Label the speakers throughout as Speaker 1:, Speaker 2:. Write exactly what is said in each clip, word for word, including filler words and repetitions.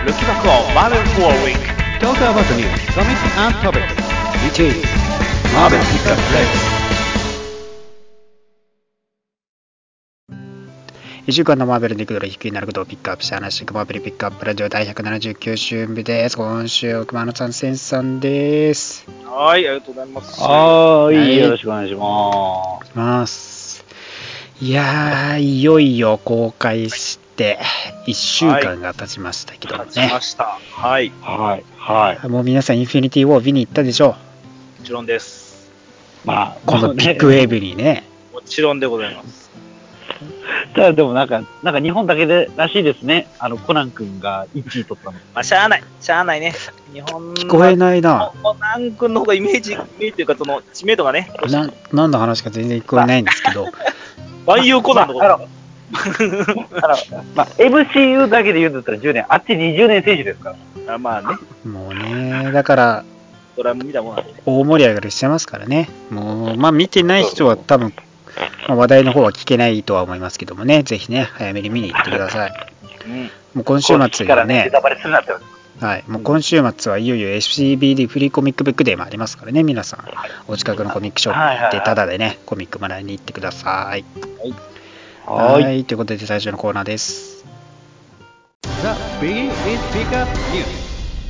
Speaker 1: Looking back on Marvel for a week.
Speaker 2: Talk about the news, comics and topics. Which is Marvel Pickup Play. いっしゅうかんのマーベルに行くドル低いなることをピックアップして話していくマーベルピックアップラジオだいひゃくななじゅうきゅう週目です。今週は熊野さん、センさんです。
Speaker 1: はい、ありがとうございます。
Speaker 3: はい、はい、よろしくお願いします。
Speaker 2: ますいやー、いよいよ公開していっしゅうかんが経ちましたけどね。
Speaker 1: 経ちました。はい。
Speaker 3: はい。はい。
Speaker 2: もう皆さん、インフィニティ・ウォー見に行ったでしょう。
Speaker 1: もちろんです。
Speaker 2: まあ、このビッグウェーブにね。
Speaker 1: もちろんでございます。
Speaker 3: ただでもなんか、なんか日本だけでらしいですね。あの、コナン君がいちい取ったの。
Speaker 1: まあ、しゃあない。しゃあないね。日本
Speaker 2: 聞こえないな。
Speaker 1: コナン君の方がイメージ、イメージというか、その知名度がね。
Speaker 2: な何の話か全然聞こえないんですけど。
Speaker 1: 万有コナンの方が。
Speaker 3: まあ、エムシーユー だけで言うんだったらじゅうねん、あっちにじゅうねん選手ですから。
Speaker 1: あまあね。
Speaker 2: もうね、だから、
Speaker 1: ドラム見たもんなんで。
Speaker 2: 大盛り上がりしてますからね。もう、まあ見てない人は多分、まあ、話題の方は聞けないとは思いますけどもね、ぜひね、早めに見に行ってください。うん、もう今週末にはね、はい、もう今週末はいよいよ エスシービーディー フリーコミックブックデーもありますからね、皆さん、お近くのコミックショップでタダでね、コミックもらいに行ってください。はい、はい、ということで最初のコーナーです。The Big is Pickup News。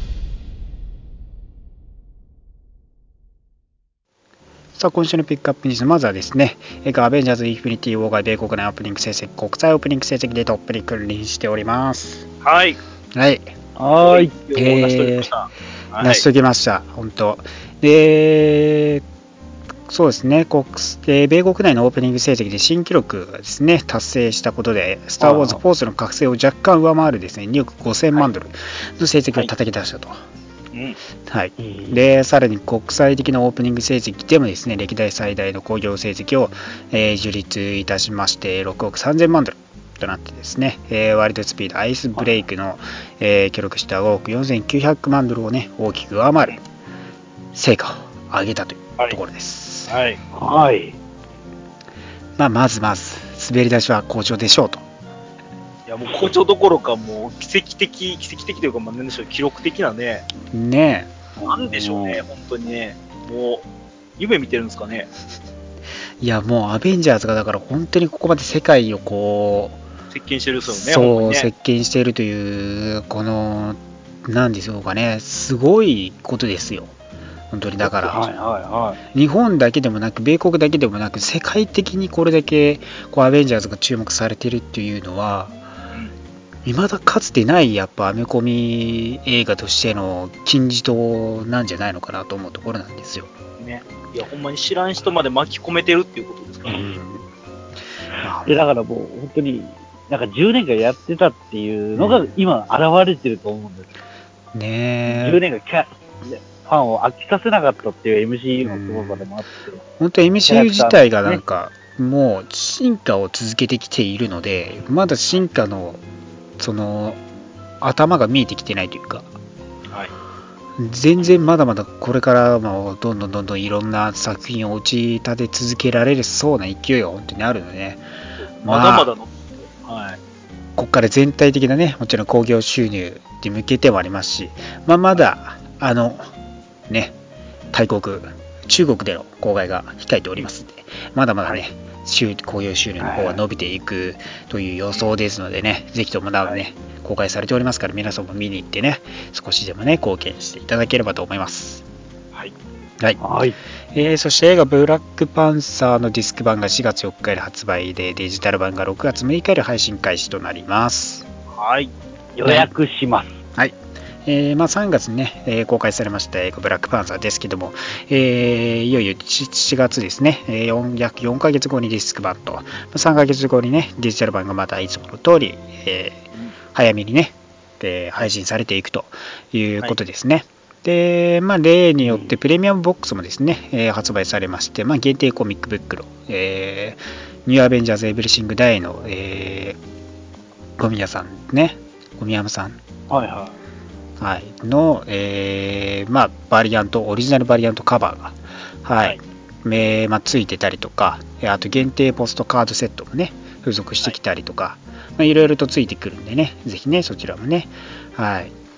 Speaker 2: さあ今週のピックアップニュース、まずはですね、アベンジャーズ・インフィニティ・ウォーが米国内オープニング成績、国際オープニング成績でトップに君臨しております。
Speaker 1: はい。
Speaker 2: はい。
Speaker 3: はい。
Speaker 2: えー、成し遂げました。成し遂げました。本当。で、そうですね、国米国内のオープニング成績で新記録がですね、達成したことで、スター・ウォーズ・フォースの覚醒を若干上回るですね、におくごせんまんドルの成績を叩き出したと。はいうんはい、でさらに国際的なオープニング成績でもですね歴代最大の興行成績を、えー、樹立いたしましてろくおくさんぜんまんドルとなってですね、えー、ワイルドスピードアイスブレイクの、えー、記録したごおくよんせんきゅうひゃくまんドルをね大きく上回る成果を上げたというところです。
Speaker 1: はい、
Speaker 3: はい、
Speaker 2: まあ、まずまず滑り出しは好調でしょうと。
Speaker 1: いやもう好調どころかもう奇跡的奇跡的というかまあ何でしょう記録的なね
Speaker 2: ね
Speaker 1: えなんでしょうね本当にねもう夢見てるんですかね。
Speaker 2: いやもうアベンジャーズがだから本当にここまで世界をこ
Speaker 1: う席巻してるですよね。
Speaker 2: そう、
Speaker 1: ね、
Speaker 2: 席巻しているというこのなんでしょうかねすごいことですよ本当に。だから、
Speaker 3: はいはいはい、
Speaker 2: 日本だけでもなく米国だけでもなく世界的にこれだけこうアベンジャーズが注目されているっていうのは未だかつてないやっぱアメコミ映画としての金字塔なんじゃないのかなと思うところなんですよ。
Speaker 1: ね、いやほんまに知らん人まで巻き込めてるっていうことですから、ね
Speaker 3: うん、でだからもう本当になんかじゅうねんかんやってたっていうのが今現れてると思うんです、
Speaker 2: うん、ねえ
Speaker 3: じゅうねんかんキャファンを飽きさせなかったっていう エムシーユー のすごさでもあって、うん、
Speaker 2: 本当 エムシーユー 自体がなんか、ね、もう進化を続けてきているのでまだ進化のその頭が見えてきてないというか、
Speaker 1: はい、
Speaker 2: 全然まだまだこれからもどんどんどんどんいろんな作品を打ち立て続けられるそうな勢いが本当にあるので、ね、
Speaker 1: まだまだの、はい、
Speaker 2: ここから全体的なねもちろん興行収入に向けてもありますし、まあ、まだあのね大国中国での公開が控えておりますのでまだまだね、はい興行収入の方は伸びていくという予想ですのでね、はい、ぜひともなおね、公開されておりますから皆さんも見に行ってね少しでもね貢献していただければと思います。
Speaker 1: はい、
Speaker 2: はいはいえー、そして映画ブラックパンサーのディスク版がしがつよっかより発売でデジタル版がろくがつむいかより配信開始となります。
Speaker 1: はい
Speaker 3: 予約します。
Speaker 2: はいえーまあ、さんがつに、ねえー、公開されました映画ブラックパンサーですけども、えー、いよいよしがつですね、えー、約よんかげつごにディスク版とさんかげつごにねデジタル版がまたいつもの通り、えー、早めにね、えー、配信されていくということですね。はいでまあ、例によってプレミアムボックスもですね、えー、発売されまして、まあ、限定コミックブックの、えー、ニューアベンジャーズエブリシングダイの、えー、小宮さんね小宮山さん
Speaker 3: はいはい
Speaker 2: はい、の、えーまあ、バリアントオリジナルバリアントカバーが、はいはいめまあ、ついてたりとかあと限定ポストカードセットもね付属してきたりとか、はいまあ、いろいろとついてくるんでねぜひねそちらもね、はい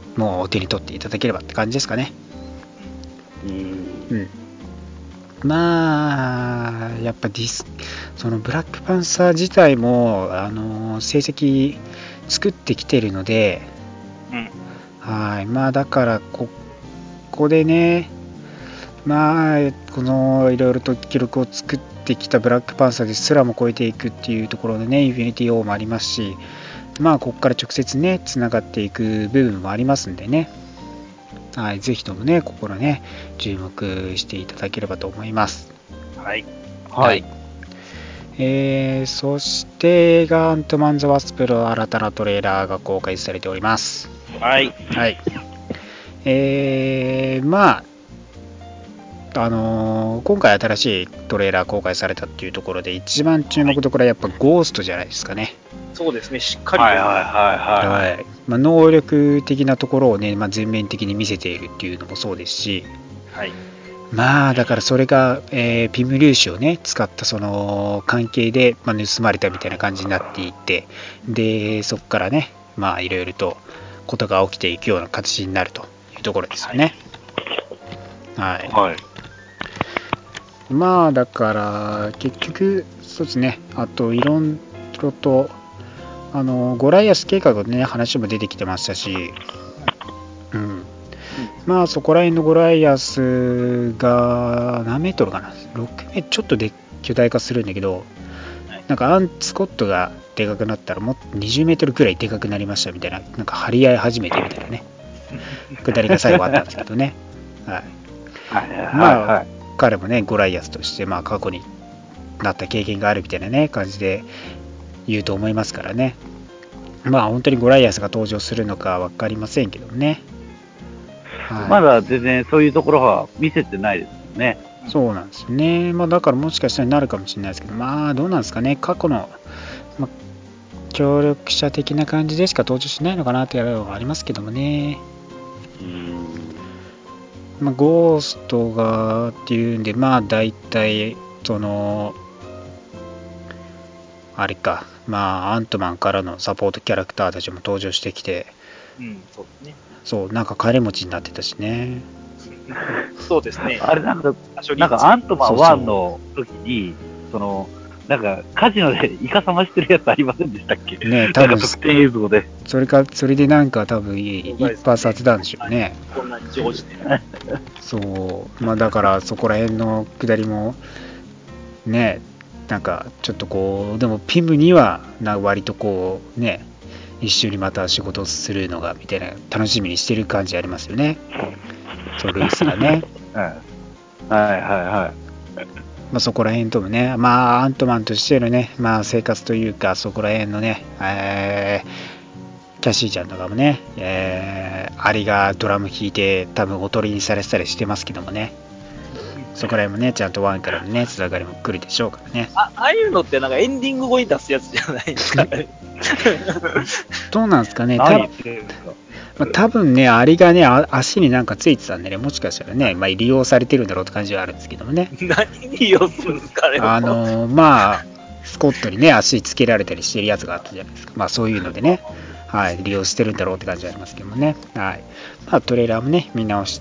Speaker 2: もうお手に取っていただければって感じですかね。
Speaker 3: うん。
Speaker 2: うん。まあ、やっぱディス、そのブラックパンサー自体も、あの、成績作ってきてるので、
Speaker 1: うん。
Speaker 2: はい。まあ、だから、ここでね、まあ、このいろいろと記録を作ってきたブラックパンサーですらも超えていくっていうところでね、インフィニティ・オーもありますし、まあ、ここから直接ね、つながっていく部分もありますんでね、はい、ぜひともね、ここからね、注目していただければと思います。
Speaker 1: はい。
Speaker 3: はい。
Speaker 2: えー、そして映画アントマン・ザ・ワスプの新たなトレーラーが公開されております。
Speaker 1: はい。
Speaker 2: はい。えー、まあ、あのー今回新しいトレーラー公開されたっていうところで一番注目どころはやっぱゴーストじゃないですかね。
Speaker 1: そうですね、しっかりと。
Speaker 3: はいはいはいはい。
Speaker 2: はい。まあ、能力的なところをね、まあ、全面的に見せているっていうのもそうですし、
Speaker 1: はい。
Speaker 2: まあだからそれが、えーピム粒子をね使ったその関係で、まあ、盗まれたみたいな感じになっていって、でそこからねまあいろいろとことが起きていくような形になるというところですよね。はい、
Speaker 3: はい。
Speaker 2: まあだから結局そうですね、あといろいろとあのゴライアス計画のね話も出てきてましたし、うん、まあそこら辺のゴライアスが何メートルかな、ろくメートルちょっとで巨大化するんだけど、なんかアンスコットがでかくなったらもっとにじゅうメートルくらいでかくなりましたみたいな、なんか張り合い始めてみたいなね下りが最後あったんですけどね、はい、まあ彼もねゴライアスとしてまあ過去になった経験があるみたいなね感じで言うと思いますからね、まあ本当にゴライアスが登場するのか分かりませんけどね、
Speaker 3: はい、まだ全然そういうところは見せてないですよね。
Speaker 2: そうなんですよね、まあ、だからもしかしたらなるかもしれないですけど、まあどうなんですかね、過去の、まあ、協力者的な感じでしか登場しないのかなっていうのはありますけどもね。
Speaker 3: うーん、
Speaker 2: まあ、ゴーストがっていうんで、まあ大体そのあれか、まあアントマンからのサポートキャラクターたちも登場してきて、
Speaker 1: うん、そうですね。
Speaker 2: そう、なんか金持ちになってたしね。
Speaker 1: そうですね。
Speaker 3: あれなんか、なんかアントマンワンの時に、その、なんかカジノでイカサマしてるやつありませんでしたっけね、多分特典映像で。
Speaker 2: それか、それでなんか多分一発当てたんでしょうね。
Speaker 1: こんなに常時で。
Speaker 2: そう、まあだからそこら辺の下りも、ね、なんかちょっとこう、でもピムにはな割とこうね、一緒にまた仕事をするのがみたいな楽しみにしてる感じありますよね。そうルイスがね。
Speaker 3: はいはいはい。
Speaker 2: まあそこら辺ともね、まあアントマンとしてのね、まあ生活というかそこら辺のね、えー、キャシーちゃんとかもね、えー、アリがドラム弾いて多分おとりにされてたりしてますけどもね。そこら辺もね、ちゃんとワンからのね、つながりも来るでしょうからね。
Speaker 1: あああいうのってなんかエンディング後に出すやつじゃないですか。
Speaker 2: どうなんですかね、た、まあ、多分ね、アリがね、足になんかついてたんでね、もしかしたらね、まあ、利用されてるんだろうって感じはあるんですけどもね。
Speaker 1: 何利用するんですかね。
Speaker 2: あのー、まあ、スコットにね、足つけられたりしてるやつがあったじゃないですか。まあ、そういうのでね、はい、利用してるんだろうって感じはありますけどもね。はい。まあ、トレーラーもね、見直して、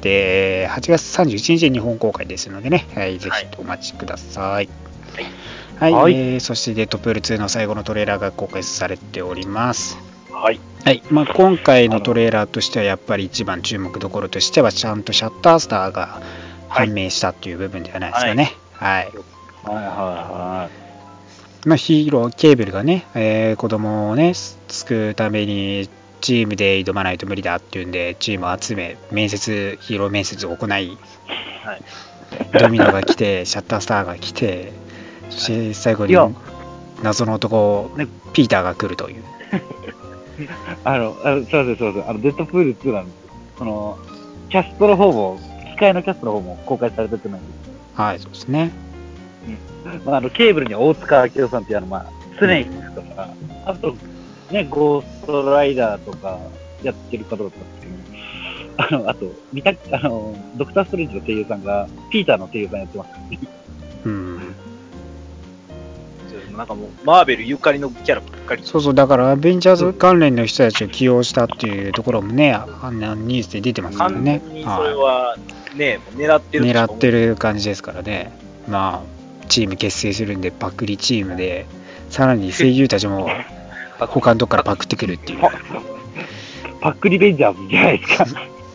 Speaker 2: はちがつさんじゅういちにちに日本公開ですのでね、はい、ぜひお待ちください。はい、はい、えー、そしてデッドプールツーの最後のトレーラーが公開されております。
Speaker 1: はい。
Speaker 2: はい。まあ、今回のトレーラーとしては、やっぱり一番注目どころとしては、ちゃんとシャッタースターが判明したっていう部分ではないですかね。はい。はい、はい、はい。まあ、ヒーロー、ケーブルがね、えー、子供をね、救うためにチームで挑まないと無理だっていうんで、チームを集め、面接、ヒーロー面接を行い、はい、ドミノが来て、シャッタースターが来て、そして最後に謎の男、ね、ピーターが来るという。
Speaker 3: あの、あのそうですそうです。あの、デッドプールツーなんですよ。その、キャストの方も、機械のキャストの方も公開されてないんです。
Speaker 2: はい、そうですね。
Speaker 3: まあ、あのケーブルには大塚明夫さんっていうあの、まあ、スネークとか、あと、ね、ゴーストライダーとかやってる方だったんですけど、あの、あと、見た、あの、ドクターストレンジの声優さんが、ピーターの声優さんやってます。うん。
Speaker 1: なんかもう、マーベルゆかりのキャラばっかり。
Speaker 2: そうそう、だからアベンジャーズ関連の人たちを起用したっていうところもね、あんなニュースで出てますからね。
Speaker 1: 完全にそれはね、もう狙ってる
Speaker 2: 狙ってる感じですからね。まあ、チーム結成するんで、パクリチームで、さらに声優たちも他のとこからパクってくるっていう。
Speaker 3: パクリベンジャーズじゃないですか。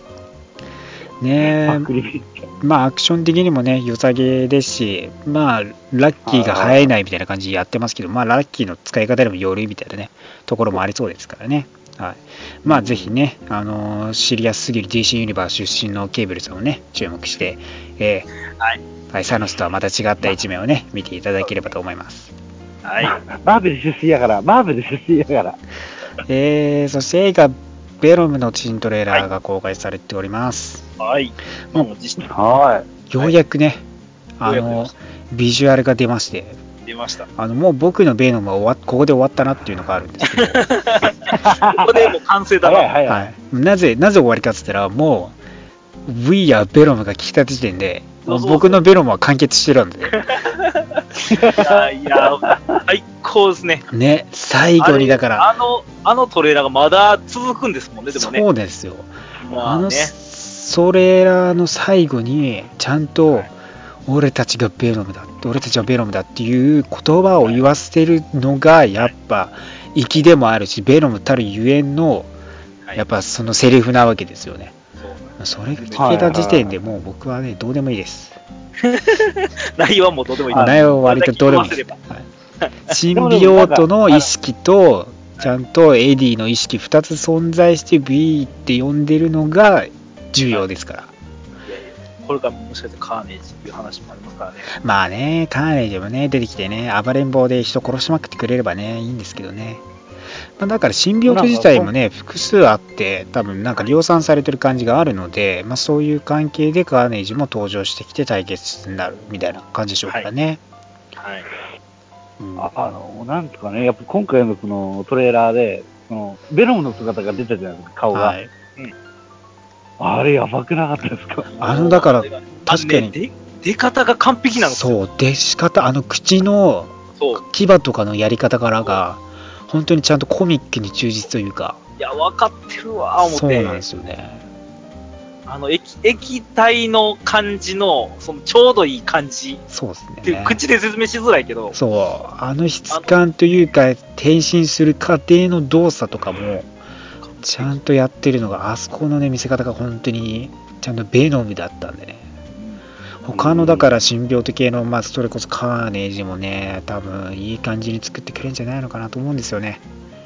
Speaker 2: ねえ、まあアクション的にもね良さげですし、まあラッキーが生えないみたいな感じでやってますけど、まあラッキーの使い方でもよるみたいなねところもありそうですからね。はい、まあぜひね、あのー、シリアスすぎる ディーシー ユニバース出身のケーブルさんをね注目して、えーはいはい、サノスとはまた違った一面をね見ていただければと思います。
Speaker 3: はい、マーベル出身やから、マーベル出身やから。
Speaker 2: えー、そして映画ベロムの新トレーラーが公開されております。
Speaker 1: はい。
Speaker 2: もうはい。ようやくね、はい、あのビジュアルが出まして、
Speaker 1: 出ました。
Speaker 2: あのもう僕のベノムは終わここで終わったなっていうのがあるんですけど、こ
Speaker 1: こでもう完成だな。
Speaker 2: はいはい。なぜなぜ終わりかっつったらもう We are ベノムが聞いた時点で、もう僕のベノムは完結してるんで。
Speaker 1: いやいや最高ですね。
Speaker 2: ね、最後にだから
Speaker 1: あのあのトレーラーがまだ続くんですもんね。でもね。
Speaker 2: そうですよ。
Speaker 1: まあね、
Speaker 2: あのトレーラーの最後にちゃんと俺たちがベノムだって俺たちはベノムだっていう言葉を言わせてるのがやっぱ粋でもあるし、ベノムたるゆえんのやっぱそのセリフなわけですよね。それが聞けた時点でもう僕はねどうでもいいです。
Speaker 1: 内容はもうどうでもいいです。
Speaker 2: 内容は割とどうでもいいです。はい、シンビオートの意識とちゃんとエディの意識ふたつ存在して B って呼んでるのが重要ですから。
Speaker 1: これからもしかしてカーネージっていう話もありますからね。
Speaker 2: まあね、カーネージもね出てきてね暴れん坊で人殺しまくってくれればねいいんですけどね。まあ、だからシンビオート自体もね複数あって多分なんか量産されてる感じがあるので、まあ、そういう関係でカーネージも登場してきて対決になるみたいな感じでしょうからね。
Speaker 1: はい。はい、
Speaker 3: うん、あ, あのなんですかね、やっぱ今回のこのトレーラーでそのベノムの姿が出たじゃないですか、顔が。はい、うん、あれやばくなかったですか？
Speaker 2: あのだから確かに、
Speaker 1: ね、出方が完璧なんですよ。
Speaker 2: そう出し方、あの口の牙とかのやり方からが本当にちゃんとコミックに忠実というか。
Speaker 1: いや分かってるわ思って。
Speaker 2: そうなんですよね。
Speaker 1: あの 液, 液体の感じのそのちょうどいい感じ。
Speaker 2: そうですね。
Speaker 1: 口で説明しづらいけど。
Speaker 2: そうあの質感というか変身する過程の動作とかもちゃんとやってるのがあそこのね見せ方が本当にちゃんとベノムだったんでね。他のだからシンビオート系のまあそれこそカーネージもね多分いい感じに作ってくれるんじゃないのかなと思うんですよね。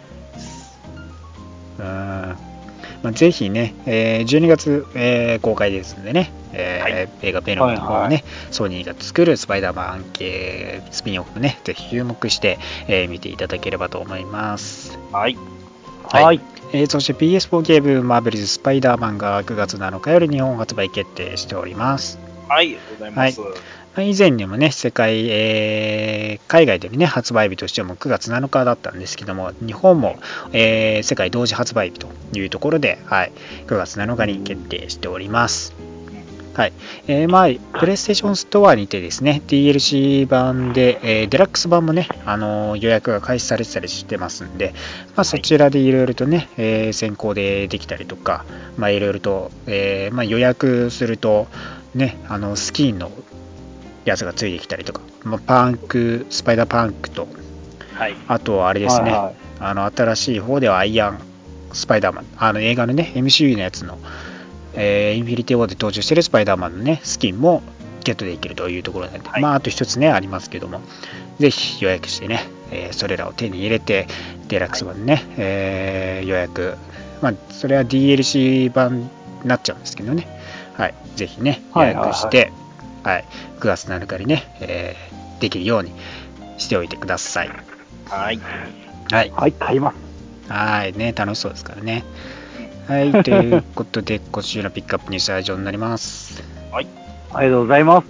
Speaker 2: うん、まあ、ぜひね、えー、じゅうにがつ、えー、公開ですんでね、えーはい、映画ベノムの方をね、はいはい、ソニーが作るスパイダーマン系スピンオフねぜひ注目して、えー、見ていただければと思います。
Speaker 1: はい
Speaker 2: はい、はい、えー、そして ピーエスフォー ゲームマーベルズスパイダーマンがくがつなのかより日本発売決定しております。
Speaker 1: はい、ありがとうございます。
Speaker 2: はい、以前にもね、世界、えー、海外でのね、発売日としてもくがつなのかだったんですけども、日本も、えー、世界同時発売日というところで、はい、くがつなのかに決定しております。はい、えー、まあ、プレイステーションストアにてですね、ディーエルシー 版で、えー、デラックス版もね、あのー、予約が開始されてたりしてますんで、まあ、そちらでいろいろとね、えー、先行でできたりとか、まあ、いろいろと、えーまあ、予約すると、ね、あのスキンのやつがついてきたりとか、まあ、パンクスパイダーパンクと、はい、あとはあれですね、はいはい、あの新しい方ではアイアンスパイダーマン、あの映画のね エムシーユー のやつの、えー、インフィニティウォーで登場しているスパイダーマンのねスキンもゲットできるというところなんで、はい、まああと一つねありますけども、ぜひ予約してね、えー、それらを手に入れてデラックス版ね、はい、えー、予約、まあそれは ディーエルシー 版になっちゃうんですけどね、はい、ぜひね予約して、はいはいはい、くがつなのかにね、えー、できるようにしておいてください。
Speaker 1: はい
Speaker 2: はい、
Speaker 3: はい、買います。
Speaker 2: はいね、楽しそうですからね。はいということで今週のピックアップニュースは以上になります。
Speaker 1: はい、
Speaker 3: ありがとうございます。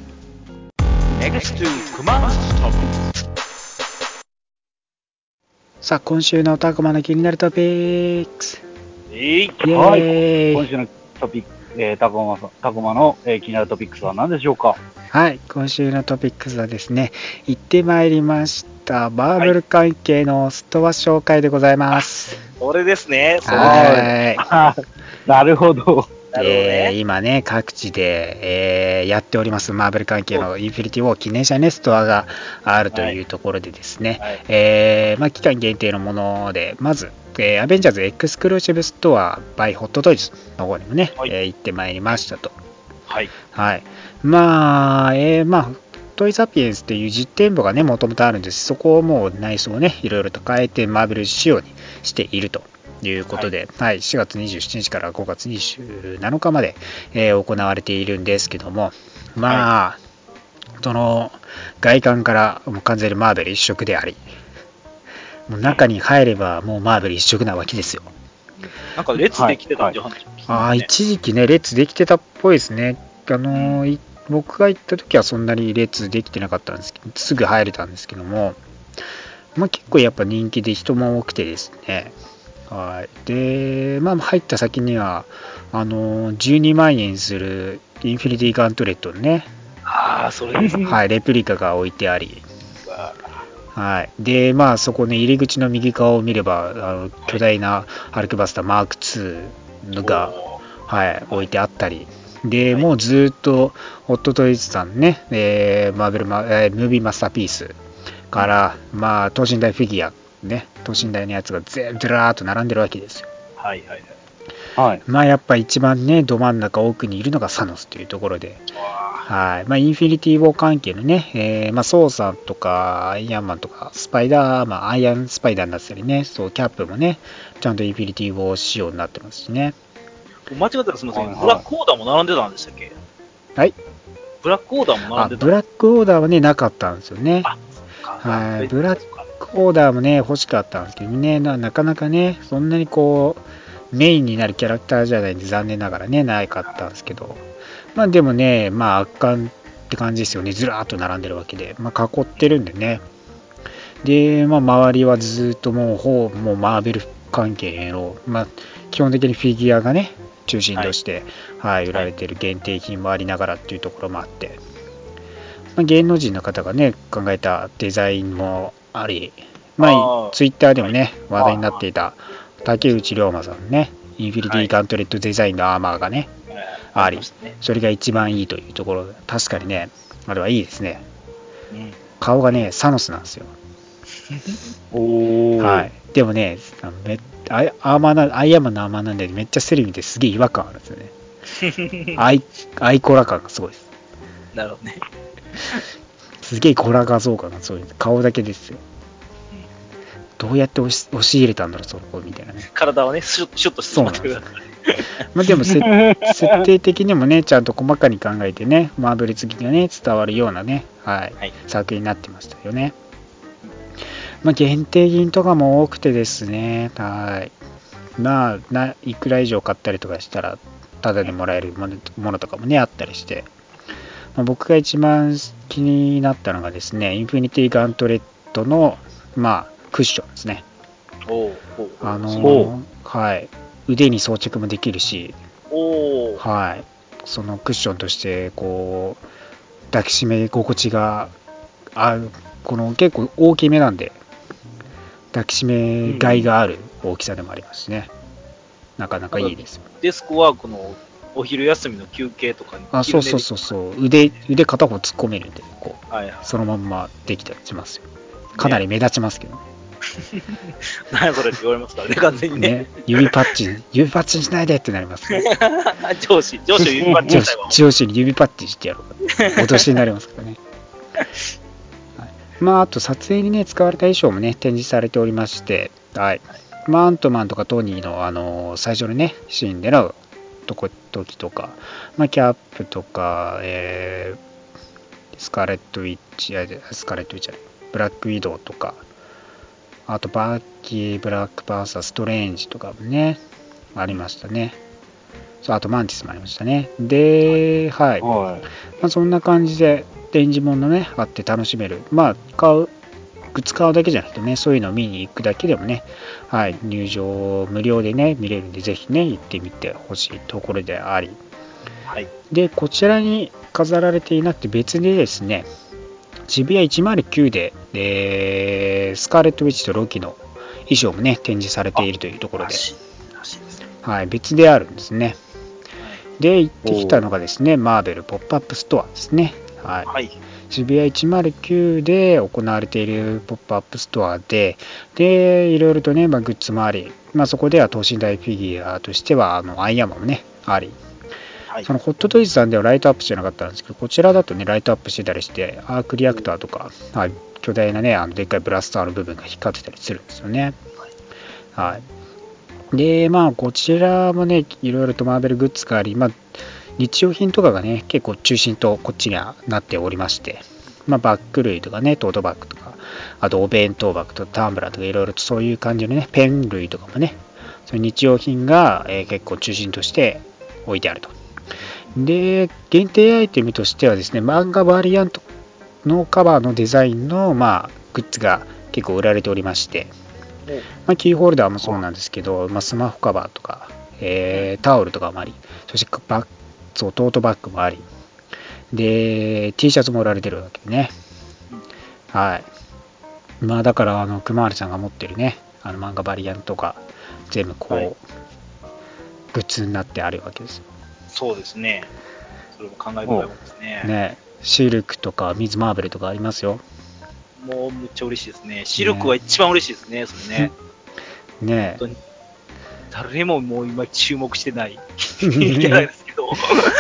Speaker 2: さあ今週のタコマの気になるトピックス、
Speaker 1: イエーイ、
Speaker 3: はい、今週のトピック、えー、タコマさん、タコマの、えー、気になるトピックスは何でしょうか？
Speaker 2: はい、今週のトピックスはですね、行ってまいりました、マーブル関係のストア紹介でございます。
Speaker 1: それですね、それ
Speaker 2: はい。
Speaker 3: なるほど。
Speaker 2: えー、今ね、各地で、えー、やっておりますマーベル関係のインフィニティウォー記念者ね、ストアがあるというところでですね、はいはい、えーまあ、期間限定のもので、まず、えー、アベンジャーズエクスクルーシブストア by ホットトイズの方にもね、はい、えー、行ってまいりましたと。
Speaker 1: はい。
Speaker 2: はい。まあ、えー、まあ、トイザピエンスっていう実店舗がね、もともとあるんです。そこをもう内装をね、いろいろと変えてマーベル仕様にしているということで、はいはい、しがつにじゅうしちにちからごがつにじゅうなのかまで、えー、行われているんですけども、まあ、はい、その外観からもう完全にマーベル一色であり、もう中に入ればもうマーベル一色なわけですよ。
Speaker 1: なんか列できてたんじゃないですか、ね。
Speaker 2: ああ、一時期ね、列できてたっぽいですね。あのー、僕が行った時はそんなに列できてなかったんですけど、すぐ入れたんですけども、まあ、結構やっぱ人気で人も多くてですね、はい、で、まあ、入った先にはあのじゅうにまんえんするインフィニティガントレットのね、
Speaker 1: あそれですね、
Speaker 2: はい、レプリカが置いてあり、はい、でまあそこね、入り口の右側を見ればあの巨大なハルクバスターマークツーが、はい、置いてあったりで、もうずっとホットトイズさんね、えー、マーベルマ、えー、ムービーマスターピースから、まあ等身大フィギュアね、等身大のやつがずらーっと並んでるわけですよ。
Speaker 1: はいはい
Speaker 2: はい。まあやっぱ一番ね、ど真ん中奥にいるのがサノスというところで、はい。まあインフィニティウォー関係のね、えー、まあソーさんとかアイアンマンとかスパイダー、まあアイアンスパイダーになったりね、そうキャップもね、ちゃんとインフィニティウォー仕様になってますしね。
Speaker 1: 間違ったらすみません、はいはい、ブラックオーダーも並んでたんでしたっけ？
Speaker 2: はい。
Speaker 1: ブラックオーダーも並んでた。
Speaker 2: ブラックオーダーはね、なかったんですよね。はい。ブラックオーダーもね、欲しかったんですけどね、なかなかね、そんなにこう、メインになるキャラクターじゃないんで、残念ながらね、なかったんですけど、まあでもね、まあ圧巻って感じですよね、ずらーっと並んでるわけで、まあ囲ってるんでね。で、まあ周りはずっともう、ほぼもうマーベル関係の、まあ基本的にフィギュアがね、中心として、はい、はい、売られている限定品もありながらっていうところもあって、まあ、芸能人の方がね、考えたデザインもあり、まあ、ツイッターでもね、話題になっていた竹内涼真さんね、インフィニティガントレットデザインのアーマーがね、はい、あり、それが一番いいというところで、確かにね、あれはいいですね。うん、顔がね、サノスなんですよ。おはい。でもね、めアイアーマーなアイアンマンのアーマーなんで、めっちゃセル見てすげえ違和感あるんですよね。アイアイコラ感がすごいです。
Speaker 1: なるほどね。
Speaker 2: すげえコラ画像かな、そういう顔だけですよ。うん、どうやって押し押し入れたんだろう、そこみたいなね。
Speaker 1: 体をね、シュッシュッとしてますけど。
Speaker 2: まあでも設定的にもね、ちゃんと細かに考えてね、マーベル好きがね、伝わるようなね、はい、はい、作品になってましたよね。まあ、限定品とかも多くてですね、はい。まあ、ないくら以上買ったりとかしたら、タダでもらえるもの、ものとかもね、あったりして、まあ、僕が一番気になったのがですね、インフィニティガントレットの、まあ、クッションですね。
Speaker 1: お
Speaker 2: あのはい、腕に装着もできるし、おはい、そのクッションとしてこう抱きしめ心地があこの結構大きめなんで抱きしめがいがある大きさでもありますしね、うん、なかなかいいですよ。
Speaker 1: デスクワークのお昼休みの休憩とかに
Speaker 2: あそうそうそうそう腕腕片方突っ込めるんでこう、はいはい、そのまんまできたりしますよ。かなり目立ちますけどね。
Speaker 1: 何やそれって言われますからね、完全にね。ね
Speaker 2: 指パッチン、指パッチンしないでってなりますね。
Speaker 1: 上司、上司を指パッチンしたいわ。
Speaker 2: 上司に指パッチンしてやろう。脅しになりますからね。はい、まあ、あと撮影にね、使われた衣装もね、展示されておりまして、はい。まあ、アントマンとかトニーの、あのー、最初のね、シーンでのとこ時とか、まあ、キャップとか、えー、スカーレットウィッチ、スカーレットウィッチ、ブラックウィドウとか、あとバーキー、ブラックパーサー、ストレンジとかもね、ありましたね。そう、あとマンティスもありましたね。で、はい。はい、まあ、そんな感じで展示物ね、あって楽しめる。まあ、買う、 グッズ買うだけじゃなくてね、そういうのを見に行くだけでもね、はい、入場無料でね、見れるんで、ぜひね、行ってみてほしいところであり、
Speaker 1: はい、で、
Speaker 2: こちらに飾られていなくて別でですね、渋谷いちまるきゅうで、えー、スカーレット・ウィッチとロキの衣装もね、展示されているというところで、はい、別であるんですね。で、行ってきたのがですね、マーベルポップアップストアですね。はい。はい、渋谷いちまるきゅうで行われているポップアップストアで、で、いろいろとね、まあ、グッズもあり、まあ、そこでは等身大フィギュアとしては、あのアイアンマンもね、あり、はい、そのホットトイズさんではライトアップしてなかったんですけど、こちらだとね、ライトアップしてたりして、アークリアクターとか、はい、巨大なね、あのでっかいブラスターの部分が光ってたりするんですよね。はい。で、まあ、こちらもね、いろいろとマーベルグッズがあり、まあ、日用品とかがね、結構中心とこっちにはなっておりまして、まあ、バッグ類とかね、トートバッグとか、あとお弁当箱とかタンブラーとかいろいろとそういう感じのね、ペン類とかもね、そういう日用品が、えー、結構中心として置いてあると。で、限定アイテムとしてはですね、漫画バリアントのカバーのデザインの、まあ、グッズが結構売られておりまして、まあ、キーホルダーもそうなんですけど、まあ、スマホカバーとか、えー、タオルとかもあり、そしてバッそうトートバッグもあり、で T シャツも売られてるわけでね。はい。まあだからあの熊原さんが持ってるね、あの漫画バリアントが全部こう、はい、グッズになってあるわけですよ。
Speaker 1: そうですね。それも考え深いもんですね。
Speaker 2: ね、シルクとかミズマーベルとかありますよ。
Speaker 1: もうめっちゃ嬉しいですね。シルクは一番嬉しいですね、それね。
Speaker 2: ね
Speaker 1: 本当に誰ももう今注目してないキャラですけど。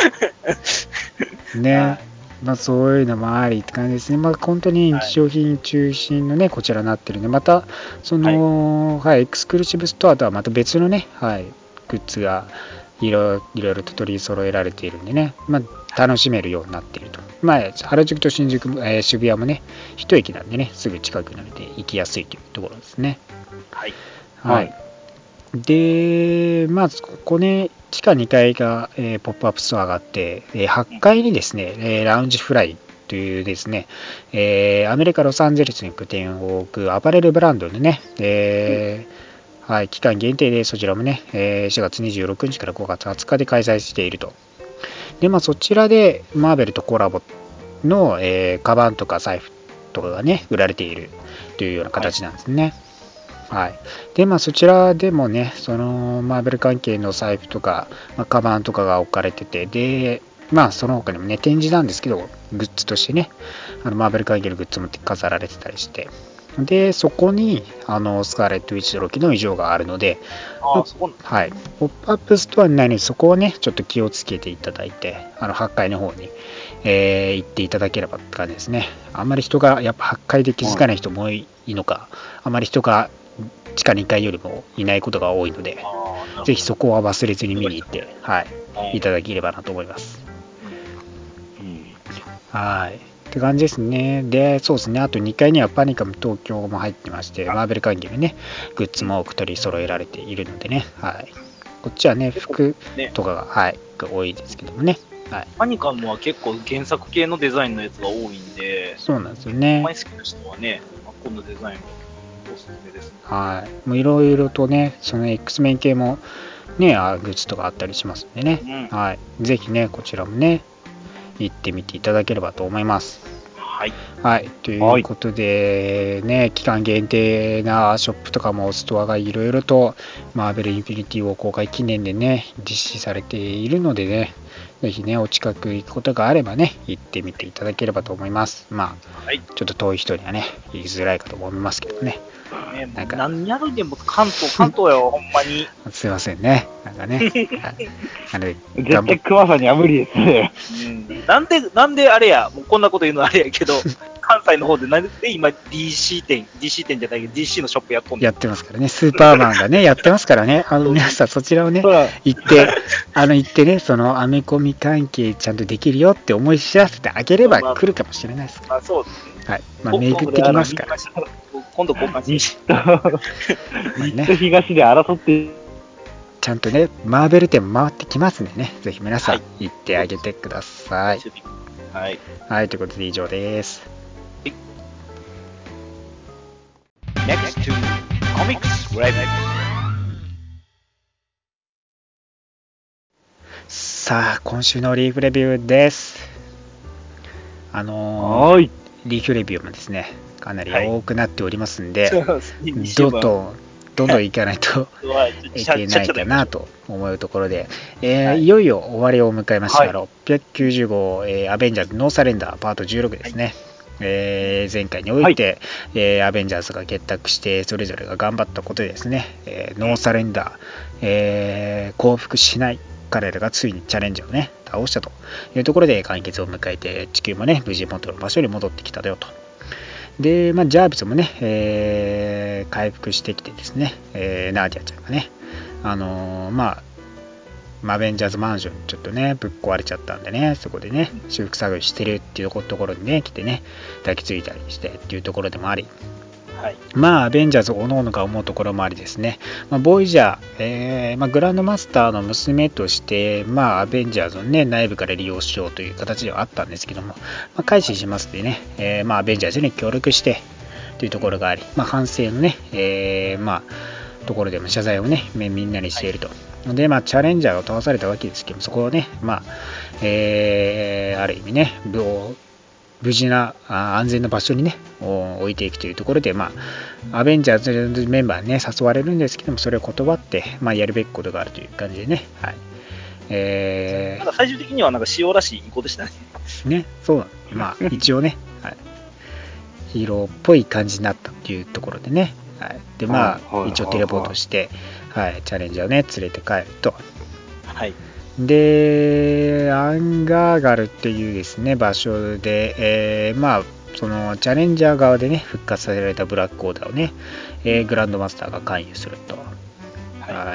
Speaker 2: ね、はい、まあそういうのもありって感じですね。まあ本当に日用品中心のね、こちらになってるんで、またその、はい、はい、エクスクルーシブストアとはまた別のね、はい、グッズがいろいろと取り揃えられているんでね、まあ楽しめるようになっていると。まあ原宿と新宿、えー、渋谷もね、一駅なんでね、すぐ近くなので行きやすいというところですね。
Speaker 1: はい。
Speaker 2: はい。はいで、まずここね、地下にかいが、えー、ポップアップストアがあって、えー、はちがいにですね、えー、ラウンジフライというですね、えー、アメリカ・ロサンゼルスに拠点を置くアパレルブランドのね、えーはい、期間限定でそちらもね、えー、しがつにじゅうろくにちからごがつはつかで開催していると。で、まあそちらでマーベルとコラボの、えー、カバンとか財布とかがね、売られているというような形なんですね。はいはい、でまあそちらでもね、そのマーベル関係の財布とか、まあ、カバンとかが置かれてて、でまあその他にもね、展示なんですけど、グッズとしてね、あのマーベル関係のグッズも飾られてたりして、でそこにあのスカーレット・ウィッチとロキの異常があるので、
Speaker 1: あそこ
Speaker 2: はい、ポップアップストアにないので、そこをねちょっと気をつけていただいて、あのはちかいの方に、えー、行っていただければって感じですね。あんまり人がやっぱはちかいで気づかない人も多いのか、あまり人が地下にかいよりもいないことが多いので、ぜひそこは忘れずに見に行って、はい、いただければなと思います。うん、はいって感じですね。で、そうですね、あとにかいにはパニカム東京も入ってまして、マーベル関係のね、グッズも多く取り揃えられているのでね、はい、こっちはね、服とかが、はい、多いですけどもね。はい、
Speaker 1: パニカムは結構原作系のデザインのやつが多いんで、
Speaker 2: そうなんですよね。
Speaker 1: 好きな人はね、このデザインをおすすめですね。
Speaker 2: はい。もういろいろとね、その X メン系もね、グッズとかあったりしますんでね、うん、はい。ぜひね、こちらもね、行ってみていただければと思います。
Speaker 1: はい。
Speaker 2: はい。ということで、ね、期間限定なショップとかもストアがいろいろと、マーベルインフィニティを公開記念でね、実施されているのでね、ぜひね、お近く行くことがあればね、行ってみていただければと思います。まあ、はい、ちょっと遠い人にはね、行きづらいかと思いますけどね。
Speaker 1: ね、なんか何やるでも関東、関東よ、ほんまに。
Speaker 2: すいませんね。なんかね。
Speaker 3: あれ絶対熊さんには無理ですね。
Speaker 1: うん、なんで、なんであれや、もうこんなこと言うのあれやけど、関西の方でなんで今 ディーシー 店、ディーシー 店じゃないけど ディーシー のショップやっとんの
Speaker 2: やってますからね。スーパーマンがね、やってますからね。あの皆さんそちらをね、行って、あの行ってね、そのアメコミ関係ちゃんとできるよって思い知らせてあげれば来るかもしれないですから。
Speaker 1: まあ、そうですね。
Speaker 2: はい。まあ、巡ってきますから。
Speaker 1: 今度交換し
Speaker 3: 西と、西と東で争って、
Speaker 2: ちゃんとね、マーベル店も回ってきますんでね、ぜひ皆さん行ってあげてください。はい。
Speaker 1: はい。
Speaker 2: はい、ということで以上です。はい。
Speaker 1: コミックスレビュー。
Speaker 2: さあ、今週のリーフレビューです。あのー、リーフレビューもですね、かなり多くなっておりますんで、はい、どんどんどんどんいかないといけないかなと思うところで、えーはい、いよいよ終わりを迎えました、はい、ろっぴゃくきゅうじゅうご、えー、アベンジャーズノーサレンダーパートじゅうろくですね、はい、えー、前回において、はい、えー、アベンジャーズが結託してそれぞれが頑張ったことでですね、えー、ノーサレンダー、えー、降伏しない彼らがついにチャレンジャーをね倒したというところで完結を迎えて、地球もね無事元の場所に戻ってきたよと。で、まあ、ジャービスもね、えー、回復してきてですね、えー、ナーディアちゃんがね、あのー、まあ、アベンジャーズマンションちょっとね、ぶっ壊れちゃったんでね、そこでね、修復作業してるっていうところにね、来てね、抱きついたりしてっていうところでもあり、はい、まあ、アベンジャーズおのおのが思うところもありですね、まあ、ボイジャー、えーまあ、グランドマスターの娘として、まあ、アベンジャーズの、ね、内部から利用しようという形ではあったんですけども、まあ、開始しますでね、えーまあ、アベンジャーズに協力してというところがあり、まあ、反省のね、えーまあ、ところでも謝罪をね、みんなにしていると。はい、で、まあ、チャレンジャーが倒されたわけですけども、そこをね、まあ、えー、ある意味ね、無事な安全な場所にね置いていくというところで、まあ、アベンジャーズメンバーにね誘われるんですけども、それを断って、まあ、やるべきことがあるという感じでね、はい、
Speaker 1: えー、なんか最終的にはなんか塩らしい意向でしたね。
Speaker 2: ね、そうまあ一応ね、はい、ヒーローっぽい感じになったというところでね、はい、でまあ、はい、一応テレポートして、はいはい、チャレンジャーをね連れて帰ると。はい。でアンガーガルっていうですね場所で、えー、まあそのチャレンジャー側でね復活させられたブラックオーダーをね、えー、グランドマスターが関与すると。はい、はい、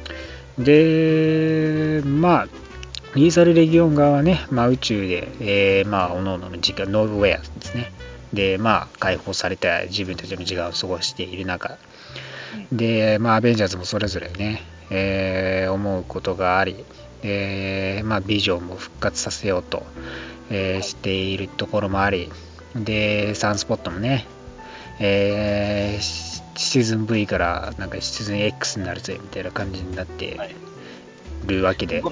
Speaker 2: でまあリーサルレギオン側はね、まあ、宇宙で、えー、まあ各々の時間ノーブウェアですねでまあ解放された自分たちの時間を過ごしている中で、まあ、アベンジャーズもそれぞれね、えー、思うことがあり、えーまあ、ビジョンも復活させようと、えー、しているところもあり、でサンスポットもね、えー、シーズン V からなんかシーズン X になるぜみたいな感じになってるわけで、はい、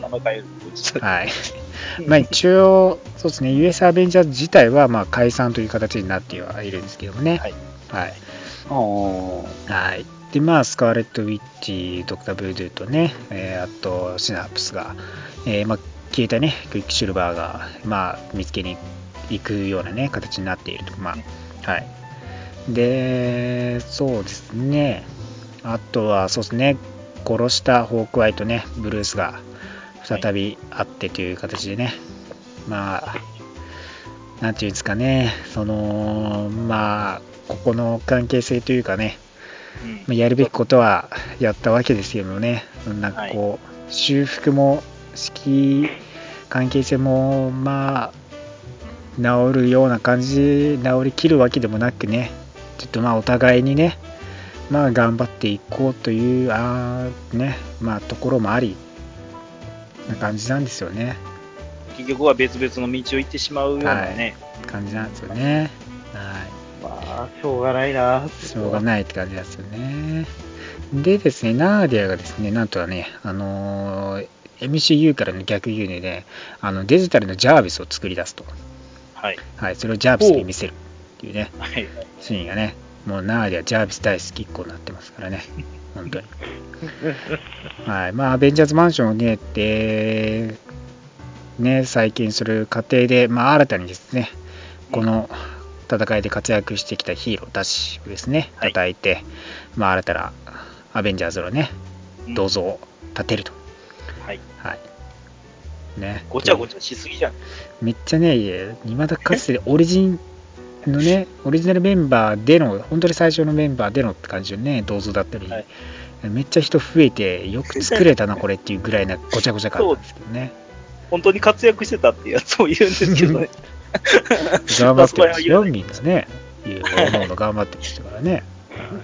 Speaker 2: まあ一応そうですね ユーエス アベンジャーズ自体はまあ解散という形になってはいるんですけどもね、はい、はい、はいでまあ、スカーレット・ウィッチ、ドクター・ブルドゥとね、えー、あとシナプスが、えーまあ、消えたね、クイックシルバーが、まあ、見つけに行くようなね、形になっていると。まあ、はい。で、そうですね、あとは、そうですね、殺したホークアイとね、ブルースが再び会ってという形でね、まあ、なんていうんですかね、その、まあ、ここの関係性というかね、うん、やるべきことはやったわけですけどね、なんかこう、はい、修復も式関係性もまあ治るような感じで治りきるわけでもなくね、ちょっとまあお互いにね、まあ頑張っていこうというあねまあところもありな感じなんですよね。
Speaker 1: 結局は別々の道を行ってしまうようなね、
Speaker 2: はい、感じなんですよね。はい。
Speaker 3: まあ、しょうがないな。
Speaker 2: しょうがないって感じですよね。でですね、ナーディアがですね、なんとはね、あのー、エムシーユー からの逆輸入で、あのデジタルのジャービスを作り出すと。はい。はい、それをジャービスに見せるっていうね、はい、シーンがね、もうナーディア、ジャービス大好きっ子になってますからね、本当に。はい、まあ、アベンジャーズマンションをね、で、ね、再建する過程で、まあ、新たにですね、この、戦いで活躍してきたヒーローたちをですね叩いて、はい、まあ、新たなアベンジャーズのね銅像を立てると、はいはいね、
Speaker 1: ごちゃごちゃしすぎじゃん。
Speaker 2: めっちゃねいまだかつてオリジンのねオリジナルメンバーでの本当に最初のメンバーでのって感じのね銅像だったり、はい、めっちゃ人増えてよく作れたなこれっていうぐらいなごちゃごちゃ感なんですけどね
Speaker 1: 本当に活躍してたってやつを言うんですけどね
Speaker 2: 頑張ってますよみんなね。いうおのおの頑張ってましたからね。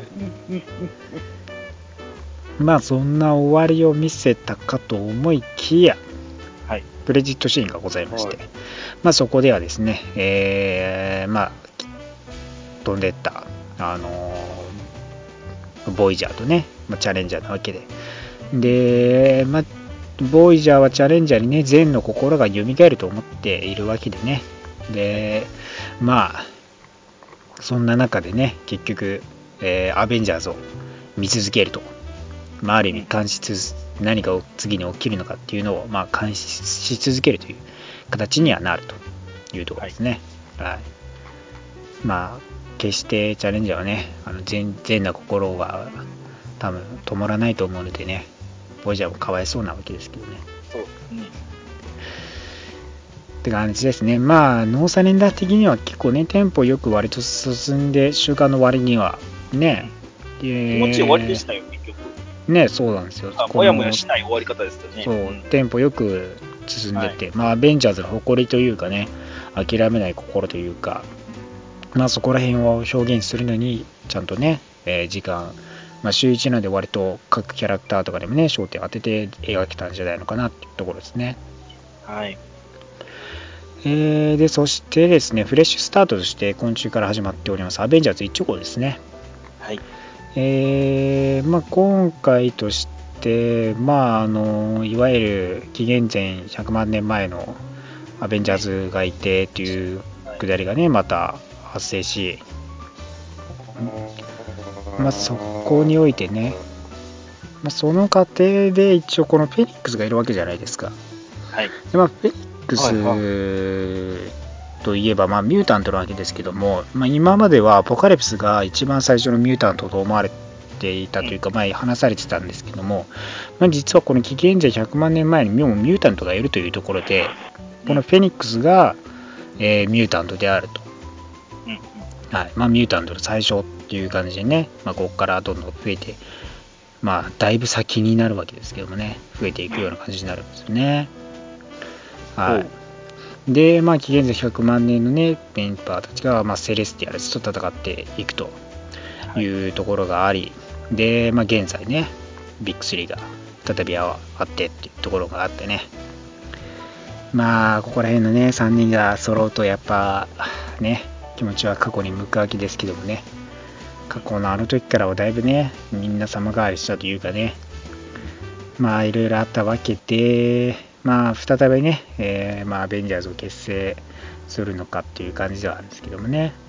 Speaker 2: まあそんな終わりを見せたかと思いきや、はい、クレジットシーンがございまして、はい、まあそこではですね、えー、まあ飛んでったあのー、 ボイジャーとね、まあ、チャレンジャーなわけで。で、まあ、ボイジャーはチャレンジャーにね、善の心が蘇ると思っているわけでね。で、まあ、そんな中でね、結局、えー、アベンジャーズを見続けると。まあ、ある意味、監視つ、何が次に起きるのかっていうのを、まあ、監視し続けるという形にはなるというところですね。はい。はい、まあ、決してチャレンジャーはね、あの善善な心が多分止まらないと思うのでね、ボイジャーもかわいそうなわけですけどね。
Speaker 1: そうですね。
Speaker 2: って感じですね。まあ、ノーサレンダー的には結構ね、テンポよく割と進んで、週間の割にはね、
Speaker 1: 気持ちいい終わりでしたよ、結局。
Speaker 2: ね、そうなんですよ。
Speaker 1: もやもやしない終わり方ですよね。
Speaker 2: そう、うん、テンポよく進んでて、はい、まあ、アベンジャーズの誇りというかね、諦めない心というか、まあ、そこら辺を表現するのに、ちゃんとね、えー、時間、まあ、週いちなんで割と各キャラクターとかでもね、焦点を当てて描けたんじゃないのかなっていうところですね。
Speaker 1: はい。
Speaker 2: えー、で、そしてですね、フレッシュスタートとして今週から始まっております、アベンジャーズいち号ですね。
Speaker 1: はい。
Speaker 2: えー、まあ、今回として、まあ、あの、いわゆる紀元前ひゃくまんねんまえのアベンジャーズがいてというくだりがね、また発生し、まあ、そこにおいてね、まあ、その過程で一応このフェニックスがいるわけじゃないですか。
Speaker 1: はい。
Speaker 2: でまあ、フェニックスといえば、まあ、ミュータントなわけですけども、まあ、今まではアポカリプスが一番最初のミュータントと思われていたというか、前話されてたんですけども、まあ、実はこの紀元前ひゃくまんねんまえにもミュータントがいるというところで、このフェニックスが、えー、ミュータントであると。はい、まあ、ミュータントの最初っていう感じでね、まあ、ここからどんどん増えて、まあ、だいぶ先になるわけですけどもね、増えていくような感じになるんですよね。はい。で、まあ、紀元前ひゃくまんねんのね、メンバーたちが、まあ、セレスティアルズと戦っていくというところがあり、はい、で、まあ、現在ね、ビッグスリーが再びあってっていうところがあってね、まあ、ここら辺のね、さんにんが揃うと、やっぱ、ね、気持ちは過去に向くわけですけどもね、過去のあの時からはだいぶね、みんな様変わりしたというかね、まあいろいろあったわけで、まあ再びね、えー、まあアベンジャーズを結成するのかっていう感じではあるんですけどもね。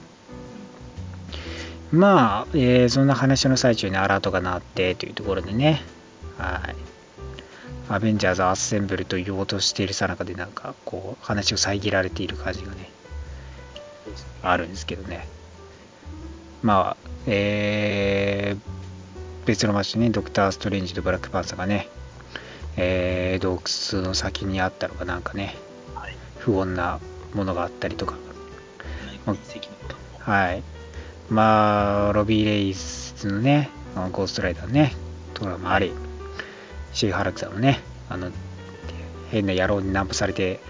Speaker 2: まあ、えー、そんな話の最中にアラートが鳴ってというところでね、はい。アベンジャーズアッセンブルと言おうとしているさなかでなんかこう話を遮られている感じがね、あるんですけどね。まあ、えー、別の場所に、ね、ドクター・ストレンジとブラックパンサーがね、えー、洞窟の先にあったのかなんかね、はい、不穏なものがあったりとか、まあ、はい、まあ、ロビー・レイズのね、ゴーストライダーね、とかもあり、はい、シー・ハラクさんもね、あの、変な野郎にナンパされて、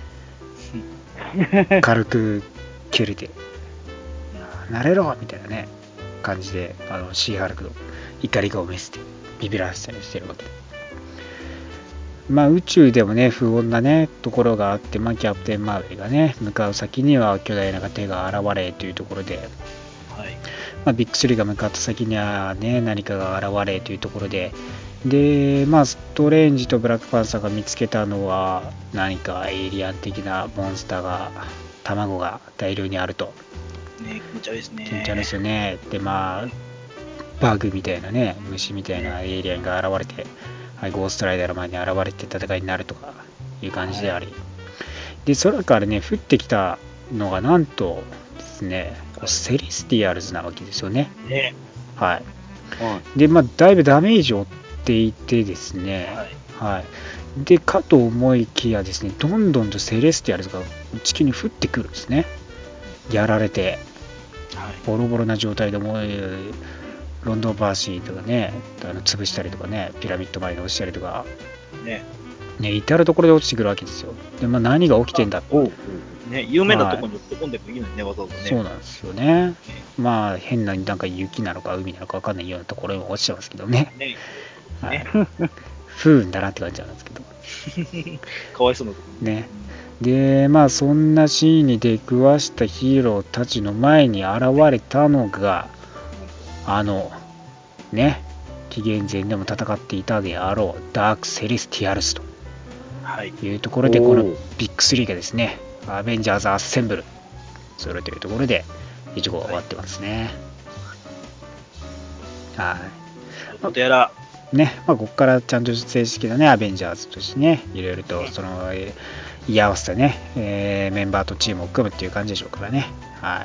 Speaker 2: 軽く蹴れて、慣れろみたいなね、感じで、あのシーハルクの怒り顔を見せてビビらせたりしてるわけで、まあ宇宙でもね不穏なねところがあって、まあ、キャプテン・マーベリがね向かう先には巨大な手が現れというところで、はい、まあ、ビッグスリーが向かった先にはね何かが現れというところで、でまあストレンジとブラックパンサーが見つけたのは何かエイリアン的なモンスターが卵が大量にあると。
Speaker 1: ね、気持ち悪いですね。
Speaker 2: 気持ち悪いですよね。で、まあ、バグみたいなね、虫みたいなエイリアンが現れて、はい、ゴーストライダーの前に現れて戦いになるとかいう感じであり、はい、で、空からね、降ってきたのがなんとですね、セレスティアルズなわけですよね。
Speaker 1: ね、
Speaker 2: はい。で、まあ、だいぶダメージを負っていてですね、はい。はい、で、かと思いきやですね、どんどんとセレスティアルズが地球に降ってくるんですね。やられて、はい、ボロボロな状態でもうロンドンバーシーとかね、あの潰したりとかね、ピラミッド前に落ちたりとか、
Speaker 1: ね、
Speaker 2: ね、至るところで落ちてくるわけですよ。で、まあ、何が起きてんだと。
Speaker 1: ね、有名なところに落ち込んでもいいのにね、わざわざね。
Speaker 2: そうなんですよね。まあ、変な、なんか雪なのか海なのか分かんないようなところに落ちてますけどね。
Speaker 1: ね、
Speaker 2: はい、不運だなって感じなんですけど。
Speaker 1: かわいそうなところ
Speaker 2: ね。で、まあそんなシーンに出くわしたヒーローたちの前に現れたのが、あの、ね、 紀元前でも戦っていたであろうダークセレスティアルスというところで、このビッグスリーがですね、アベンジャーズアッセンブルそれというところでいち号終わってますね。はい。
Speaker 1: ことやら
Speaker 2: ね、まあ、ここからちゃんと正式なねアベンジャーズとしてね、いろいろとその居合わせたね、えー、メンバーとチームを組むっていう感じでしょうからね。はい。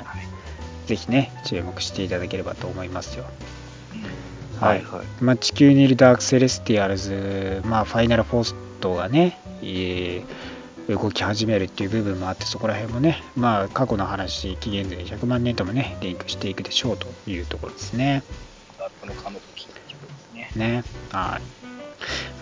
Speaker 2: ぜひね注目していただければと思いますよ。はい。はいはい、まあ、地球にいるダークセレスティアルズ、まあ、ファイナルフォーストがね、えー、動き始めるっていう部分もあって、そこら辺もね、まあ、過去の話、紀元前ひゃくまんねんともね、リンクしていくでしょうというところですね。
Speaker 1: この可能時ですね。
Speaker 2: ね。はい。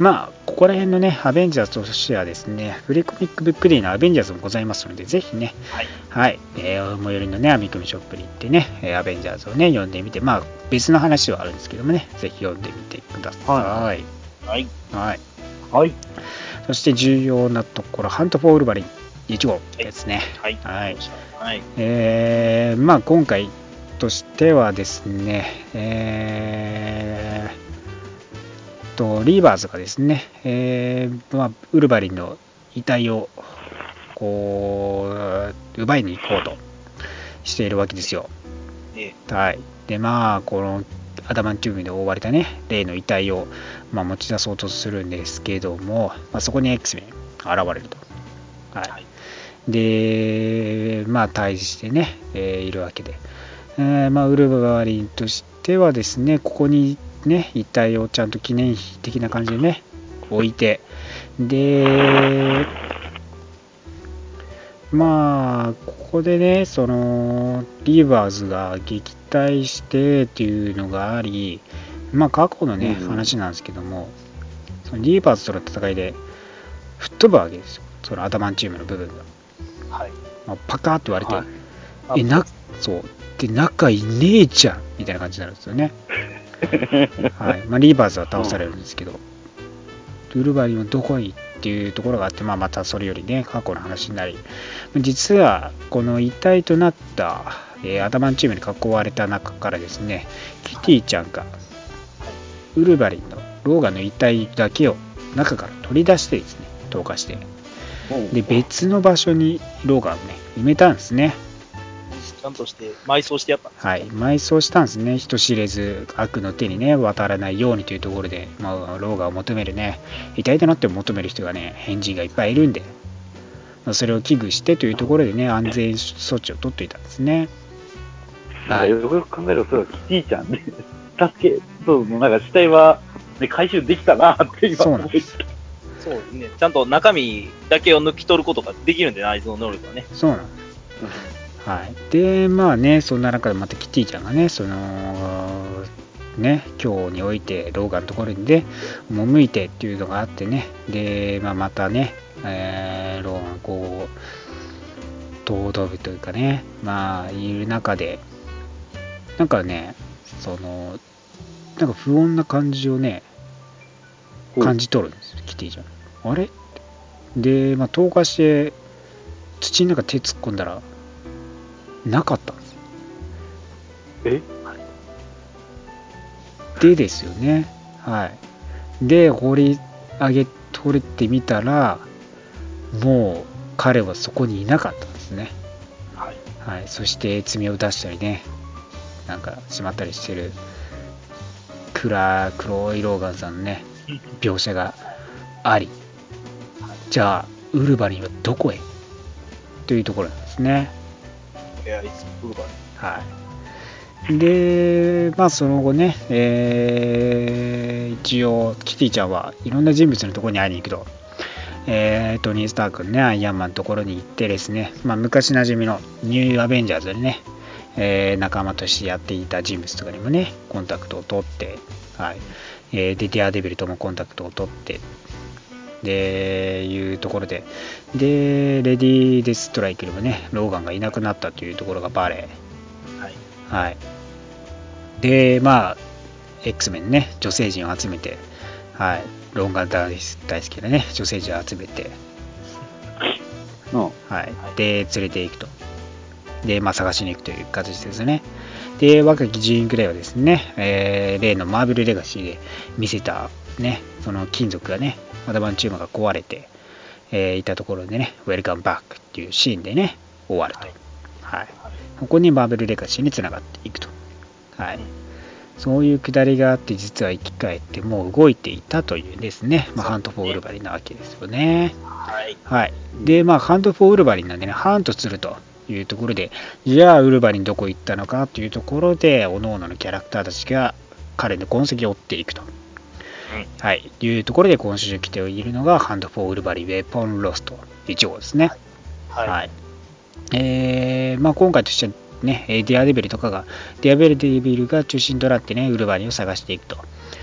Speaker 2: まあ、ここら辺のね、アベンジャーズとしてはですね、フリーコミックブックデーのアベンジャーズもございますので、ぜひね、はい、はい、えー、最寄りのね、アミコミショップに行ってね、アベンジャーズをね、読んでみて、まあ、別の話はあるんですけどもね、ぜひ読んでみてください。はい。
Speaker 1: はい。
Speaker 2: はい。
Speaker 3: はい、
Speaker 2: そして重要なところ、ハント・フォー・ウルヴァリンいち号ですね。
Speaker 1: はい。はい。
Speaker 2: はい、えー、まあ、今回としてはですね、えー、とリーバーズがですね、えーまあ、ウルヴァリンの遺体をこう奪いに行こうとしているわけですよ。
Speaker 1: ね、
Speaker 2: はい。で、まあ、このアダマンティウムで覆われたね、例の遺体を、まあ、持ち出そうとするんですけども、まあ、そこに X メン現れると。はい。はい、で、まあ、対峙してね、えー、いるわけで。えーまあ、ウルヴァリンとしてはですね、ここにね、遺体をちゃんと記念碑的な感じでね、置いて、で、まあ、ここでね、その、リーバーズが撃退してっていうのがあり、まあ、過去のね、うん、話なんですけども、そのリーバーズとの戦いで吹っ飛ぶわけですよ、そのアダマンチウムの部分が。はい。まあ、パカーって割れて、はい、え、な、そう。で、中いねえじゃんみたいな感じになるんですよね。はい。まあ、リーバーズは倒されるんですけど、うん、ウルヴァリンはどこにっていうところがあって、まあ、またそれよりね、過去の話になり、実はこの遺体となった、えー、アダマンチウムに囲われた中からですね、キティちゃんがウルヴァリンのローガンの遺体だけを中から取り出してですね、投下して、で別の場所にローガンをね埋めたんですね。
Speaker 1: ちゃんとして埋葬してやったんです、ね、
Speaker 2: はい、埋葬したんですね。人知れず悪の手にね渡らないようにというところで、まあ、ローガンを求めるね、遺体となっても求める人がね変人がいっぱいいるんで、まあ、それを危惧してというところでね安全措置を取っていたんですね。
Speaker 3: はい、よくよく考えるとそれはキティちゃんで助けそうなんか死体は、ね、回収できたなって今思いました。
Speaker 1: そうですね。ちゃんと中身だけを抜き取ることができるんで、内臓能力はね。
Speaker 2: そうなんです。はい。で、まあね、そんな中でまたキティちゃんがね、その、ね、今日において、ローガンのところにね、赴いてっていうのがあってね、で、まあ、またね、えー、ローガンこう、尊ぶというかね、まあ、いる中で、なんかね、その、なんか不穏な感じをね、感じ取るんですよ、キティちゃん。あれで、まあ、投下して土の中手突っ込んだらなかったんですよ。
Speaker 3: え
Speaker 2: でですよね。はい。で、掘り上げ、取れてみたら、もう彼はそこにいなかったんですね。はい。はい、そして爪を出したりね、なんかしまったりしてる暗黒いローガンさんのね、描写があり、じゃあウルヴァリンはどこへというところなんですね。
Speaker 1: いや、いつウルヴァリン。
Speaker 2: はい。で、まあその後ね、えー、一応キティちゃんはいろんな人物のところに会いに行くと、えー、トニー・スタークのね、アイアンマンのところに行ってですね、まあ、昔なじみのニューアベンジャーズでね、えー、仲間としてやっていた人物とかにもね、コンタクトを取って、はい、えー、で、ディアデビルともコンタクトを取って、で、いうところで、で、レディー・デストライクでもね、ローガンがいなくなったというところがバレー。はい。はい。で、まあ、X メンね、女性陣を集めて、はい、ロンガン大好きなね、女性陣を集めて、はい、で、連れていくと。で、まあ、探しに行くという形ですね。 で、若きジーン・グレイはですね、えー、例のマーベルレガシーで見せた、ね、その金属がね、アダマンチウムが壊れて、えー、いたところでね、ウェルカムバックっていうシーンでね、終わると。はい。はい、ここにマーベルレガシーにつながっていくと。はい。そういうくだりがあって、実は生き返ってもう動いていたというですね、まあ、ハント・フォー・ウルヴァリンなわけですよね。はい。はい。で、まあ、ハント・フォー・ウルヴァリンなんでね、ハントするというところで、じゃあ、ウルヴァリンどこ行ったのかというところで、各々のキャラクターたちが彼の痕跡を追っていくと。はい。いうところで、今週来ているのが、ハント・フォー・ウルヴァリン・ウェポン・ロストいち号ですね。はい。はい、えー、まあ、今回としては、ね、ディアデビルとかが、ディアベルデビルが中心となってね、ウルヴァリンを探していくと。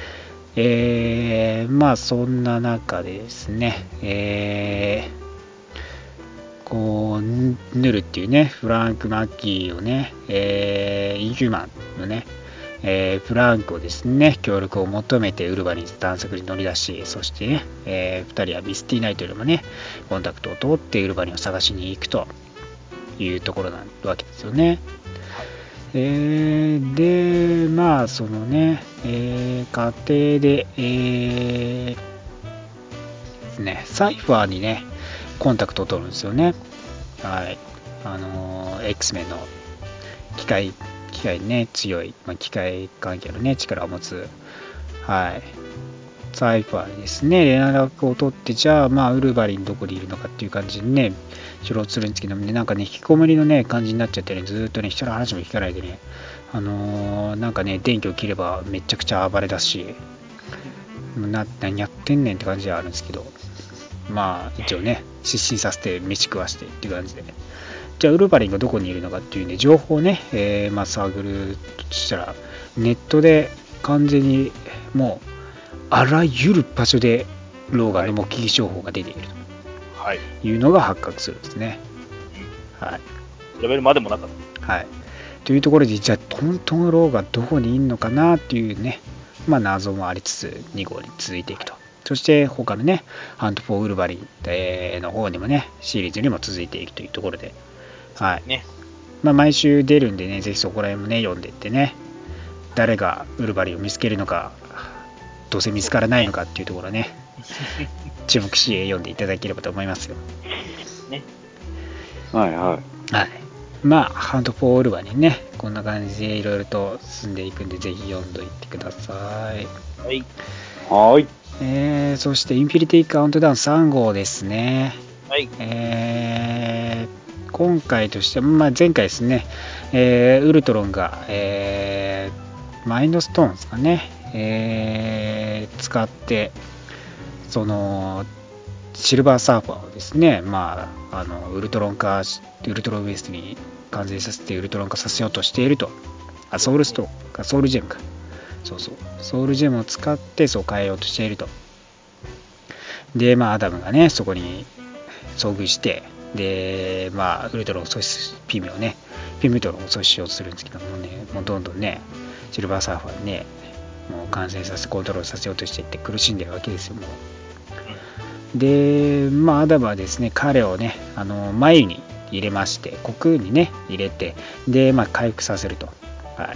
Speaker 2: えー、まあそんな中でですね、えー、こう、ヌルっていうね、フランク・マッキーをね、えー、インヒューマンのね、えー、フランクをですね、協力を求めてウルヴァリン探索に乗り出し、そしてね、えー、ふたりはミスティナイトよりもね、コンタクトを通ってウルヴァリンを探しに行くというところなわけですよね。えー、で、まあ、そのね、えー、家庭で、えー、ですね、サイファーにね、コンタクトを取るんですよね。はい。あのー、X メンの機械、機械ね、強い、まあ、機械関係のね、力を持つ、はい。サイファーにですね、連絡を取って、じゃあ、まあ、ウルヴァリンどこにいるのかっていう感じでね、知ろうとするんですけどもね、なんかね、引きこもりのね、感じになっちゃってね、ずーっとね、人の話も聞かないでね、あのー、なんかね、電気を切ればめちゃくちゃ暴れだし、な何やってんねんって感じではあるんですけど、まあ、一応ね、失神させて、飯食わしてっていう感じで、じゃあ、ウルヴァリンがどこにいるのかっていうね、情報をね、えー、まあ、探るとしたら、ネットで完全にもう、あらゆる場所でローガンの目撃情報が出ているというのが発覚するんですね。はい。
Speaker 1: 調べるまでもなかった。
Speaker 2: はい。というところで、じゃあ本当のローガンどこにいるのかなっていうね、まあ謎もありつつに号に続いていくと。そして他のね、ハント・フォー・ウルヴァリンの方にもね、シリーズにも続いていくというところで、はい。ね、まあ毎週出るんでね、ぜひそこら辺もね、読んでいってね、誰がウルヴァリンを見つけるのか、どうせ見つからないのかっていうところね、注目し読んでいただければと思いますよ。
Speaker 3: ね。はいはい。
Speaker 2: はい。まあ、ハント・フォー・ウルヴァリンね、こんな感じでいろいろと進んでいくんで、ぜひ読んどいてください。
Speaker 1: はい。
Speaker 3: はい。
Speaker 2: えー、そして、インフィニティ・カウントダウンさん号ですね。
Speaker 1: はい。
Speaker 2: えー、今回としては、まあ、前回ですね、えー、ウルトロンが、えー、マインドストーンですかね、えー、使ってそのシルバーサーファーをですね、まあ、あのウルトロン化ウルトロンウエストに完成させてウルトロン化させようとしていると。あ、ソウルストーンか、ソウルジェムか、そうそう、ソウルジェムを使ってそう変えようとしていると。で、まあ、アダムがねそこに遭遇して、で、まあ、ウルトロンを阻止、ピムをね、ピムトロンを阻止しようとするんですけどもね、もうどんどんね、シルバーサーファーにね、もう完成させ、コントロールさせようとしていって苦しんでるわけですよ、もう。で、まあ、アダムはですね、彼をね、あの、眉に入れまして、虚空にね、入れて、で、まあ、回復させると。はい。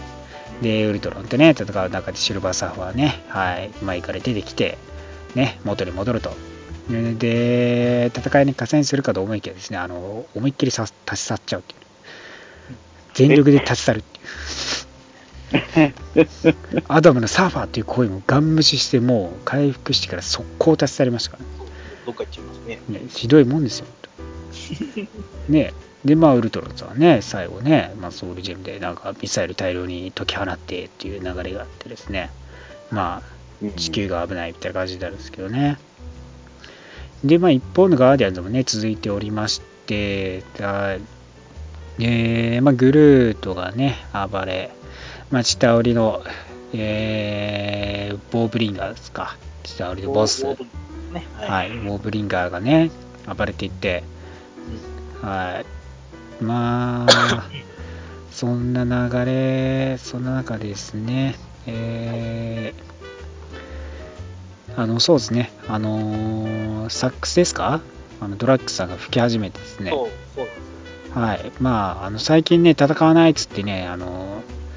Speaker 2: で、ウルトロンとね、戦う中でシルバーサーファーはね、はい、前から出てきて、ね、元に戻ると。で、戦いに加戦するかと思いきやですね、あの、思いっきり立ち去っちゃうっていう。全力で立ち去るっていう。アダムのサーファーっていう行為もガン無視して、もう回復してから速攻立ち去りましたからね。
Speaker 1: どっか行っちゃいますね。
Speaker 2: ね、ひどいもんですよ。ね、で、まあ、ウルトロンさんはね、最後ね、まあ、ソウルジェムでなんかミサイル大量に解き放ってっていう流れがあってですね、まあ、地球が危ないみたいな感じになるんですけどね。で、まあ、一方のガーディアンズもね、続いておりまして、だえーまあ、グルートがね、暴れ、まあ、下折りの、えー、ボーブリンガーですか、下折りのボス、ね、はい、はい、ボーブリンガーがね、暴れていって、うん、はい、まあ、そんな流れ、そんな中でですね、えー、あの、そうですね、あのー、サックスですか、あのドラッグさんが吹き始めてですね、そうそうです、はい、まあ、あの最近ね、戦わないっつってね、あのー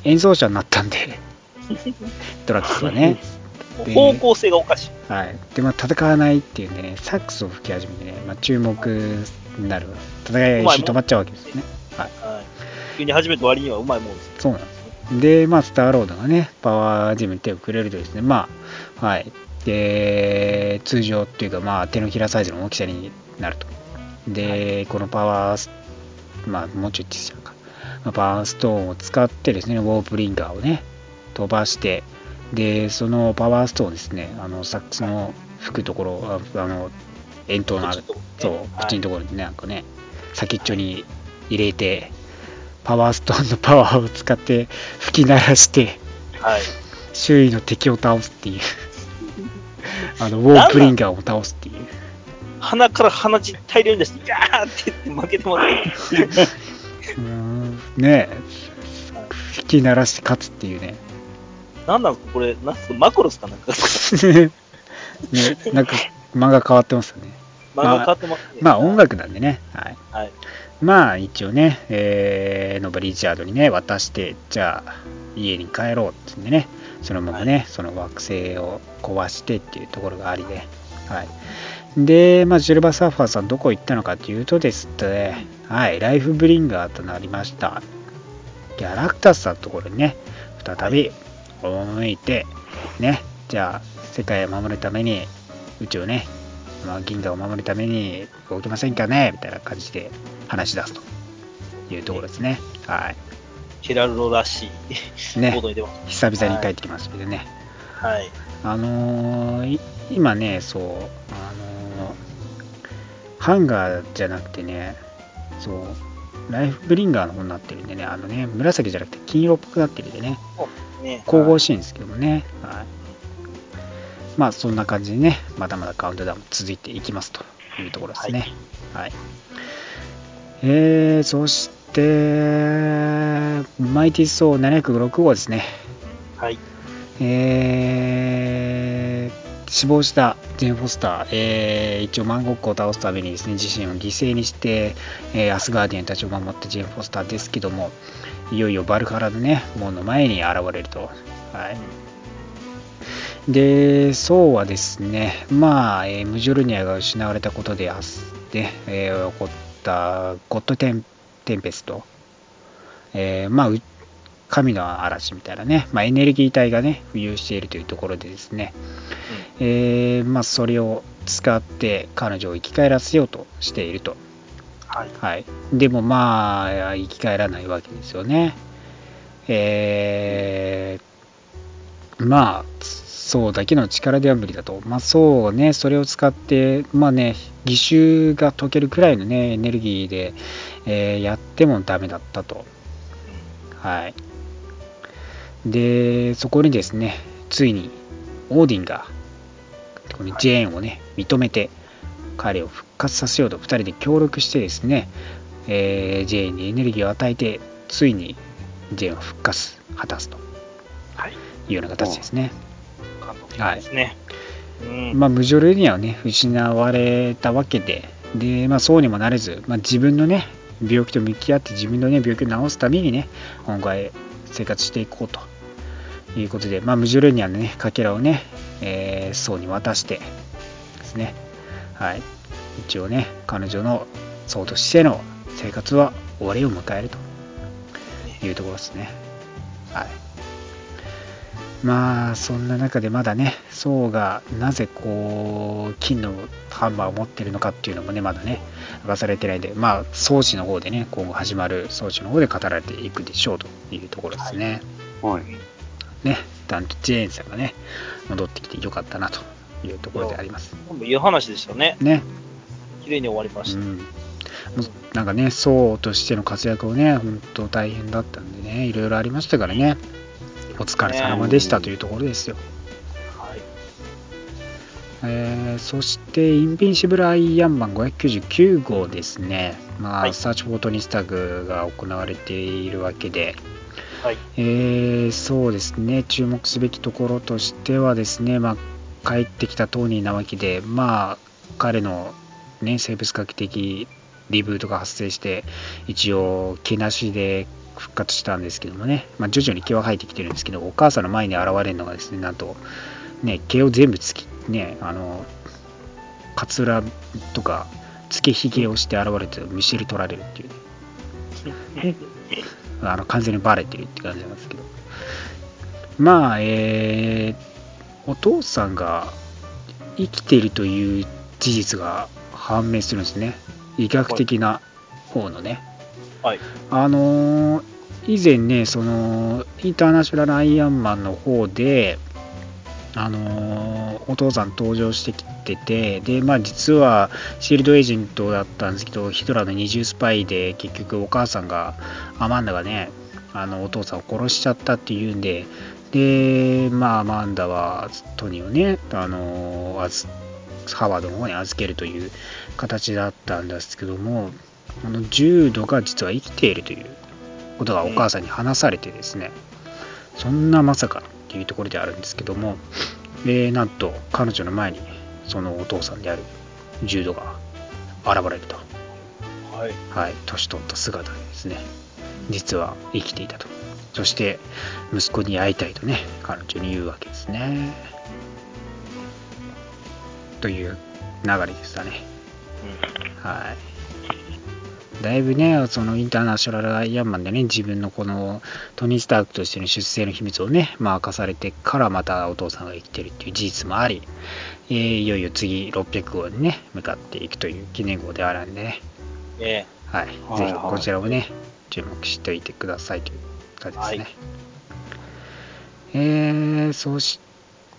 Speaker 2: 演奏者になったんでドラッグスはね
Speaker 1: 方向性がおかしい。
Speaker 2: はい。で、まあ、戦わないっていうんでね、サックスを吹き始めてね、まあ、注目になる、戦いが一瞬止まっちゃうわけですよね。はい。
Speaker 1: はい、急に始めた割にはうまいもんです。
Speaker 2: そうなんですよ。で、まあ、スターロードがね、パワージムに手をくれるとですね、まあ、はい。で、通常っていうか、まあ、手のひらサイズの大きさになると。で、はい、このパワー、まあ、もうちょい小さいか、まあ、パワーストーンを使ってですね、ウォープリンガーをね、飛ばして、でそのパワーストーンですね、あのサックスの吹くところ、あの円筒のある、そう口のところにね、なんかね、先っちょに入れて、パワーストーンのパワーを使って吹き鳴らして、
Speaker 1: はい、
Speaker 2: 周囲の敵を倒すっていうあのウォープリンガーを倒すっていう。
Speaker 1: 鼻から鼻血大量に出して、ギャーって言って負けてますけど
Speaker 2: うーんねえ、吹き鳴らして勝つっていうね。
Speaker 1: なんなんですかこれ、なんすかマクロスかなんか
Speaker 2: ね、なんか漫画変わってますよね。
Speaker 1: 漫画変わってますね。
Speaker 2: まあ、まあ、音楽なんでね。はい。
Speaker 1: はい、
Speaker 2: まあ一応ね、えー、ノバリチャードにね渡して、じゃあ家に帰ろうってんでね、そのままね、はい、その惑星を壊してっていうところがありで、はい。で、まあ、シルバーサーファーさんどこ行ったのかというとですね、はい、ライフブリンガーとなりましたギャラクタスさんのところにね、再び赴いて、ね、じゃあ世界を守るために宇宙をね、まあ、銀河を守るために動きませんかねみたいな感じで話し出すというところですね。はい。
Speaker 1: ヘラルドらしい
Speaker 2: ね、久々に帰ってきましたけどね。
Speaker 1: はい。
Speaker 2: あのー、今ね、そう、あのー、ハンガーじゃなくてね、そう、ライフブリンガーの方になってるんでね、あのね、紫じゃなくて金色っぽくなってるんでね、ね、神々しいんですけどもね、はいはい、まあそんな感じでね、まだまだカウントダウン続いていきますというところですね。はい。はい、えー、そして、マイティソーななひゃくろく号ですね。
Speaker 1: はい。
Speaker 2: えー、死亡したジェン・フォスター、えー、一応マンゴックを倒すためにですね、自身を犠牲にして、えー、アスガーディアンたちを守ったジェン・フォスターですけども、いよいよバルハラのね、門の前に現れると。はい。で、ソーはですね、まあ、えー、ムジョルニアが失われたことで、でえー、起こったゴッドテンテンペスト、えー、まあ、神の嵐みたいなね、まあ、エネルギー体がね浮遊しているというところでですね、うん、えー、まあ、それを使って彼女を生き返らせようとしていると、はいはい、でもまあ生き返らないわけですよね。えー、まあそうだけの力では無理だと、まあそうね、それを使ってまあね、義手が解けるくらいのねエネルギーで、えー、やってもダメだったと。はい。で、そこにですね、ついにオーディンがこのジェーンをね、認めて彼を復活させようとふたりで協力してですね、えー、ジェーンにエネルギーを与えて、ついにジェーンを復活果たすというような形ですね。はい。うん、まあ、ムジョルニアはね、失われたわけで、で、まあ、そうにもなれず、まあ、自分のね、病気と向き合って自分のね、病気を治すためにね、今回生活していこうということで、まあ、ムジョルニアのね、かけらをね、えー、ソーに渡してですね、はい、一応ね、彼女のソーとしての生活は終わりを迎えるというところですね。はい。まあそんな中でまだね、ソーがなぜこう金のハンマーを持っているのかっていうのもね、まだね明かされてないんで、まあ装置の方でね、今後始まる装置の方で語られていくでしょうというところですね。はい。ね、ダントジェーンさんがね戻ってきてよかったなというところであります。
Speaker 1: いい話でしたね。
Speaker 2: ね。
Speaker 1: 綺麗に終わりました。うん、
Speaker 2: なんかね、ソーとしての活躍をね、本当大変だったんでね、いろいろありましたからね。お疲れ様でしたというところですよ。はい。えー、そしてインビンシブルアイアンマンごひゃくきゅうじゅうきゅう号ですね。まあ、はい、サーチフォートニスタグが行われているわけで、はい、えー、そうですね、注目すべきところとしてはですね、まあ、帰ってきたトーニーなわけで、まあ、彼の、ね、生物学的リブートが発生して一応毛なしで復活したんですけどもね、まあ、徐々に毛は生えてきてるんですけど、お母さんの前に現れるのがですね、なんとね、毛を全部つきね、あのカツラとかつけひげをして現れてむしり取られるっていうねあの完全にバレてるって感じなんですけど、まあえー、お父さんが生きているという事実が判明するんですね、医学的な方のね、
Speaker 1: はい、
Speaker 2: あのー、以前ね、そのインターナショナルアイアンマンの方で、あのー、お父さん登場してきてて、で、まあ、実はシールドエージェントだったんですけど、ヒトラーの二重スパイで結局お母さんが、アマンダがね、あのお父さんを殺しちゃったっていうんで、で、まあ、アマンダはトニーをね、あのー、ハワードの方に預けるという形だったんですけども、あのジュードが実は生きているということがお母さんに話されてですね、うん、そんなまさかというところであるんですけども、えー、なんと彼女の前にそのお父さんであるジュードが現れると、
Speaker 1: はい、
Speaker 2: はい、年取った姿でですね、実は生きていたと、そして息子に会いたいとね、彼女に言うわけですね、という流れでしたね、うん、はい。だいぶね、そのインターナショナルアイアンマンでね、自分のこのトニー・スタークとしての出生の秘密をね、まあ、明かされてからまたお父さんが生きてるっていう事実もあり、えー、いよいよ次ろっぴゃくごうにね、向かっていくという記念号であるんでね、
Speaker 1: え
Speaker 2: ーはい、ぜひこちらをね、注目しておいてくださいという感じですね。はい、えー、そして、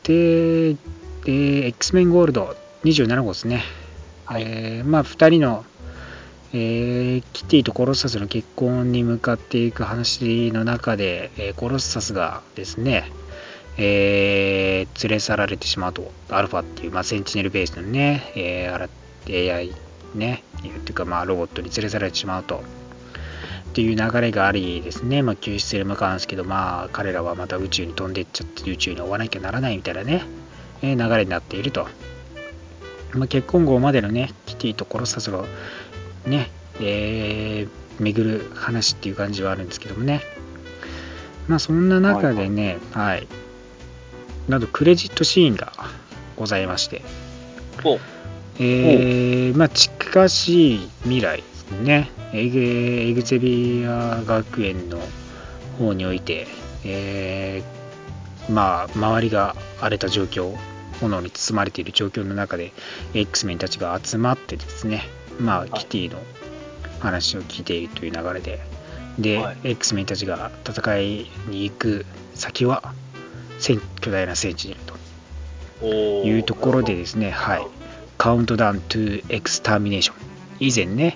Speaker 2: えー、X メンゴールドにじゅうななごうですね。はい、えー、まあふたりのえー、キティとコロッサスの結婚に向かっていく話の中で、えー、コロッサスがですね、えー、連れ去られてしまうと、アルファっていう、まあ、センチネルベースのね、えー、エーアイ ね、っていうか、まあ、ロボットに連れ去られてしまうと、っていう流れがありですね、まあ、救出へ向かうんですけど、まあ、彼らはまた宇宙に飛んでいっちゃって宇宙に追わなきゃならないみたいなね、えー、流れになっていると。まあ、結婚後までのね、キティとコロッサスのね、えー、巡る話っていう感じはあるんですけどもね、まあそんな中でね、はい、はい、などクレジットシーンがございまして、えー、まあ近しい未来ですね、エグ、エグゼビア学園の方において、えー、まあ周りが荒れた状況、炎に包まれている状況の中で X メンたちが集まってですね、まあキティの話を聞いているという流れで、で、はい、X メンたちが戦いに行く先は巨大なセンチネルというところでですね、はい、カウントダウントゥエクスターミネーション、以前ね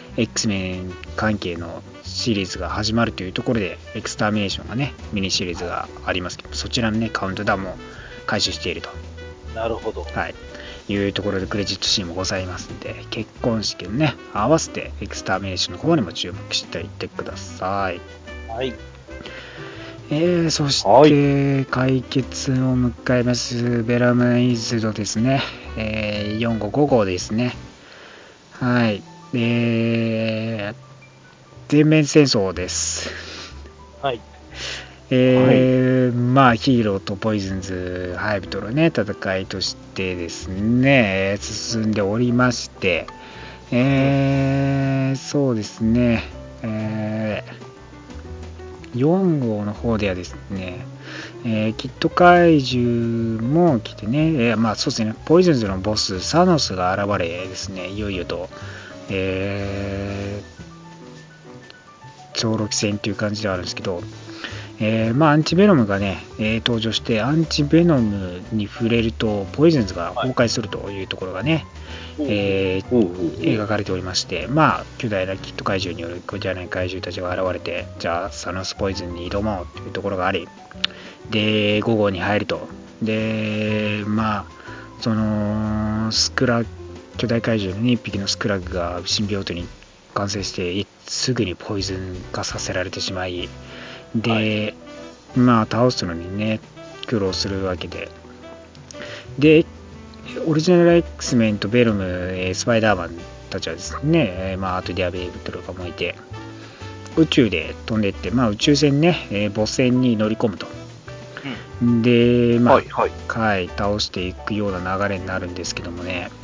Speaker 2: X メン関係のシリーズが始まるというところでエクスターミネーションがねミニシリーズがありますけど、そちらのねカウントダウンも開始していると。
Speaker 1: なるほど。
Speaker 2: はい。いうところでクレジットシーンもございますので、結婚式のね合わせてエクスターミネーションの方にも注目していってください。
Speaker 1: はい。
Speaker 2: えー、そして解決を迎えますベラムイズドですね、えー、よんごごごうですね。はい。えー、全面戦争です。
Speaker 1: はい。
Speaker 2: えーはい、まあヒーローとポイズンズハイブとのね戦いとしてですね進んでおりまして、えー、そうですね、えー、よんごうの方ではですね、えー、キット怪獣も来てね、えー、まあそうですね、ポイズンズのボスサノスが現れですね、いよいよと、えー、長老戦という感じではあるんですけど、えーまあ、アンチベノムがね、えー、登場してアンチベノムに触れるとポイズンズが崩壊するというところがね、はい、えー、描かれておりまして、まあ巨大なキット怪獣による巨大な怪獣たちが現れて、じゃあサノスポイズンに挑もうというところがあり、でごごうに入ると、でまあそのスクラ巨大怪獣のいっぴきのスクラグが新病棟に感染してすぐにポイズン化させられてしまい、で、はい、まあ倒すのにね苦労するわけで、でオリジナル X メンとベロム、スパイダーマンったちはですね、えー、まあ、あとディアベイブとかもいて、宇宙で飛んでいって、まあ、宇宙船ね、えー、母船に乗り込むと。うん、で、まあ、はいはいはい、倒していくような流れになるんですけどもね、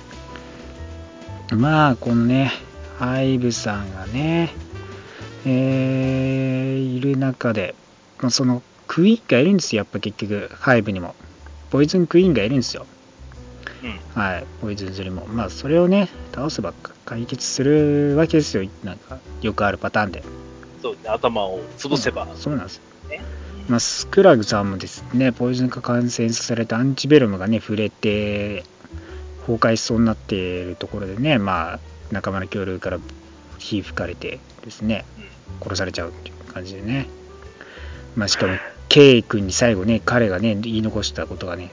Speaker 2: まあ、このね、ハイブさんがね、えー、いる中で、まあ、そのクイーンがいるんですよ、やっぱ結局、ハイブにも。ポイズンクイーンがいるんですよ。うん、はい、ポイズンズリも。まあ、それをね、倒せば解決するわけですよ、なんか、よくあるパターンで。
Speaker 1: そうね、頭を潰せば。
Speaker 2: そうなんですよ。ね、まあ、スクラグさんもですね、ポイズン化感染されたアンチベロムがね、触れて、崩壊しそうになっているところでね、まあ、仲間の協力から火吹かれてですね、殺されちゃうっていう感じでね。まあ、しかも、ケイ君に最後ね、彼がね、言い残したことがね、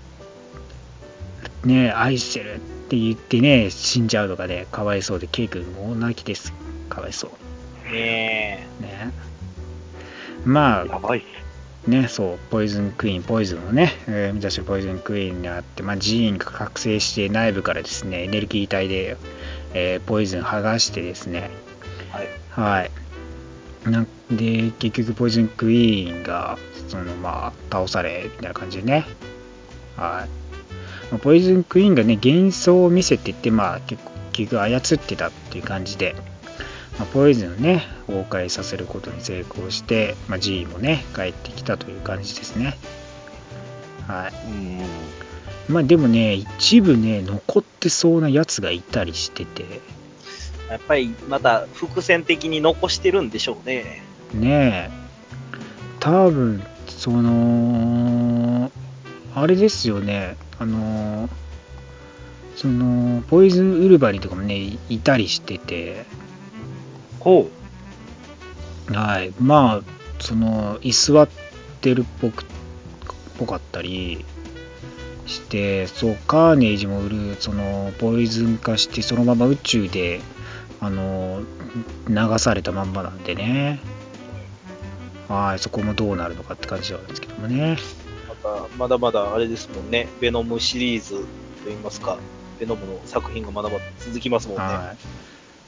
Speaker 2: ね、愛してるって言ってね、死んじゃうとかね、かわいそうで、ケイ君もう泣きです。かわいそう。
Speaker 1: ねえ。
Speaker 2: ね。まあ、
Speaker 3: やばいっ
Speaker 2: す。ね、そう、ポイズンクイーン、ポイズンをね、えー、目指してるポイズンクイーンにあって、まあ、ジーンが覚醒して内部からですね、エネルギー体で、えー、ポイズン剥がしてですね、はい。はい。なんで、結局、ポイズンクイーンが、その、まあ、倒され、みたいな感じでね、はい。ポイズンクイーンがね、幻想を見せてって、まあ、結局操ってたっていう感じで、まあ、ポイズンをね、崩壊させることに成功して、まあ、G もね、帰ってきたという感じですね。はい。うんまあでもね、一部ね、残ってそうなやつがいたりしてて。
Speaker 1: やっぱりまた伏線的に残してるんでしょうね。
Speaker 2: ねえ。多分、その、あれですよね、あの、その、ポイズンウルヴァリンとかもね、いたりしてて。
Speaker 3: ほ
Speaker 2: う。はい。まあ、その、居座ってるっぽく、ぽかったりして、そう、カーネージも売る、その、ポイズン化して、そのまま宇宙で、あの、流されたまんまなんでね。はい、そこもどうなるのかって感じなんですけどもね。
Speaker 1: また、まだまだあれですもんね、ベノムシリーズといいますか、ベノムの作品がまだまだ続きますもんね。はい、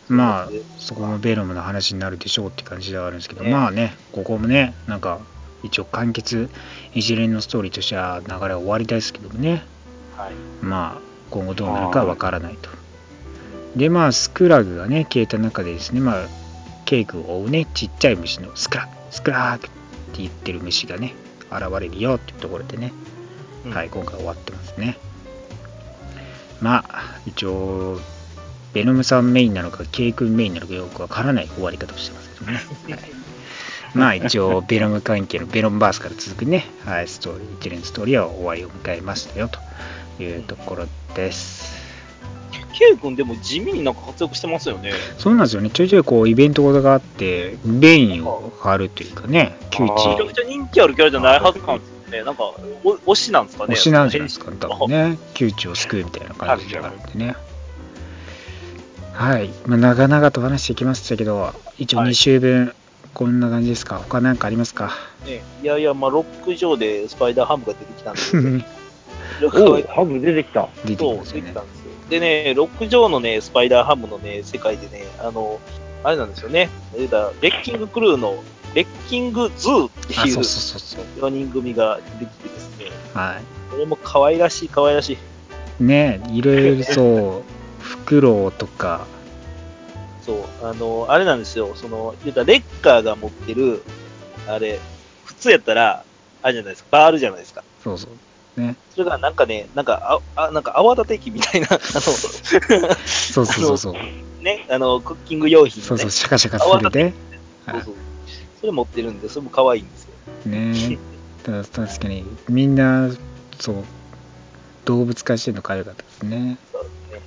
Speaker 2: まあ、そこもベノムの話になるでしょうって感じではあるんですけど、ね、まあね、ここもね、なんか、一応完結、一連のストーリーとしては流れは終わりですけどもね、はい、まあ、今後どうなるかわからないと。で、まあ、スクラグがね、消えた中でですね、まあ、ケイ君を追うね、ちっちゃい虫のスクラスクラーって言ってる虫がね、現れるよっていうところでね、うん、はい、今回終わってますね。まあ、一応、ベノムさんメインなのか、ケイ君メインなのかよくわからない終わり方をしてますけどね。はい、まあ、一応、ベノム関係のベノムバースから続くね、はい、ストーリー、一連のストーリーは終わりを迎えましたよというところです。
Speaker 1: ケイ君でも地味になんか活躍してますよね。
Speaker 2: そうなんですよね。ちょいちょいこうイベントがあってベインを張るというかね、
Speaker 1: 窮地。めちゃくちゃ人気あるキャラじゃないはずなんですよね。なんか推しなんですかね。
Speaker 2: 推しなんじゃないですかね、多分ね。窮地を救うみたいな感じがあるんでね。はい、まあ、長々と話してきましたけど、一応に週分、はい、こんな感じですか。他何かありますか。
Speaker 1: ね、いやいや、まあロック上でスパイダーハムが出てきたんです
Speaker 3: おハム出てきた。
Speaker 2: 出てきましたね。
Speaker 1: 出てきたんですよ。でね、ロック上のね、スパイダーハムのね、世界でね、あの、あれなんですよね。レッキングクルーのレッキングズーっていうよにん組が出てきてですね。はい。これも可愛らしい、可愛らし
Speaker 2: い。ねいろいろそう、フクロウとか。
Speaker 1: そう、あの、あれなんですよ。その、言うたらレッカーが持ってる、あれ、普通やったら、あれじゃないですか、バールじゃないですか。
Speaker 2: そうそう。ね、
Speaker 1: それがなんかね、なんか、あ、あなんか泡立て器みたいな、あの、
Speaker 2: そうそうそうそう。
Speaker 1: ね、あの、クッキング用品の、ね、
Speaker 2: そうそう、シャカシャカするで。
Speaker 1: そうそう。それ持ってるんで、それも可愛いんですよ。
Speaker 2: ねえ。確かに、みんな、そう、動物化してるの可愛かったですね。そうですね。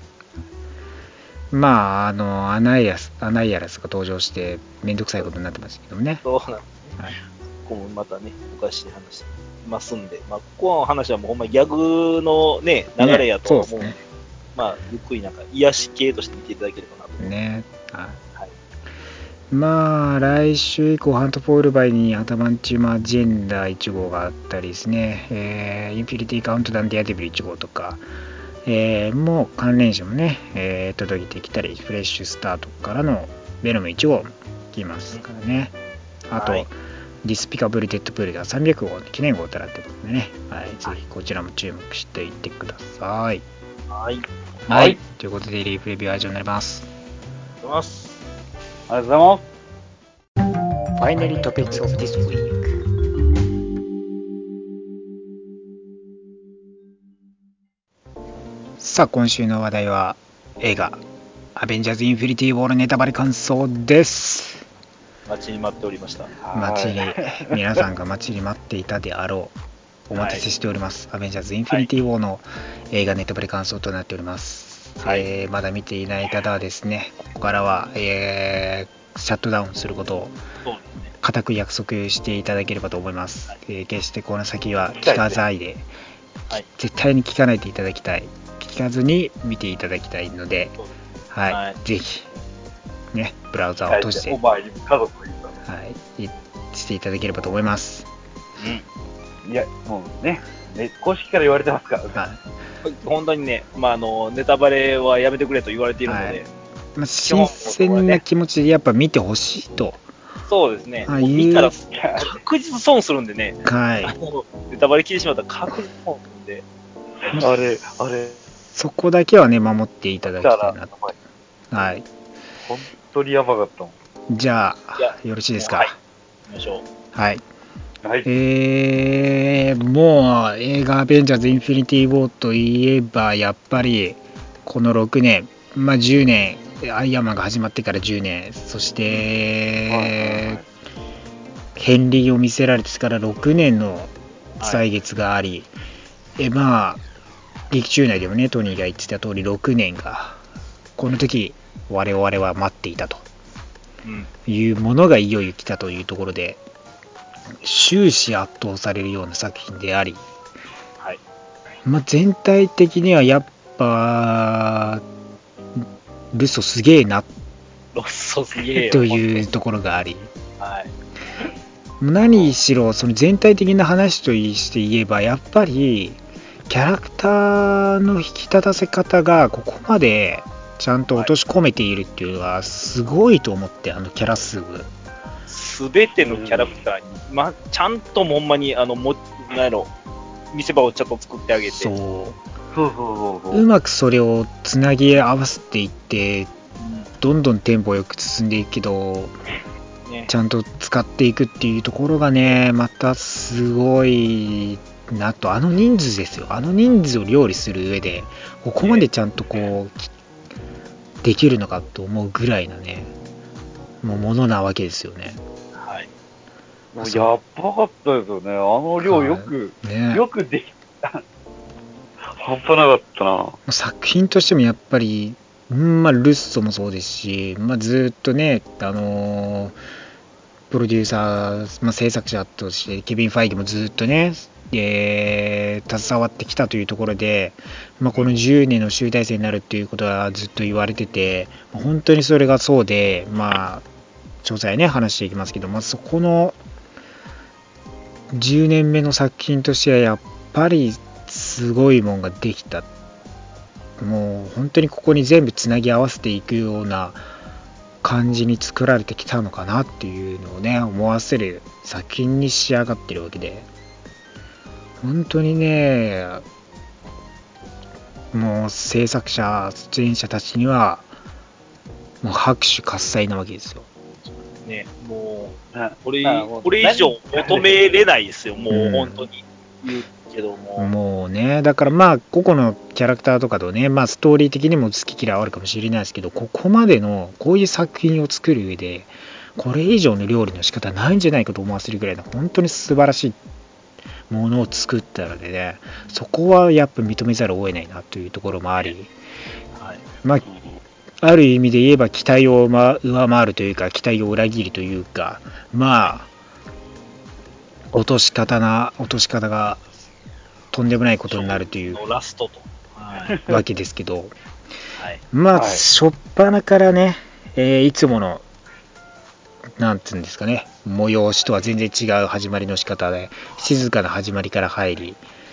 Speaker 2: まあ、あの、アナイアス、アナイアラスが登場して、めんどくさいことになってましたけどね。
Speaker 1: そうなんですね。はい、ここもまたね、おかしい話してますんで、まあ、ここの話はもうほんまギャグのね、流れやと思うので、ね、まあ、ゆっくりなんか、癒し系として見ていただければなと思います。ね。はい。
Speaker 2: まあ、来週以降、ハント・フォールバイにアダマンチュマ・ジェンダーいち号があったりですね、えー、インフィニティ・カウントダウン・ディアデビルいち号とか、 えー、もう関連種もね、えー、届いてきたり、フレッシュスタートからのベノムいち号来ますからね。あと、はい、ディスピカブル・デッドプールがさんびゃく号の記念号となってますんでね、はい、ぜひこちらも注目していってください。
Speaker 1: はい。
Speaker 2: はい。ということで、リープレビューは以上になります。
Speaker 1: ありがとうございます。
Speaker 3: ありがとうございます。
Speaker 2: Finally topics of this week。さあ、今週の話題は映画アベンジャーズインフィニティウォールネタバレ感想です。
Speaker 1: 待ちに待っておりました。
Speaker 2: 待ちに皆さんが待ちに待っていたであろう、お待たせしております、はい、アベンジャーズインフィニティウォーの映画ネタバレ感想となっております、はい。えー、まだ見ていない方はですね、ここからは、えー、シャットダウンすることを固く約束していただければと思います、はい。えー、決してこの先は聞かないで、はい、絶対に聞かないでいただきたい、聞かずに見ていただきたいので、はい、はい、ぜひね、ブラウザを閉じて、
Speaker 3: お前に家族を言う
Speaker 2: はい、していただければと思います。
Speaker 3: うん、いや、もうね、ね、公式から言われてますから、ね、はい、
Speaker 1: 本当にね、まあ、あのネタバレはやめてくれと言われているので、はい、
Speaker 2: まあ、新鮮な気持ちでやっぱ見てほしいと。
Speaker 1: そうですね、もう見たら確実損するんでね、はい、あのネタバレ聞いてしまったら確実損するんで、
Speaker 3: あれ、あれ、
Speaker 2: そこだけはね、守っていただきたいなと。はい。
Speaker 3: 本当にやばかったも
Speaker 2: ん。じゃあ、よろしいですか。
Speaker 1: はい。行きましょう。
Speaker 2: はい。はい、えー、もう映画アベンジャーズインフィニティウォーといえば、やっぱりこのろくねん、まあじゅうねん、アイアンマンが始まってからじゅうねん、そして、はいはいはい、ヘンリーを見せられてからろくねんの歳月があり、はい、えまあ劇中内でもね、トニーが言ってた通りろくねんがこの時我々は待っていたというものがいよいよ来たというところで、終始圧倒されるような作品であり、はい、まあ、全体的にはやっぱルッソすげえな
Speaker 1: ロッソすげえ
Speaker 2: というところがあり、
Speaker 1: はい、
Speaker 2: 何しろその全体的な話として言えば、やっぱりキャラクターの引き立たせ方がここまでちゃんと落とし込めているっていうのはすごいと思って、あのキャラ数
Speaker 1: すべてのキャラクターに、ま、ちゃんとほんまにあのもなんやろ見せ場をちゃんと作ってあげて、
Speaker 2: そうそうそうそう、うまくそれをつなぎ合わせていって、うん、どんどんテンポよく進んでいくけど、ね、ちゃんと使っていくっていうところがね、またすごいなと。あの人数ですよ、あの人数を料理する上でここまでちゃんとこうできるのかと思うぐらいなね、もうものなわけですよね。
Speaker 3: はい。もうやっばかったですよね。あの量よく、ね、よくできた。半端なかったな。
Speaker 2: 作品としてもやっぱり、んまあ、ルッソもそうですし、まあ、ずっとね、あのー、プロデューサー、まあ、制作者としてケビン・ファイギもずっとね、えー、携わってきたというところで、まあ、このじゅうねんの集大成になるっていうことはずっと言われてて、本当にそれがそうで、まあ詳細ね話していきますけど、まあ、そこのじゅうねんめの作品としてはやっぱりすごいもんができた。もう本当にここに全部つなぎ合わせていくような感じに作られてきたのかなっていうのをね思わせる作品に仕上がってるわけで、本当にね、もう制作者出演者たちにはもう拍手喝采なわけですよ
Speaker 1: ね。もうこれこれ以上求めれないですよ、もう本当に言うけども、
Speaker 2: うん、もうね、だからまあ個々のキャラクターとかとね、まあストーリー的にも好き嫌いはあるかもしれないですけど、ここまでのこういう作品を作る上でこれ以上の料理の仕方ないんじゃないかと思わせるぐらいの本当に素晴らしいものを作ったのでね、そこはやっぱ認めざるを得ないなというところもあり、はい、まあある意味で言えば期待を上回るというか期待を裏切るというか、まあ落とし方な落とし方がとんでもないことになるという
Speaker 1: ラストと、
Speaker 2: はい、わけですけど、はい、まあ、はい、初っ端からね、えー、いつものなんていうんですかね、催しとは全然違う始まりの仕方で、静かな始まりから入り、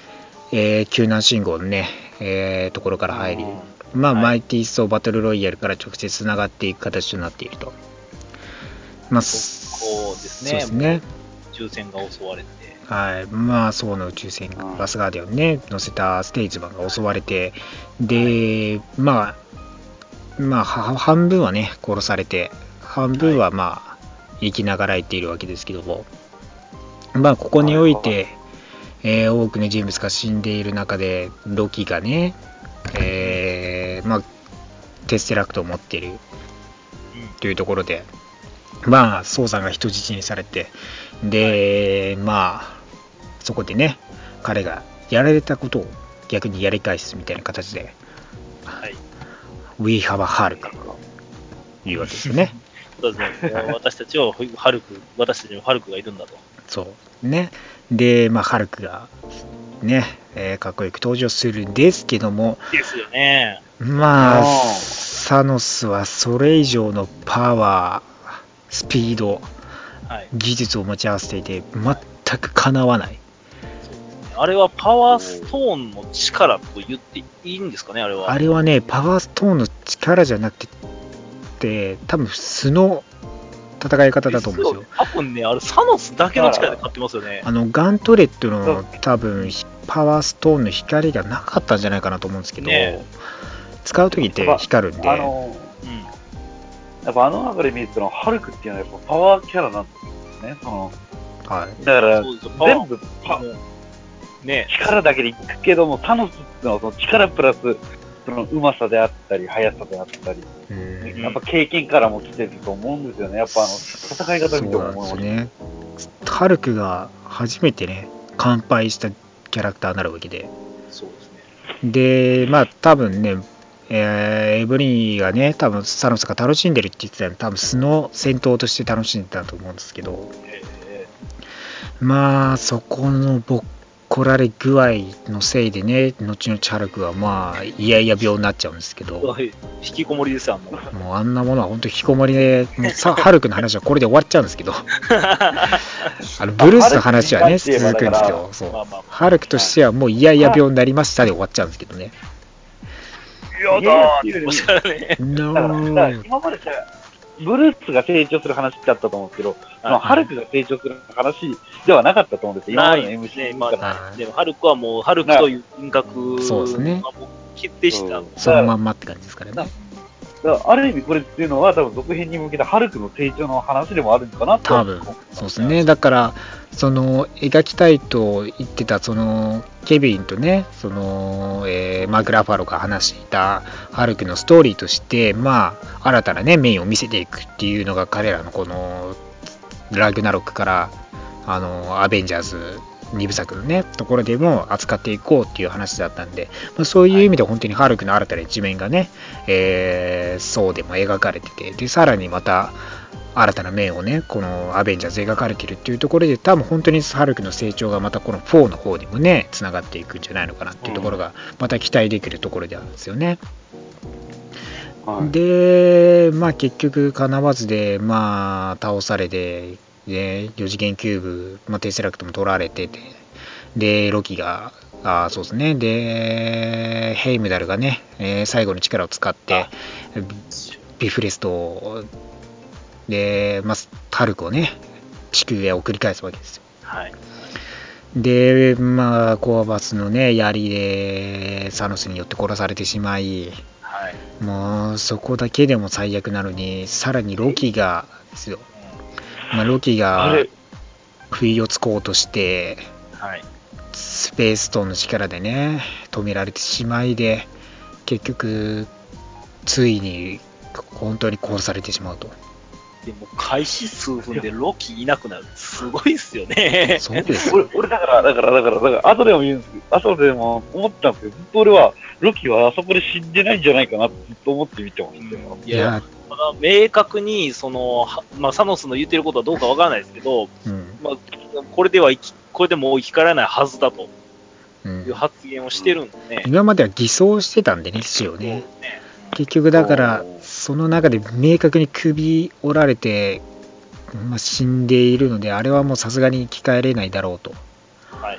Speaker 2: えー、救難信号のね、えー、ところから入り、まあ、はい、マイティーソーバトルロイヤルから直接つながっていく形となっていると。まあ、
Speaker 1: そうですね。
Speaker 2: そうですね。
Speaker 1: 宇宙船が襲われて。
Speaker 2: はい、まあ、そうの宇宙船、ガスガーディアンね、乗せたステージマンが襲われて、で、まあ、まあ、半分はね、殺されて、半分はまあ、生きながらえているわけですけども、まあ、ここにおいて、えー、多くの人物が死んでいる中で、ロキがね、えー、まあ、テステラクトを持っているというところで、まあ、ソーさんが人質にされて、で、まあ、そこでね、彼がやられたことを逆にやり返すみたいな形で、はい、We have a Hulk というわけですよね。
Speaker 1: そうですね。私たちはハルク、私たちにはハルクがいるんだと。
Speaker 2: そうね。で、まあ、ハルクがね、えー、かっこよく登場するんですけども、
Speaker 1: ですよね。
Speaker 2: まあ、サノスはそれ以上のパワー、スピード、はい、技術を持ち合わせていて、全くかなわない。
Speaker 1: あれはパワーストーンの力と言っていいんですかね、あれは。
Speaker 2: あれはね、パワーストーンの力じゃなくて、多分素の戦い方だと思うんですよ。
Speaker 1: 多分ね、あれサノスだけの力で勝ってますよね。
Speaker 2: あのガントレットの多分パワーストーンの光がなかったんじゃないかなと思うんですけど、ね、使うときって光るんで。あの、
Speaker 3: うん、やっぱあの中で見るとハルクっていうのはやっぱパワーキャラなんですよね。そのはい、だから全部パね、力だけでいくけども、サノスっていうのはその力プラスそのうまさであったり速さであったり、うん、やっぱ経験からも来てると思うんですよね。やっぱあの戦い方見ても思います
Speaker 2: ね。ハルクが初めてね完敗したキャラクターになるわけで、
Speaker 1: そうです
Speaker 2: ね。でまあ多分ね、えー、エブリンがね多分サノスが楽しんでるって言ってたの多分素の戦闘として楽しんでたと思うんですけど、えー、まあそこのボッコられ具合のせいでね、後々ハルクはまあいやいや病になっちゃうんですけど、
Speaker 1: 引きこもりですよ、あんな
Speaker 2: もうあんなものは本当に引きこもりで、もうさハルクの話はこれで終わっちゃうんですけど、あのブルースの話はね続くんですよ。そう、まあまあ、ハルクとしてはもういやいや病になりましたで終わっちゃうんですけどね。
Speaker 1: やだーって言いましたね。
Speaker 3: No. 今までブルースが成長する話だったと思うんですけど、はいはい、ハルクが成長する話ではなかったと思うんですよ、今までの エムシーユー から、
Speaker 1: ねまあ、でもハルクはもう、ハルクという人格が決定した、
Speaker 2: ね、そのまんまって感じですからね。
Speaker 3: だからある意味これっていうのは、多分続編に向けたハルクの成長の話でもあるのかなと
Speaker 2: 多分そうですね。だからその描きたいと言ってたそのケビンとね、その、えー、マーク・ラファロが話していたハルクのストーリーとして、まあ新たなねメインを見せていくっていうのが彼らのこのラグナロクからあのアベンジャーズにぶさくのねところでも扱っていこうっていう話だったんで、まあ、そういう意味で本当にハルクの新たな一面がね、えー、そうでも描かれてて、でさらにまた新たな面をねこのアベンジャーズ描かれているっていうところで、多分本当にハルクの成長がまたこのフォーの方にもねつながっていくんじゃないのかなっていうところがまた期待できるところであるんですよね。はい、でまあ結局かなわずでまあ倒されて、でよ次元キューブ、まあ、テスラクトも取られてて、でロキがあそうですねでヘイムダルがね、えー、最後の力を使ってビフレストで、まあ、ハルクをね地球へ送り返すわけですよ。はい、でまあコアバスのね槍でサノスによって殺されてしまい、はい、もうそこだけでも最悪なのに、さらにロキがですよ、まあ、ロキが不意をつこうとして、はい、スペーストーンの力でね止められてしまいで、結局ついに本当に殺されてしまうと。
Speaker 1: でも開始数分でロキいなくなる、すごいっすよね。
Speaker 2: そうです
Speaker 3: よ。俺、俺だからだからだからだから後でも言うんですけど、後でも思ったんですけど、ずっと俺はロキはあそこで死んでないんじゃないかなってずっと思って見てましたよ。
Speaker 1: いや、ただ明確にそのまあサノスの言ってることはどうかわからないですけど、うん、まあこれではこれでもう生き返らないはずだという発言をしてるんでね。
Speaker 2: うん、今までは偽装してたんでね、死をね。結局だからその中で明確に首折られて、まあ、死んでいるので、あれはもうさすがに生き返れないだろうと、はい、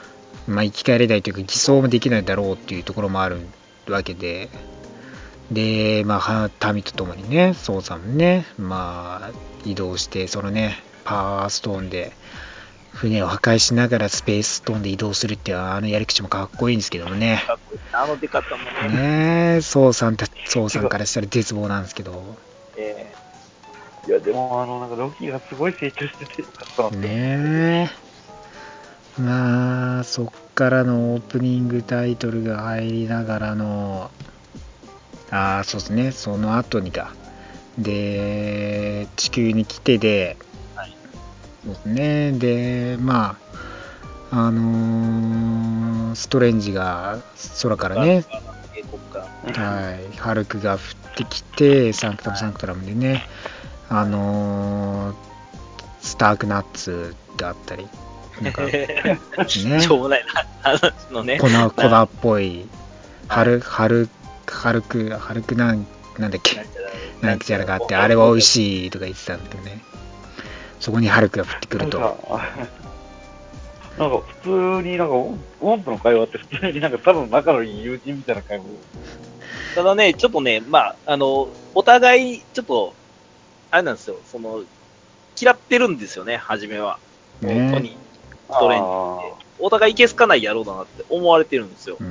Speaker 2: まあ、生き返れないというか偽装もできないだろうっていうところもあるわけで、で、まあ、タミとともにね、ソウさんもね、まあ、移動して、そのね、パワーストーンで船を破壊しながらスペースストーンで移動するっていうあのやり口もかっこいいんですけどもね。
Speaker 1: かっこいい。あの出方もね。
Speaker 2: ねえ、ソウさんた、ソウさんからしたら絶望なんですけど。
Speaker 3: えー、いや、でも、あの、なんか、ロキがすごい成長しててよかったなって。
Speaker 2: ねえ。まあ、そっからのオープニングタイトルが入りながらの、ああ、そうですね、その後にか。で、地球に来てで、はい、そうですね、で、まあ、あのー、ストレンジが空からね、はい、ハルクが降ってきて、サンクタムサンクトラムでね、あのー、スタークナッツがあったり、なんか、ね、
Speaker 1: しょうもない話のね、
Speaker 2: 粉、粉っぽい、ハル、ハル、ハルク、ハルクなん、なんだっけ、なんちゃらがあって、あれは美味しいとか言ってたんだけどね、そこにハルクが降ってくると。
Speaker 3: なんか普通になんかオンとの会話って普通になんかただの仲のいい友人みたいな会話。
Speaker 1: ただね、ちょっとね、まあ、あの、お互い、ちょっと、あれなんですよ、その、嫌ってるんですよね、初めは。
Speaker 2: ね、
Speaker 1: トニー、ストレンジって。お互いいけすかない野郎だなって思われてるんですよ。うん。うん、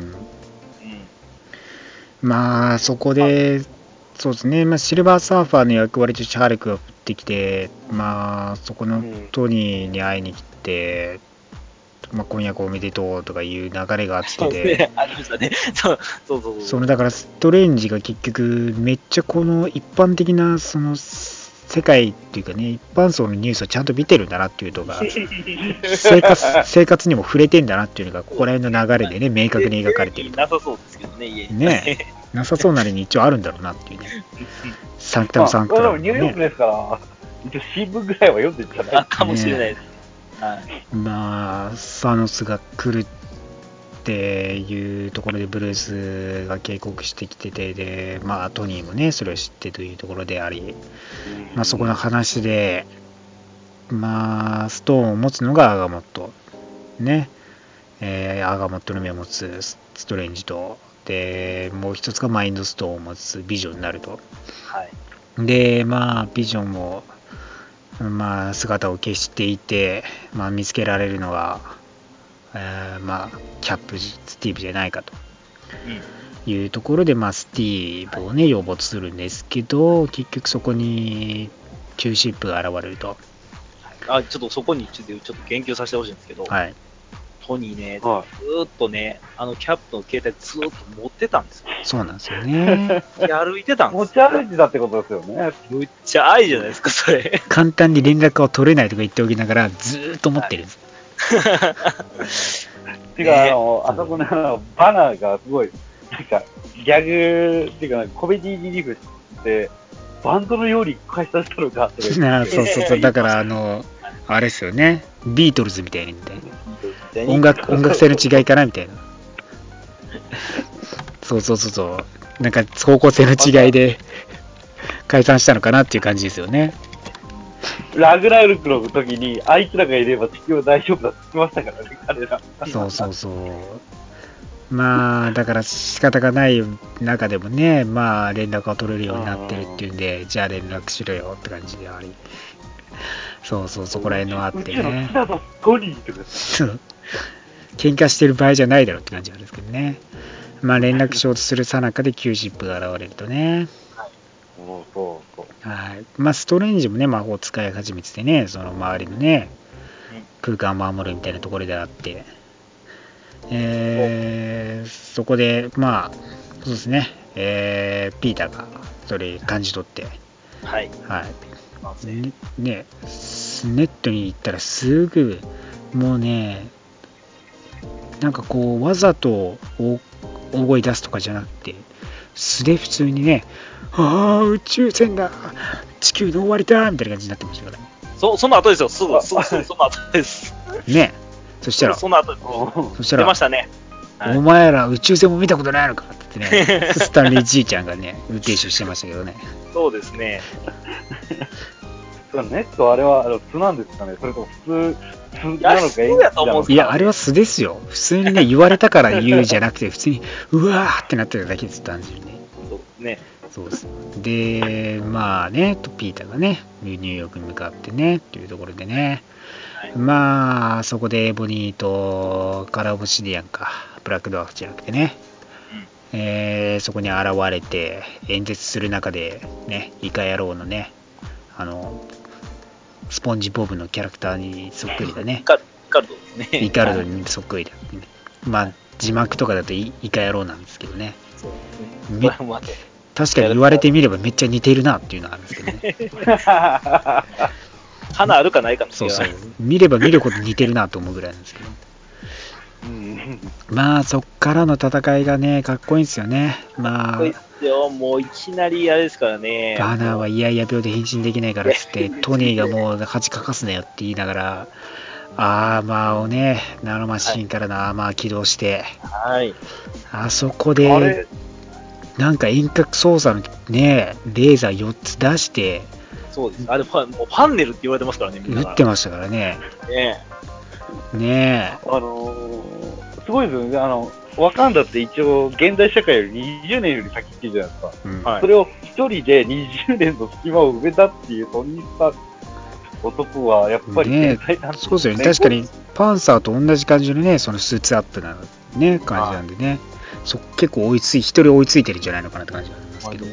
Speaker 2: まあ、そこで、そうですね、まあ、シルバーサーファーの役割としてハルクが降ってきて、まあ、そこのトニーに会いに来て、まあ、婚約おめでとうとかいう流れがあってで、
Speaker 1: ありましたね。そうそうそう。
Speaker 2: そのだからストレンジが結局めっちゃこの一般的なその世界っていうかね、一般層のニュースをちゃんと見てるんだなっていうのが生活生活にも触れてんだなっていうのがここら辺の流れでね明確に描かれてると。
Speaker 1: なさそうですけどね、家に
Speaker 2: ねなさそうなりに一応あるんだろうなっていうね。サンクタムサンクタム、
Speaker 3: ね、ニューヨークですから、一応新聞ぐらいは読んでるんじゃない
Speaker 1: かもしれないです。ね
Speaker 2: はい、まあサノスが来るっていうところでブルースが警告してきてて、で、まあ、トニーもねそれを知ってというところであり、まあ、そこの話で、まあ、ストーンを持つのがアガモットね、えー、アガモットの目を持つストレンジと、でもう一つがマインドストーンを持つビジョンになると、はい、でまあビジョンもまあ、姿を消していて、まあ、見つけられるのは、えーまあ、キャップスティーブじゃないかというところで、まあ、スティーブをね擁没するんですけど、結局そこにキューシップが現れると。
Speaker 1: あ、ちょっとそこにちょっとちょっと言及させてほしいんですけど、はい、トニーね、ずーっとね、あのキャップの携帯ずーっと持ってたんですよ。
Speaker 2: そうなんですよね。
Speaker 1: 歩いてたんです
Speaker 3: よ。持ち歩いてたってことですよね。
Speaker 1: むっちゃ愛じゃないですか、それ。
Speaker 2: 簡単に連絡を取れないとか言っておきながら、ずーっと持ってるんです。
Speaker 3: ていうか、あの、あそこのあのバナーがすごい、なんか、ギャグっていうか、コメディリリーフして、バンドのように解散したのかとか
Speaker 2: 言って。そうそうそう、だからあの、あれですよね、ビートルズみたいにみたいな。音楽、音楽性の違いかなみたいな。そうそうそうそう、なんか方向性の違いで解散したのかなっていう感じですよね。
Speaker 3: ラグナルクの時にあいつらがいれば地球は大丈夫だって言ってましたからね、彼ら。
Speaker 2: そうそうそう。まあだから仕方がない中でもね、まあ連絡が取れるようになってるっていうんで、じゃあ連絡しろよって感じであり、そうそう、そこら辺のあってね。喧嘩してる場合じゃないだろうって感じなんですけどね。まあ連絡しようとする最中でキューシップが現れるとね。
Speaker 3: そうそうそう。
Speaker 2: はい。まあストレンジもね魔法を使い始めててね、その周りのね空間を守るみたいなところであって、えー、そこでまあそうですね、えー、ピーターがそれ感じ取って、
Speaker 1: はい
Speaker 2: はい、ね、ねネットに行ったらすぐもうね、なんかこうわざと大声出すとかじゃなくて素で普通にね、ああ宇宙船だ、地球の終わりだみたいな感じになってましたからね。
Speaker 1: そその後ですよ、すぐすぐその後です
Speaker 2: ね。そしたら
Speaker 1: その後
Speaker 2: そしたら
Speaker 1: 出ましたね、
Speaker 2: はい、お前ら宇宙船も見たことないのかってねスタンリーじいちゃんがね運転手してましたけどね。
Speaker 1: そうですね。
Speaker 3: ネットあれはあの素なんですかね、それとも普通素なのか演技なのか。
Speaker 2: いや、あれは素ですよ。普通にね、言われたから言うじゃなくて、普通に、うわーってなってるだけです、単純にね。
Speaker 1: そうね。
Speaker 2: そうです。で、まあね、ピーターがね、ニューヨークに向かってね、っていうところでね、はい、まあ、そこでエボニーとカラーオブシディアンか、ブラックドワーフじゃなくてね、うん、えー、そこに現れて、演説する中で、ね、イカ野郎のね、あの、スポンジボブのキャラクターにそっくりだね。
Speaker 1: イカルドですね。
Speaker 2: イカルドにそっくりだ、ね。まあ、字幕とかだとイカ野郎なんですけどね。そうですね。確かに言われてみればめっちゃ似てるなっていうのがあるんですけどね。
Speaker 1: 花あるかないかの違い。
Speaker 2: そうそう。見れば見るほど似てるなと思うぐらいなんですけど。うん、まあそっからの戦いがね、かっこいいんですよね。まあ。かっこいい
Speaker 1: ですよ。もういきなりあれですからね。
Speaker 2: バナーはイヤイヤ病で変身できないからっつって、トニーがもう恥かかすなよって言いながら、アーマーをね、ナノマシンからのアーマー起動して、はい、あそこで、なんか遠隔操作のね、レーザーよっつ出して、
Speaker 1: そうです。あれ、もうパンネルって言われてますからね、みんな。
Speaker 2: 打ってましたからね。
Speaker 1: ね
Speaker 2: え。ね
Speaker 3: え。あのー、すごいですよね。あの、ワカンダって一応、現代社会よりにじゅうねんより先っていうじゃないですか。うんはい、それを一人でにじゅうねんの隙間を埋めたっていうトニー・スターク男はやっぱり天才なんですね。
Speaker 2: そうですよね。確かにパンサーと同じ感じのね、そのスーツアップな、ね、感じなんでね、そ結構追いつい、一人追いついてるんじゃないのかなって感じがありますけど。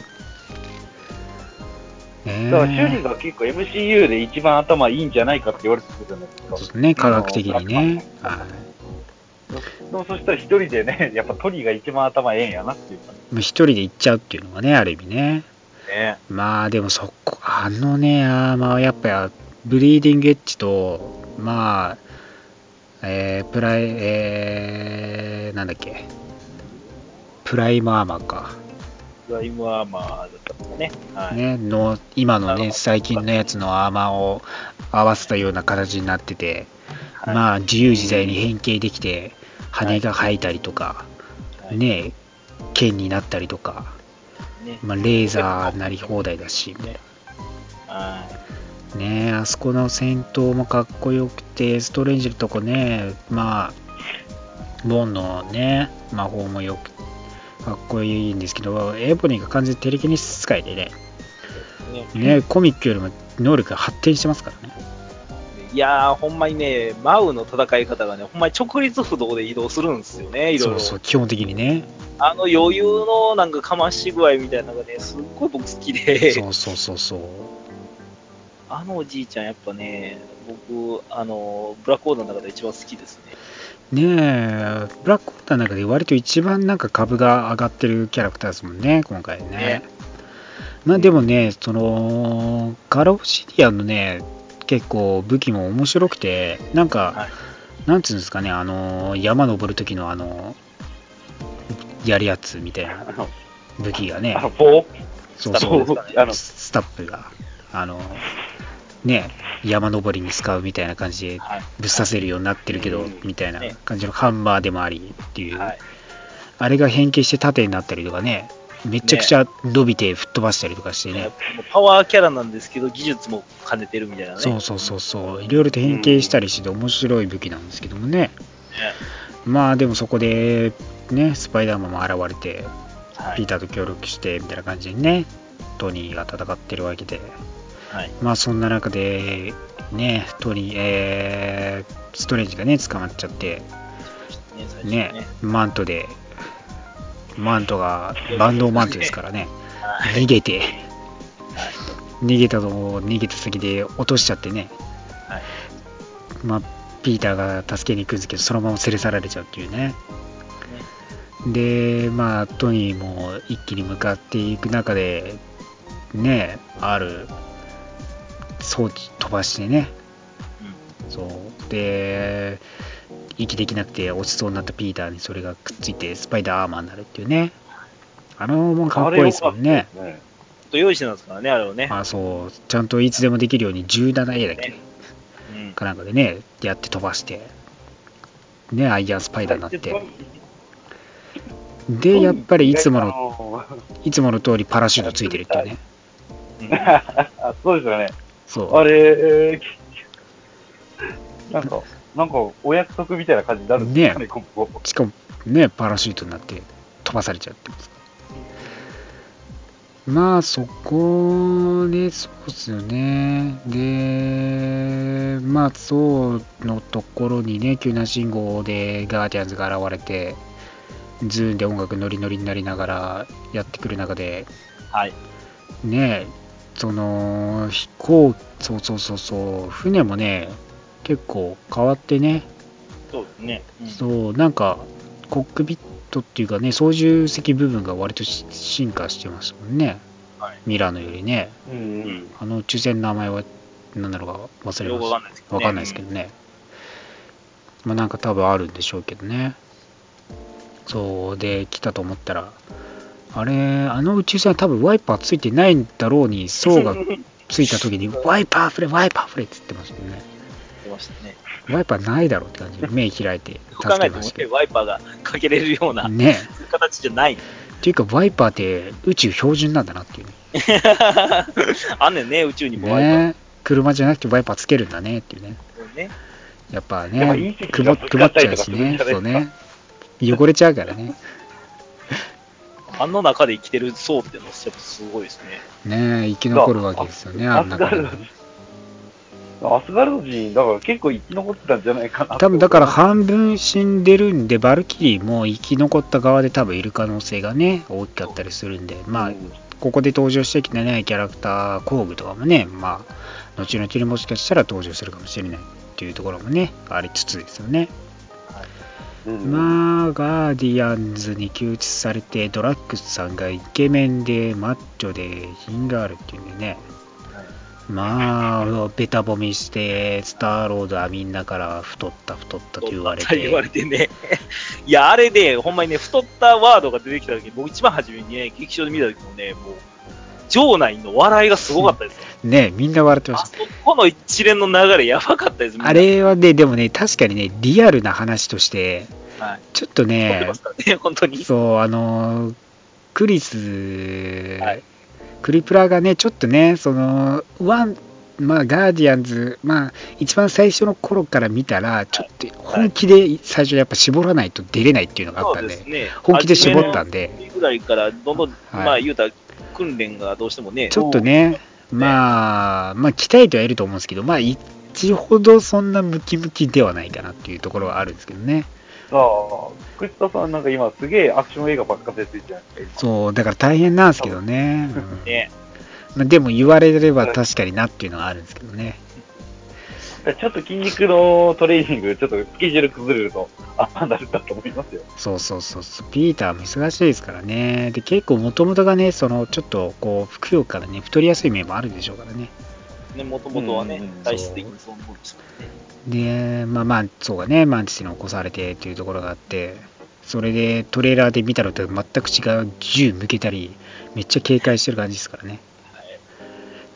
Speaker 3: ね、だからシュリーが結構 エムシーユー で一番頭いいんじゃないかって言われてるじゃないですか。
Speaker 2: そうですね、科学的にね。はい。
Speaker 3: でもそしたら一人でね、やっぱトニーが一番頭ええんやなっていうか。
Speaker 2: 一人で行っちゃうっていうのがね、ある意味ね。ねまあでもそこ、あのね、あまあやっぱブリーディングエッジと、まあ、えー、プライ、えー、なんだっけ、プライムアーマーか。
Speaker 1: プライムアーマーだったんですかね。はい、
Speaker 2: ね、の、今のね、最近のやつのアーマーを合わせたような形になってて、はい、まあ自由自在に変形できて、羽が生えたりとか、はい、ね、剣になったりとか、ねまあ、レーザーなり放題だし、みたいな。はいねあそこの戦闘もかっこよくて、ストレンジのとこね、まあ、ボンのね、魔法もよくかっこいいんですけど、エボニーが完全にテレキネシス使いでね、ね、ねコミックよりも能力が発展してますからね。
Speaker 1: いやー、ほんまにね、マウの戦い方がね、ほんまに直立不動で移動するんですよね、いろいろ。
Speaker 2: そうそう、基本的にね。
Speaker 1: あの余裕のなんかかまし具合みたいなのがね、すっごい僕好きで。
Speaker 2: そうそうそうそう。
Speaker 1: あのおじいちゃん、やっぱね、僕、あの、ブラックオーダーの中で一番好きですね。
Speaker 2: ねえ、ブラックオーダーの中で割と一番なんか株が上がってるキャラクターですもんね、今回ね。ねまあでもね、その、カラオブシディアンのね、結構武器も面白くて、なんか、はい、なんつうんですかね、あの、山登るときのあの、やるやつみたいな武器がね、そうそう、スタップが、あの、ね、山登りに使うみたいな感じでぶっ刺せるようになってるけど、はい、みたいな感じのハンマーでもありっていう、はい、あれが変形して縦になったりとかね、めちゃくちゃ伸びて吹っ飛ばしたりとかしてね、ね
Speaker 1: パワーキャラなんですけど技術も兼ねてるみたいなね。
Speaker 2: そうそうそうそう、いろいろと変形したりして面白い武器なんですけどもね、ねまあでもそこでねスパイダーマンも現れて、はい、ピーターと協力してみたいな感じでねトニーが戦ってるわけで、はい、まあそんな中でねトニー、えー、ストレンジがね捕まっちゃってね、ねマントでマントがバンドマントですからね、はい、逃げて、はい、逃げたと逃げた先で落としちゃってね、はい、まあピーターが助けに行くんですけどそのまま連れ去られちゃうっていうね、でまあトニーも一気に向かっていく中でねある装置飛ばしてね、うん、そうで息できなくて落ちそうになったピーターにそれがくっついてスパイダーアーマーになるっていうね、あのもかっこいいですもんね。
Speaker 1: と用意してたんですからねあれをね。
Speaker 2: あそうちゃんといつでもできるように じゅうななエー だっけ、ねうん、かなんかでねやって飛ばしてねアイアンスパイダーになってでやっぱりいつものいつもの通りパラシュートついてるっていうね。
Speaker 3: そうですよね。
Speaker 2: そう
Speaker 3: あれ、えー、 なんか、なんかお約束みたいな感じになるんですかね、今後。
Speaker 2: しかもね、パラシュートになって飛ばされちゃうってことですか。まあそこでそうですよね。で、まあそうのところにね、救難信号でガーディアンズが現れて、ズーンで音楽ノリノリになりながらやってくる中で、
Speaker 1: はい、
Speaker 2: ね、その飛行、そうそうそうそう、船もね、結構変わってね、
Speaker 1: そうですね。
Speaker 2: うん、そうなんかコックピットっていうかね、操縦席部分が割と進化してますもんね。はい、ミラノよりね、うん、あの宇宙船の名前は何だろうか忘れました。わかんないですけどね。うん、まあなんか多分あるんでしょうけどね。そうで来たと思ったら、あれあの宇宙船は多分ワイパーついてないんだろうに、層がついた時にワイパーフレワイパーフレって言ってましたよね。
Speaker 1: 言ってましたね。
Speaker 2: ワイパーないだろうって感じで目開いて
Speaker 1: 助けましたけど、ワイパーがかけれるような、
Speaker 2: ね、
Speaker 1: そういう形じゃない。
Speaker 2: っていうかワイパーって宇宙標準なんだなっていうね。
Speaker 1: あんねんね、宇宙にもワイパー、
Speaker 2: ね、車じゃなくてワイパーつけるんだねっていうね。ね、やっぱね、曇っちゃうしね、そうね、汚れちゃうからね。
Speaker 1: あの中で生きてる層っていうのはやっぱすごいですね。
Speaker 2: ねえ、生き残るわけですよね、あん中でも。
Speaker 3: アスガルド人、だから結構生き残ってたんじゃないかな。
Speaker 2: 多分だから半分死んでるんで、バルキリーも生き残った側で多分いる可能性がね、大きかったりするんで、まあ、ここで登場してきてね、キャラクター、工具とかもね、まあ、後々にもしかしたら登場するかもしれないっていうところもね、ありつつですよね。はい、まあ、ガーディアンズに救出されて、ドラッグスさんがイケメンで、マッチョで、品があるっていうんでね、まあ、ベタ褒めして、スターロードはみんなから太った太ったと言われて。
Speaker 1: 言われてね。いや、あれで、ね、ほんまにね、太ったワードが出てきた時に、僕一番初めにね、劇場で見た時もね、もう、場内の笑いがすごかったですよ。
Speaker 2: ね、みんな笑ってました。
Speaker 1: あそこの一連の流れやばかったです。
Speaker 2: あれはね、でもね、確かにね、リアルな話として、はい、ちょっとね、
Speaker 1: ね本当に
Speaker 2: そう、あの、クリス、はい、クリプラがね、ちょっとね、その、ワン、まあ、ガーディアンズ、まあ、一番最初の頃から見たら、ちょっと本気で最初やっぱ絞らないと出れないっていうのがあったんで、でね、本気で絞ったんで。
Speaker 1: ぐらいからどんどん、はい、まあ、言うたら訓練がどうしてもね。
Speaker 2: ちょっとね、まあ、まあ、鍛えてはいると思うんですけど、まあ、一ほどそんなムキムキではないかなっていうところはあるんですけどね。
Speaker 3: ああ、福田さんなんか今すげえアクション映画ばっか出てるじゃないですか。
Speaker 2: そう、だから大変なんですけどね。うん、ね、まあ、でも言われれば確かになっていうのはあるんですけどね。
Speaker 3: ちょっと筋肉のトレーニング、ちょっとスケジュール崩れると、ああなるんだと思いますよ。
Speaker 2: そうそうそうそう、ピーターも忙しいですからね。で、結構もともとがね、そのちょっとこう、ふくよかなね、太りやすい面もあるでしょうからね。
Speaker 1: ね、もともとはね、体質的にそう思うんですよ
Speaker 2: ね。で、まあまあ、そうがね、マンティスに起こされてっていうところがあって、それでトレーラーで見たのと全く違う銃向けたり、めっちゃ警戒してる感じですからね。はい、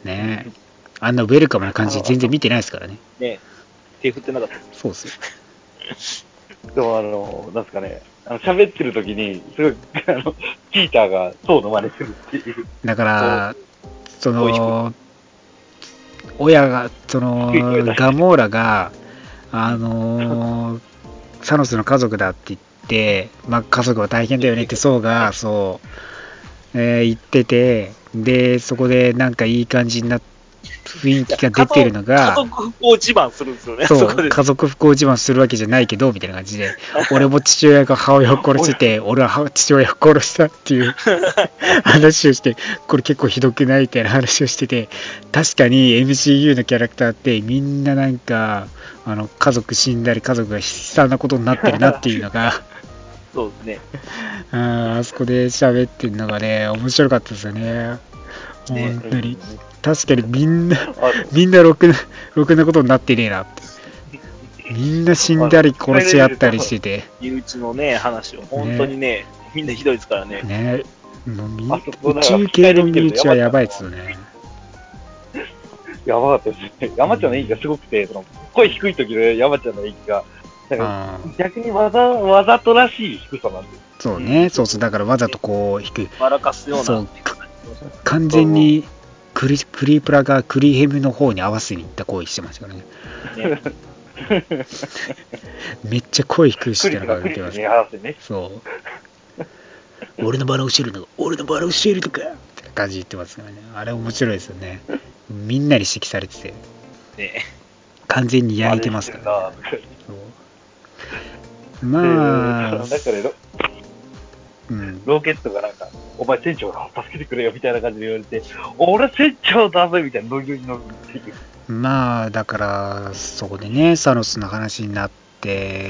Speaker 2: ねえ。あんなウェルカムな感じで全然見てないですからね。
Speaker 1: ね、手振ってなかった。
Speaker 2: そうですよ。
Speaker 3: でもあの、なんですかね、あの喋ってる時に、すごい、あの、ピーターがそうの真似するっていう。
Speaker 2: だから、その、親が、その、ガモーラが、あのー、サノスの家族だって言って、まあ、家族は大変だよねってソウが、そう、えー、言ってて、で、そこでなんかいい感じになって、雰囲気が出てるのが、
Speaker 1: 家族不幸自慢するんですよね。
Speaker 2: そう、家族不幸自慢するわけじゃないけどみたいな感じで、俺も父親が母親を殺してて、俺は父親を殺したっていう話をして、これ結構ひどくないみたいな話をしてて、確かに エムシーユー のキャラクターってみんななんかあの家族死んだり家族が悲惨なことになってるなっていうのが
Speaker 1: そうですね。
Speaker 2: あ, あそこで喋ってるのがね、面白かったですよね。本当に、確かにみんなみんなろくなろくなことになってねえなって。みんな死んだり殺し合ったりしてて、
Speaker 1: 身内のね話を本当にね、ね、みんなひどいですからね。
Speaker 2: ね、もう宇宙系の身内はやばいですよね。
Speaker 3: やばかったですね。山ちゃんの演技がすごくて、その声低い時の山ちゃんの演技が逆にわざわざとらしい低さなんです。
Speaker 2: そうね、うん、そうそう、だからわざとこう低い、
Speaker 1: 笑かすような、そう
Speaker 2: 完全にクリクリープラがクリヘムの方に合わせにいった行為してましたからね。ねめっちゃ声低いしってのが出てます。
Speaker 3: ね、
Speaker 2: そう俺のバラを教えるのか俺のバラを教えるのかって感じ言ってますからね。あれ面白いですよね。みんなに指摘されてて、ね、完全に焼いてますからね。そうまあ、
Speaker 3: だからロ、うん、ロケットがなんか、お前船長が助けてくれよみたいな感じで言われて、俺船長だぜみたいなノリノリのっていう。
Speaker 2: まあだからそこでねサノスの話になって、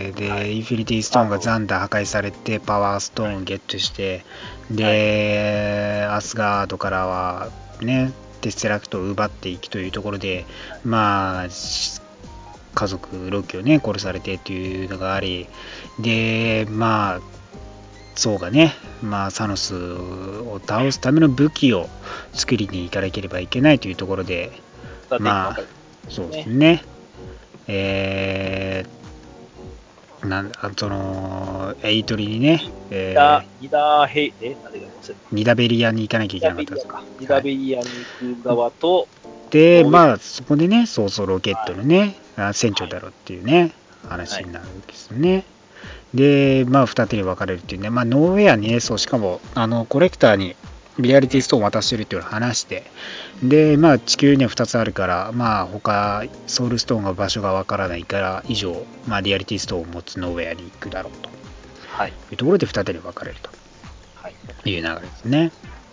Speaker 2: で、はい、インフィニティストーンがザンダー破壊されてパワーストーンをゲットして、で、はい、アスガードからはねテスラクトを奪っていきというところで、まあ家族ロキをね殺されてっていうのがあり、でまあそうがね、まあ、サノスを倒すための武器を作りに行かなければいけないというところで、まあそうですね、えー、なんそのエイトリにね、え
Speaker 1: ー、ニダヘイえ
Speaker 2: ニダベリアに行かなきゃいけなかったですか。
Speaker 1: ニダベリアに行く側と、はい、
Speaker 2: でまあそこでねそうそうロケットのね、はい、船長だろうっていうね話になるわけですよね。はい、でまあ二手に分かれるっていうね、まあ、ノーウェアにねそうしかもあのコレクターにリアリティストーンを渡してるっていうのを話して、でまあ地球にはふたつあるから、まあ他ソウルストーンが場所が分からないから以上、まあ、リアリティストーンを持つノーウェアに行くだろうと、はい、いうところで二手に分かれるという流れですね。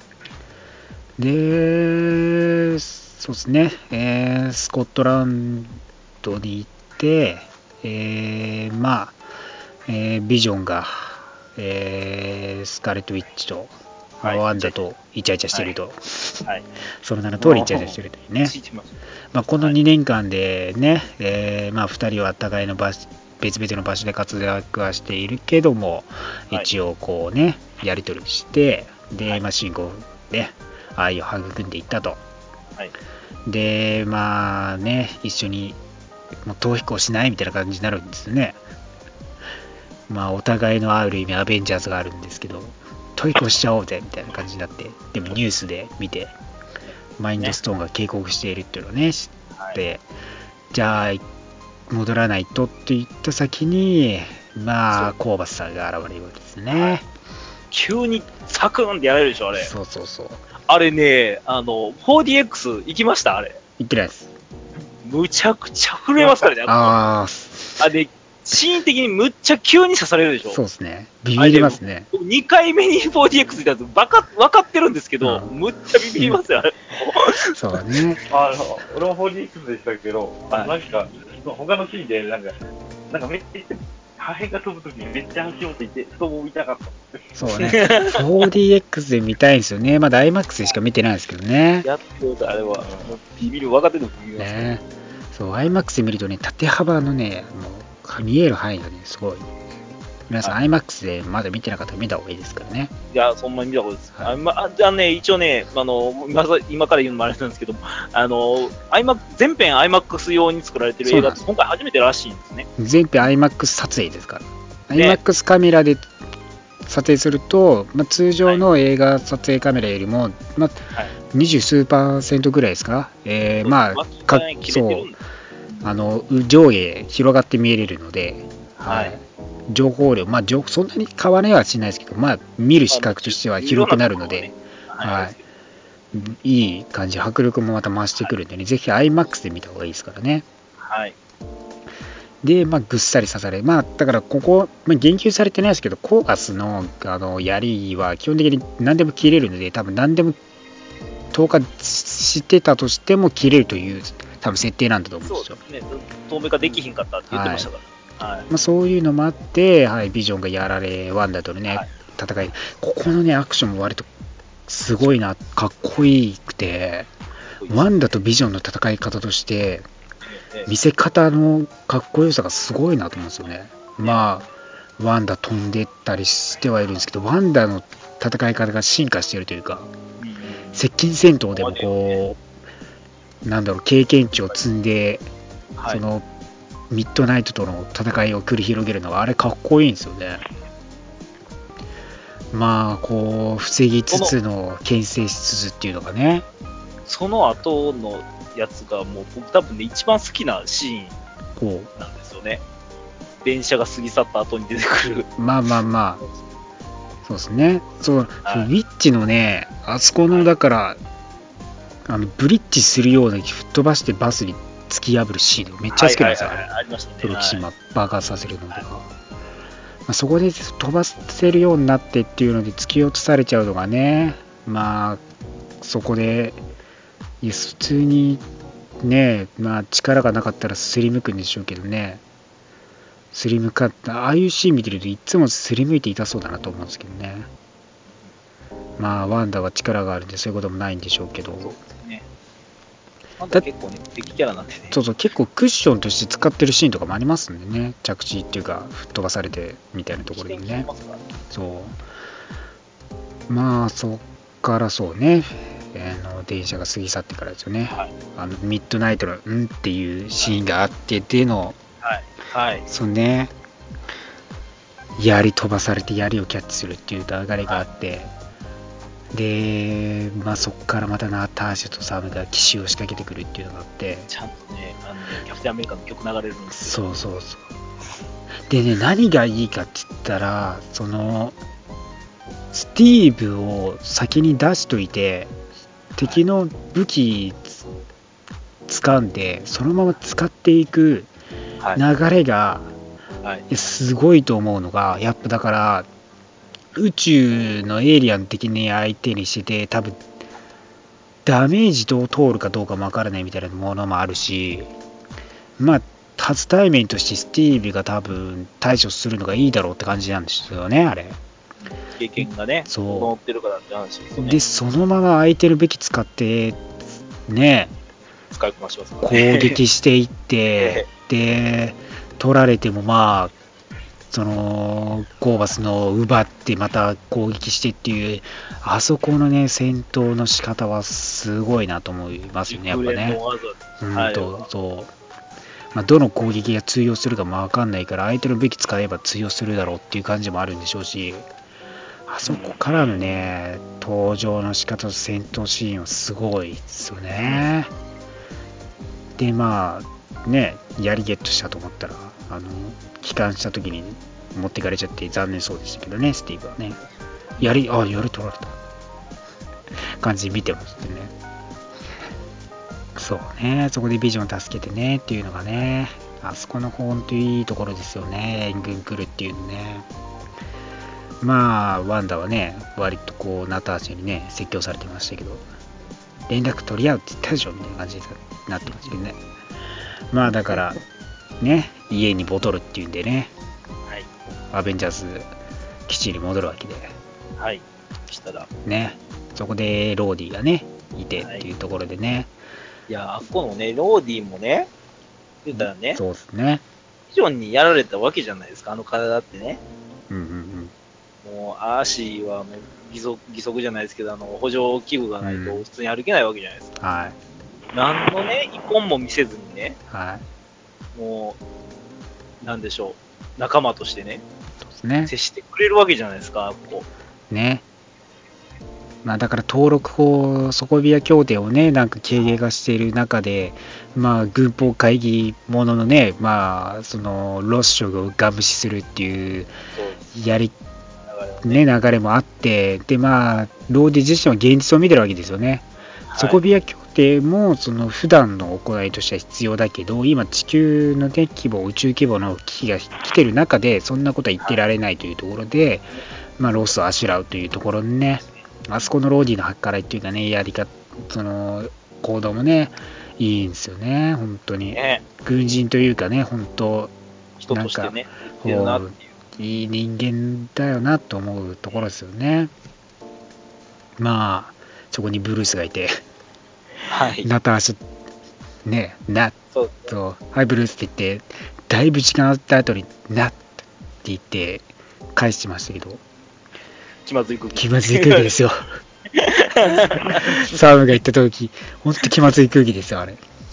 Speaker 2: でそうですね、えー、スコットランドに行って、えー、まあえー、ビジョンが、えー、スカーレット・ウィッチと、はい、ワンダとイチャイチャしていると、はいはい、その名の通りイチャイチャしているというね、まあ、このにねんかんでね、えーまあ、ふたりは互いの場別々の場所で活躍はしているけども、はい、一応こうねやり取りしてで、はいまあ、信号で愛を育んでいったと、はい、でまあね一緒にもう逃避行しないみたいな感じになるんですよね。まあお互いのある意味アベンジャーズがあるんですけどトイコしちゃおうぜみたいな感じになって、でもニュースで見てマインドストーンが警告しているっていうのをね知って、はい、じゃあ戻らないとって言った先にまあコーバスさんが現れるわけですね、はい、
Speaker 1: 急にサクンってやられるでしょあれ。
Speaker 2: そうそうそう、
Speaker 1: あれねあの フォーディーエックス 行きましたあれ。
Speaker 2: 行ってないです。む
Speaker 1: ちゃくちゃ震えますからね。
Speaker 2: あ
Speaker 1: あれシーン的にむっちゃ急に刺されるでしょ。
Speaker 2: そうですね。ビビりますね。
Speaker 1: にかいめに フォーディーエックス いたやつ分かってるんですけど、うん、むっちゃビビりますよ、あれ。
Speaker 2: そうね。
Speaker 3: あの俺も フォーディーエックス でしたけど、はい、あなんか、他のシーンで、なんか、なんかめっちゃ、破片が飛ぶときにめっちゃ足元いて、太もも痛かった。
Speaker 2: そうね。フォーディーエックス で見たいんですよね。まだ アイマックス でしか見てないんですけどね。
Speaker 1: やっとあれは、もうビビる、分かってるのビビりますね。
Speaker 2: ねそう、アイマックス で見るとね、縦幅のね、もう見える範囲がね、すごい。皆さん、はい、アイマックス でまだ見てなかったら見た方がいいですからね。
Speaker 1: いや、そんなに見た方がいいです。はい、あまあ、じゃあね、一応ね、あの今、今から言うのもあれなんですけど、あの、iMac、全編 アイマックス 用に作られてる映画って今回初めてらしいんですね。
Speaker 2: 全編 アイマックス 撮影ですから。ね、アイマックス カメラで撮影すると、まあ、通常の映画撮影カメラよりも、まあ、はい、にじゅう数パーセントぐらいですか、えー、まあ、かそう、あの上下広がって見えれるので、はい、情報量、まあ、そんなに変わらないはしないですけど、まあ、見る視覚としては広くなるので、はい、いい感じ、迫力もまた増してくるんでね、はい、ぜひ アイマックス で見た方がいいですからね。
Speaker 1: はい、
Speaker 2: で、まあ、ぐっさり刺される、まあ、だからここ、まあ、言及されてないですけど、コーバス の, あの槍は基本的に何でも切れるので、多分何でも投下してたとしても切れるという多分設定なんだと思うんですよ。
Speaker 1: そうですね、透明化できひんかったって言ってましたから、はいはい、
Speaker 2: まあ、そういうのもあって、はい、ビジョンがやられ、ワンダとのね、はい、戦い、ここのね、アクションも割とすごいな、かっこいいくて、ワンダとビジョンの戦い方として、見せ方のかっこよさがすごいなと思うんですよね。まあ、ワンダ飛んでったりしてはいるんですけど、ワンダの戦い方が進化しているというか、接近戦闘でもこう、なんだろう、経験値を積んで、そのミッドナイトとの戦いを繰り広げるのはあれかっこいいんですよね。まあこう防ぎつつの牽制しつつっていうのがね、
Speaker 1: その後のやつがもう僕多分ね一番好きなシーンなんですよね。電車が過ぎ去った後に出てくる。
Speaker 2: まあまあまあ、そうですね。そう、はい、ウィッチのね、あそこのだから、はい、あのブリッジするような吹っ飛ばしてバスに突き破るシーンめっちゃ好きなんですよ、あれ。プロキシマ爆発させるのとか。はい、まあ、そこで飛ばせるようになってっていうので突き落とされちゃうのがね、まあ、そこで、いや普通にね、まあ、力がなかったらすりむくんでしょうけどね。すりむかった、ああいうシーン見てるといつもすりむいていたそうだなと思うんですけどね。まあワンダは力があるんでそういうこともないんでしょうけど。そうですね。
Speaker 1: ワンダ結構ね敵キャラなんでね。
Speaker 2: そうそう、結構クッションとして使ってるシーンとかもありますんでね。着地っていうか吹っ飛ばされてみたいなところでね。そうまあそっからそうね、あの電車が過ぎ去ってからですよね、はい、あのミッドナイトのうんっていうシーンがあってでの、
Speaker 1: はいはい、
Speaker 2: そうね、槍飛ばされて槍をキャッチするっていう流れがあって、はい、で、まあ、そこからまたナターシュとサムが奇襲を仕掛けてくるっていうのがあって、
Speaker 1: ちゃんとね、あのキャプテンアメリカの曲流れるんです
Speaker 2: よ。そうそうそう。でね、何がいいかって言ったら、そのスティーブを先に出しといて、敵の武器掴んでそのまま使っていく流れが、はいはい、すごいと思うのが、やっぱだから宇宙のエイリアン的に相手にしてて、多分ダメージどう通るかどうかもわからないみたいなものもあるし、まあ初対面としてスティーブが多分対処するのがいいだろうって感じなんですよね、あれ。
Speaker 1: 経験がね、
Speaker 2: そう
Speaker 1: 整ってるからって話ですよね。
Speaker 2: で、そのまま相手の武器使ってね、
Speaker 1: 使いこなしますからね、
Speaker 2: 攻撃していってで取られてもまあそのコーバスの奪ってまた攻撃してっていう、あそこのね戦闘の仕方はすごいなと思いますよね、やっぱね。うんとそう、まあ、どの攻撃が通用するかも分かんないから相手の武器使えば通用するだろうっていう感じもあるんでしょうし、あそこからのね登場の仕方と戦闘シーンはすごいですよね。でまあね、槍ゲットしたと思ったらあの帰還した時に持ってかれちゃって残念そうでしたけどね、スティーブはね。槍、あ、槍取られた感じ見てましたね。そうね、そこでビジョン助けてねっていうのがね、あそこの本当にいいところですよね、援軍来るっていうのね。まあワンダはね割とこうナターシャにね説教されてましたけど、連絡取り合うって言ったでしょみたいな感じになってますけどね。まあだからね家に戻るっていうんでね、はい、アベンジャーズ基地に戻るわけで、
Speaker 1: はいしたら
Speaker 2: ねそこでローディがねいてっていうところでね、はい、
Speaker 1: いやあっこのねローディもね言ったらね、
Speaker 2: そうですね、
Speaker 1: ビジョンにやられたわけじゃないですか、あの体ってね。
Speaker 2: うんうんうん、
Speaker 1: もう足はもう義足、義足じゃないですけど、あの補助器具がないと普通に歩けないわけじゃないですか。
Speaker 2: うん、はい。
Speaker 1: 何のね、遺恨も見せずにね、
Speaker 2: はい、
Speaker 1: もう、なんでしょう、仲間としてね、
Speaker 2: そうですね、
Speaker 1: 接してくれるわけじゃないですか、こ
Speaker 2: う。ね。まあだから登録法、ソコビア協定をね、なんか軽減化している中で、まあ軍法会議もののね、まあそのロッショをガム視するっていうやり、ね、流れもあって、でまあローディ自身は現実を見てるわけですよね。はい、ソコビア協定もその普段の行いとしては必要だけど、今地球の、ね、規模、宇宙規模の危機が来てる中で、そんなことは言ってられないというところで、まあロスをあしらうというところにね。あそこのローディの計らいっていうかね、やり方、その行動もね、いいんですよね、本当に。ね、軍人というかね、本当、
Speaker 1: 人としてね、
Speaker 2: なんかいい人間だよなと思うところですよね。まあ、そこにブルースがいて、
Speaker 1: はい、
Speaker 2: ナターシャ、ね、ナッと、はい、ブルースって言って、だいぶ時間あった後に、ナッって言って、返してましたけど、
Speaker 1: 気まずい空気。
Speaker 2: 気まずい空気ですよ。サムが言った時、ほんと気まずい空気ですよ、あれ。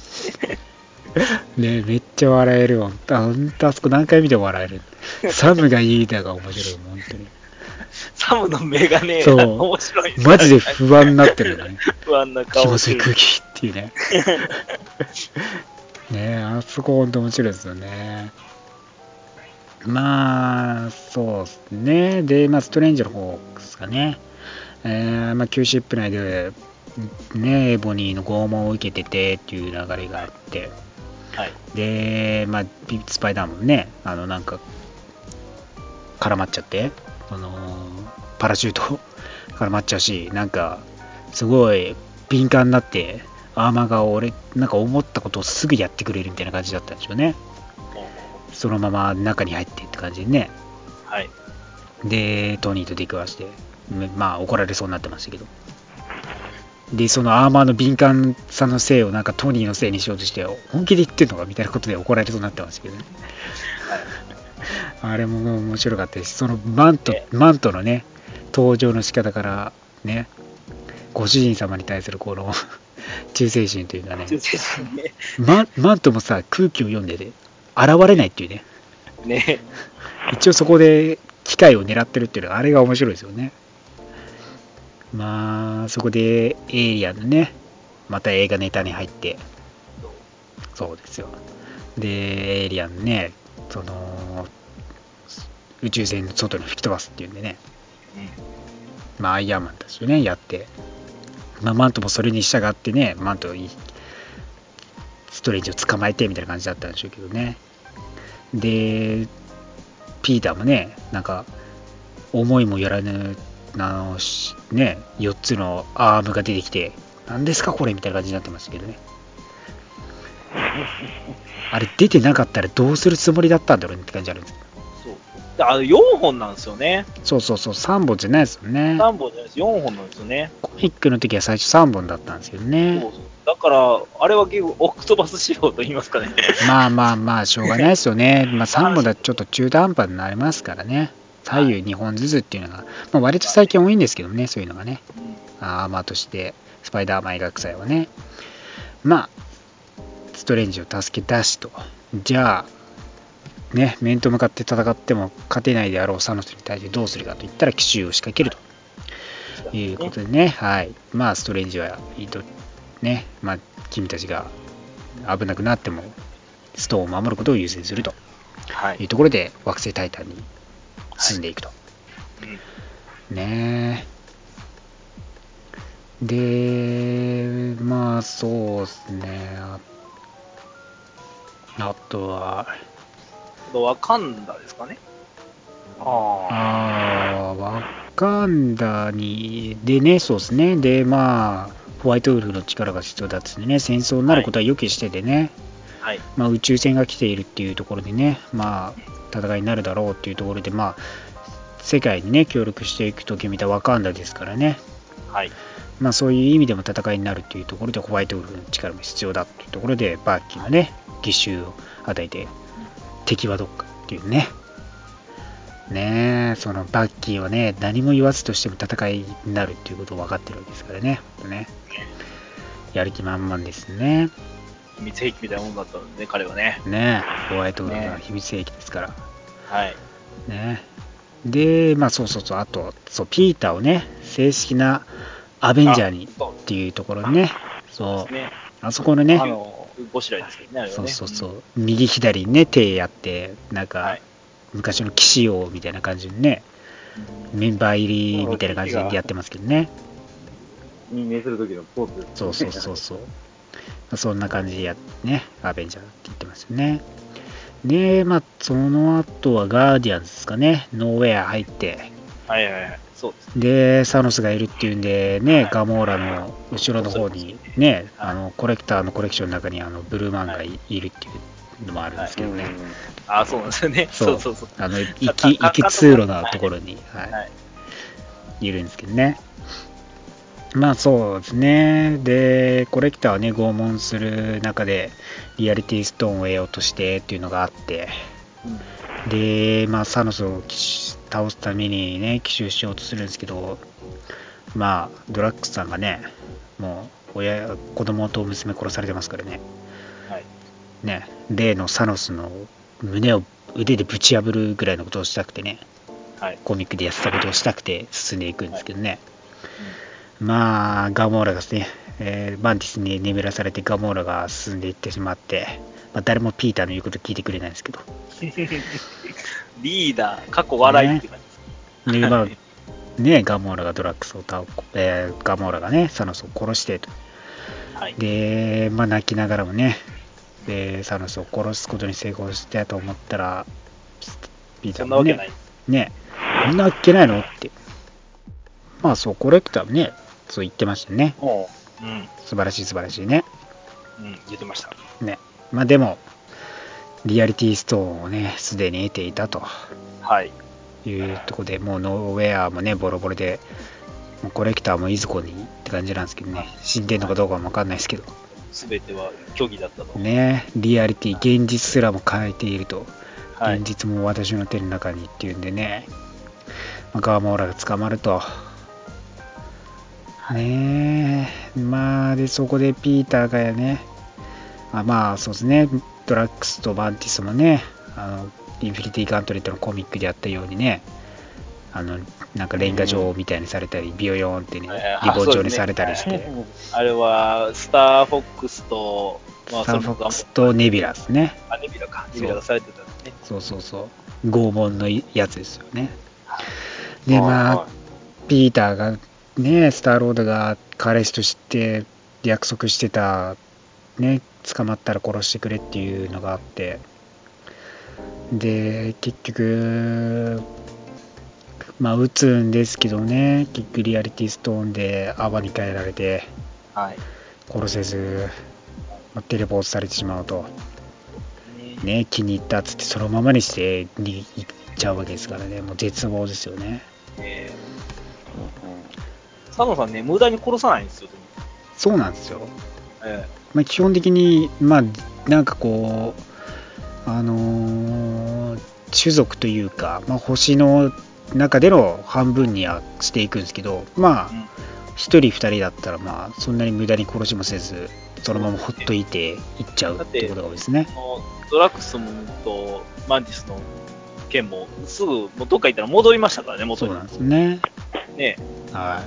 Speaker 2: ねめっちゃ笑えるわ。ほんとあそこ何回見ても笑える。サムがいいだが面白い、本当に。
Speaker 1: サムの目がね、
Speaker 2: そう
Speaker 1: 面白い。
Speaker 2: マジで不安になってるよね。
Speaker 1: 不安な顔。
Speaker 2: 気まずい空気っていうね。 ねえ、あそこ本当面白いですよね。まあ、そうですね。で、まあ、ストレンジの方ですかね。えー、まあ、Q シップ内で、ね、エボニーの拷問を受けててっていう流れがあって、
Speaker 1: はい、
Speaker 2: で、まあ、スパイダーマンもね、あの、なんか、絡まっちゃって、あのパラシュート絡まっちゃうし、なんか、すごい敏感になって、アーマーが俺、なんか思ったことをすぐやってくれるみたいな感じだったんでしょうね。そのまま中に入ってって感じでね。
Speaker 1: はい。
Speaker 2: で、トニーと出くわして、まあ怒られそうになってましたけど。で、そのアーマーの敏感さのせいをなんかトニーのせいにしようとして、本気で言ってんのかみたいなことで怒られそうになってましたけどね。はい、あれも面白かったです。そのマント、マントのね、登場の仕方からね、ご主人様に対するこの忠誠心というのはね、
Speaker 1: 忠誠心ね。
Speaker 2: マ, マントもさ、空気を読んでて、現れないっていうね。
Speaker 1: ね。
Speaker 2: 一応そこで機会を狙ってるっていうのは、あれが面白いですよね。まあ、そこでエイリアンのね、また映画ネタに入って、そうですよ。で、エイリアンね、その、宇宙船の外に吹き飛ばすっていうんでね、うん、まあ、アイアンマンたちをね、やって、まあ、マントもそれに従ってね、マントをストレンジを捕まえてみたいな感じだったんでしょうけどね。で、ピーターもね、なんか、思いもよらぬ、あの、ね、よっつのアームが出てきて、何ですかこれみたいな感じになってましたけどね。あれ出てなかったらどうするつもりだったんだろうねって感じあるんです。
Speaker 1: そう。あのよんほんなんですよね。
Speaker 2: そうそうそう、さんぼんじゃないですよね。
Speaker 1: さんぼんじゃないです。よんほんなんですよね。
Speaker 2: コミックの時は最初さんぼんだったんですけどね。
Speaker 1: そうそう。だから、あれは結構オクトバス仕様と言いますかね。
Speaker 2: まあまあまあ、しょうがないですよね。まあさんぼんだとちょっと中途半端になりますからね。左右にほんずつっていうのが、まあ、割と最近多いんですけどね、そういうのがね。アーマーとして、スパイダーマン描く際はね。まあ、ストレンジを助け出しと。じゃあ、ね、面と向かって戦っても勝てないであろうサノスに対してどうするかといったら奇襲を仕掛けるということでね、はい。まあ、ストレンジは、ね、まあ、君たちが危なくなっても、ストーンを守ることを優先するというところで、惑星タイタンに進んでいくと。はいうん、ねで、まあ、そうですね。あとは、
Speaker 1: ワカンダですかね。
Speaker 2: ああ、ワカンダに、でね、そうですね。で、まあ、ホワイトウルフの力が必要だってね、戦争になることは予期しててね、はいまあ、宇宙船が来ているっていうところでね、まあ、戦いになるだろうっていうところで、まあ、世界にね、協力していくと決めたワカンダですからね。はいまあ、そういう意味でも戦いになるというところでホワイトウルフの力も必要だというところでバッキーがね奇襲を与えて敵はどっかっていうねねえそのバッキーはね何も言わずとしても戦いになるっていうことを分かってるわけですからねねやる気満々ですね
Speaker 1: 秘密兵器みたいなもんだったんでね彼はね
Speaker 2: ねホワイトウルフは秘密兵器ですから、ね、
Speaker 1: はい
Speaker 2: ねでまあそうそうそうあとそうピーターをね正式なアベンジャーにっていうところにね、そう、ね、あそこのね、
Speaker 1: あの、ごしらいですけどね、あれはね。
Speaker 2: そうそうそう、うん、右左にね、手やって、なんか、はい、昔の騎士王みたいな感じでね、うん、メンバー入りみたいな感じでやってますけどね。
Speaker 3: 任命する時のポーズ、ね、
Speaker 2: そうそうそうそう。そんな感じでやってね、アベンジャーって言ってますよね。で、まあ、その後はガーディアンズですかね、ノーウェア入って、
Speaker 1: はいはいはい。そうですね、
Speaker 2: でサノスがいるっていうんでね、はい、ガモーラの後ろの方にね、はい、あのコレクターのコレクションの中にあのブルーマンが い,、はい、いるっていうのもあるんですけどね。はい、
Speaker 1: あ、そうなんですよね。そうそうそう。
Speaker 2: あの行き行き通路のところに、はいはい、いるんですけどね。まあそうですね。で、コレクターをね、拷問する中でリアリティストーンを得ようとしてっていうのがあって、うん、で、まあサノスを倒すためにね奇襲しようとするんですけどまあドラッグスさんがねもう親子供と娘殺されてますからね、はい、ね例のサノスの胸を腕でぶち破るぐらいのことをしたくてね、はい、コミックでやってたことをしたくて進んでいくんですけどね、はいうん、まあガモーラがですね、えー、バンティスに眠らされてガモーラが進んでいってしまってまあ、誰もピーターの言うこと聞いてくれないんですけど。
Speaker 1: リーダー、過去笑いって感じです。
Speaker 2: ね、まあ、ね、ガモーラがドラックスを倒、えー、ガモーラがね、サノスを殺してと。はい、で、まあ、泣きながらもね、で、サノスを殺すことに成功したと思ったら、
Speaker 1: ピーターもね、そんなわけない。
Speaker 2: ね、そんなわけないのって。まあ、そう、コレクターもね、そう言ってましたね。うん、素晴らしい素晴らしいね。
Speaker 1: うん、言ってました。
Speaker 2: ね。まあでも、リアリティストーンをね、すでに得ていたと。はい。いうところで、もうノーウェアもね、ボロボロで、もうコレクターもいずこにって感じなんですけどね。死んでんのかどうかもわかんないですけど。
Speaker 1: すべては虚偽だったと。
Speaker 2: ね、リアリティ、現実すらも変えていると。はい、現実も私の手の中にっていうんでね、まあ、ガーモーラが捕まると。ねえ、まあ、で、そこでピーターがやね、あまあ、そうですね、ドラッグスとバンティスもね、あのインフィニティガントレットのコミックであったようにね、あのなんかレンガ状みたいにされたり、ビヨヨーンってね、リボン状にされたりして、
Speaker 1: ね、あれはスターフォックスと、
Speaker 2: まあ、スターフォックスとネビュラですね。
Speaker 1: あ、ネビュラか、ネビュラがされてたんですね。
Speaker 2: そうそうそう、拷問のやつですよね。で、まあ、ピーターがね、スターロードが彼氏として約束してた、ね、捕まったら殺してくれっていうのがあって、で、結局、まあ、撃つんですけどね、結局リアリティストーンで泡に変えられて、はい、殺せず、まあ、テレポートされてしまうと。ね、気に入ったっつってそのままにして逃げ行っちゃうわけですからね、もう絶望ですよね。え
Speaker 1: ー、佐野さんね、無駄に殺さないんですよ。
Speaker 2: そうなんですよ。えーまあ、基本的に、まあ、なんかこう、あのー、種族というか、まあ、星の中での半分にはしていくんですけど、まあ、うん、ひとりふたりだったら、まあ、そんなに無駄に殺しもせず、そのままほっといていっちゃうってことが多いですね。
Speaker 1: ドラクスとマンティスの剣もすぐもうどっか行ったら戻りましたからね、元に。
Speaker 2: そうなんですね。ね、はい。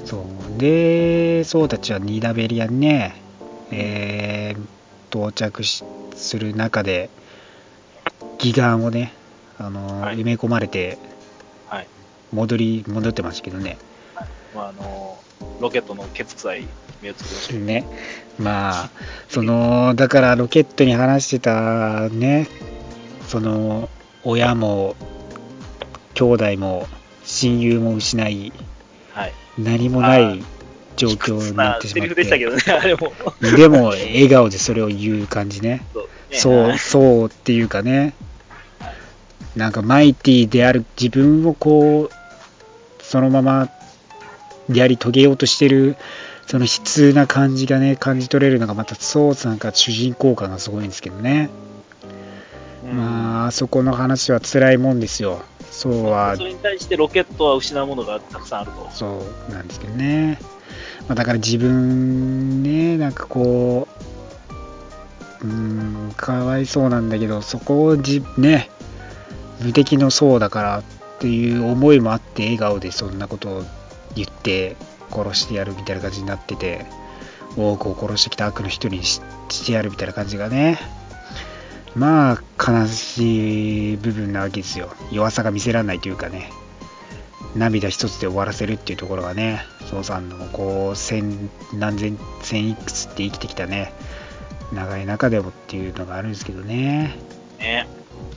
Speaker 2: そうで、そうたちはニダベリアにね、えー、到着しする中で義眼をね、あのーはい、埋め込まれて戻り戻ってましたけどね。
Speaker 1: はい、まああのー、ロケットのケツ臭い目をつけました
Speaker 2: ね。まあそのだからロケットに話してたね、その親も兄弟も親友も失い、はい、何もない状況になってしまって、
Speaker 1: でしたけどね、あれも
Speaker 2: でも笑顔でそれを言う感じね。そうね、そう、そうっていうかね、なんかマイティである自分をこうそのままやり遂げようとしてるその悲痛な感じがね感じ取れるのがまたそうなんか主人公感がすごいんですけどね。まああそこの話は辛いもんですよ。そうは
Speaker 1: それに対してロケットは失うものがたくさんあると。
Speaker 2: そうなんですけどね。まあ、だから自分ねなんかこううーんかわいそうなんだけどそこをじね無敵の層だからっていう思いもあって笑顔でそんなことを言って殺してやるみたいな感じになってて多くを殺してきた悪の一人に し, してやるみたいな感じがねまあ悲しい部分なわけですよ。弱さが見せられないというかね涙一つで終わらせるっていうところがねソウさんのこう千何千千いくつって生きてきたね長い中でもっていうのがあるんですけどね。ね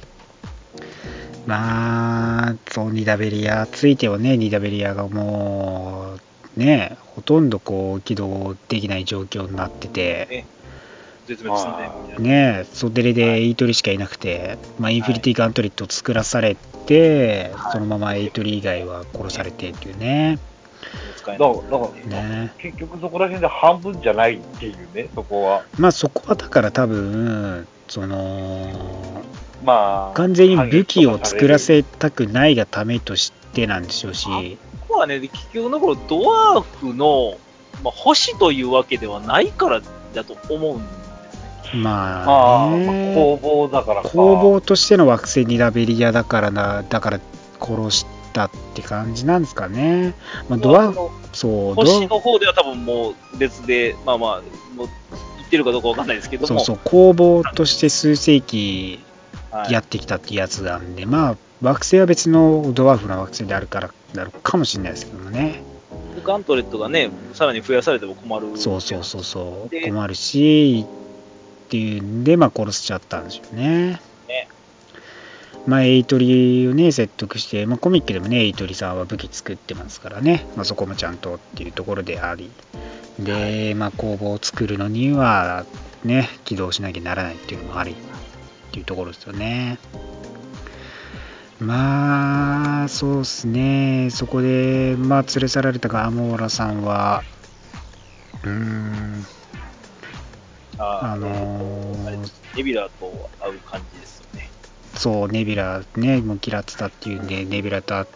Speaker 2: まあそうニダベリアついてはねニダベリアがもうねほとんどこう起動できない状況になってて、ね
Speaker 1: 絶滅寸前みたいな
Speaker 2: ねソデレでエイトリしかいなくて、はい、まあ、インフィニティガントリットを作らされて、はい、そのままエイトリ以外は殺されてっていうね。
Speaker 3: だからだからね結局そこら辺で半分じゃないっていうねそこは。
Speaker 2: まあそこはだから多分そのまあ完全に武器を作らせたくないがためとしてなんでしょうし。
Speaker 1: ここはね結局のころドワーフの、まあ、星というわけではないからだと思うんですね。
Speaker 2: まあ、ね、
Speaker 3: あ工房だからか
Speaker 2: 工房としての惑星ニダベリアだからなだから殺したって感じなんですかね。まあ、ドワーフそう
Speaker 1: 星の方では多分もう別でまあまあもうってるかどうかわかんないですけども、
Speaker 2: そうそう、工房として数世紀やってきたってやつなんで、はい、まあ惑星は別のドワーフな惑星であるからなるかもしれないですけどもね。
Speaker 1: ガントレットがね、さらに増やされても困る。
Speaker 2: そうそうそうそう、困るしっていうんで、まあ殺しちゃったんですよね。ね、まあエイトリをね説得して、まあ、コミックでもねエイトリさんは武器作ってますからね、まあ、そこもちゃんとっていうところであり、で、はい、まあ工房を作るのにはね起動しなきゃならないっていうのもありっていうところですよね。まあそうですね、そこでまあ連れ去られたガモーラさんはうーん
Speaker 1: あ、あのー、ネビラと会う感じですよね。
Speaker 2: そう、ネビラねもう嫌ってたっていうんでネビラと会って、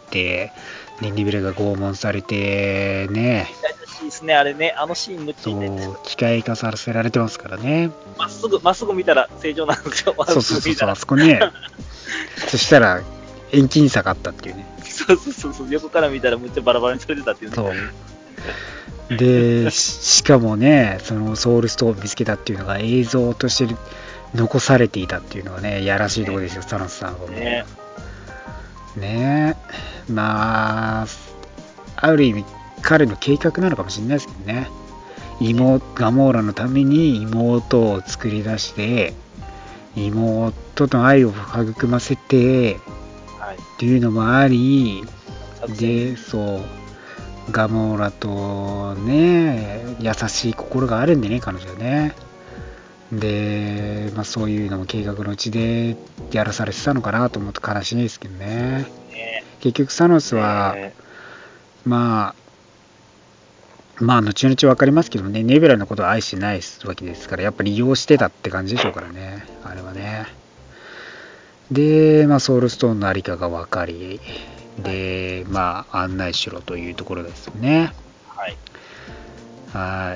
Speaker 2: ね、ネビラが拷問されてね、
Speaker 1: いいですね、あれね、あのシーンむっちゃ痛いです。
Speaker 2: そう、機械化させられてますからね。
Speaker 1: まっすぐ、まっすぐ見たら正常なんですよ。
Speaker 2: そうそうそうそう、あそこね。そしたら、遠近差があったっていうね。
Speaker 1: そうそうそうそう、横から見たらむっちゃバラバラにされてたっていうね。
Speaker 2: そう。で、しかもね、そのソウルストーン見つけたっていうのが映像として残されていたっていうのはね、やらしいところですよ、サノスさんはもう。ねねえ、まあ、ある意味、彼の計画なのかもしれないですけどね。妹ガモーラのために妹を作り出して妹の愛を育ませて、はい、っていうのもありで、そうガモーラとね優しい心があるんでね彼女はね。で、まあ、そういうのも計画のうちでやらされてたのかなと思うと悲しいですけどね。ね結局サノスは、ね、まあまあ後々分かりますけどね、ネビュラのことは愛してないわけですから、やっぱり利用してたって感じでしょうからね、あれはね。で、まあ、ソウルストーンのありかが分かり、で、まあ、案内しろというところですよね。はい。はい。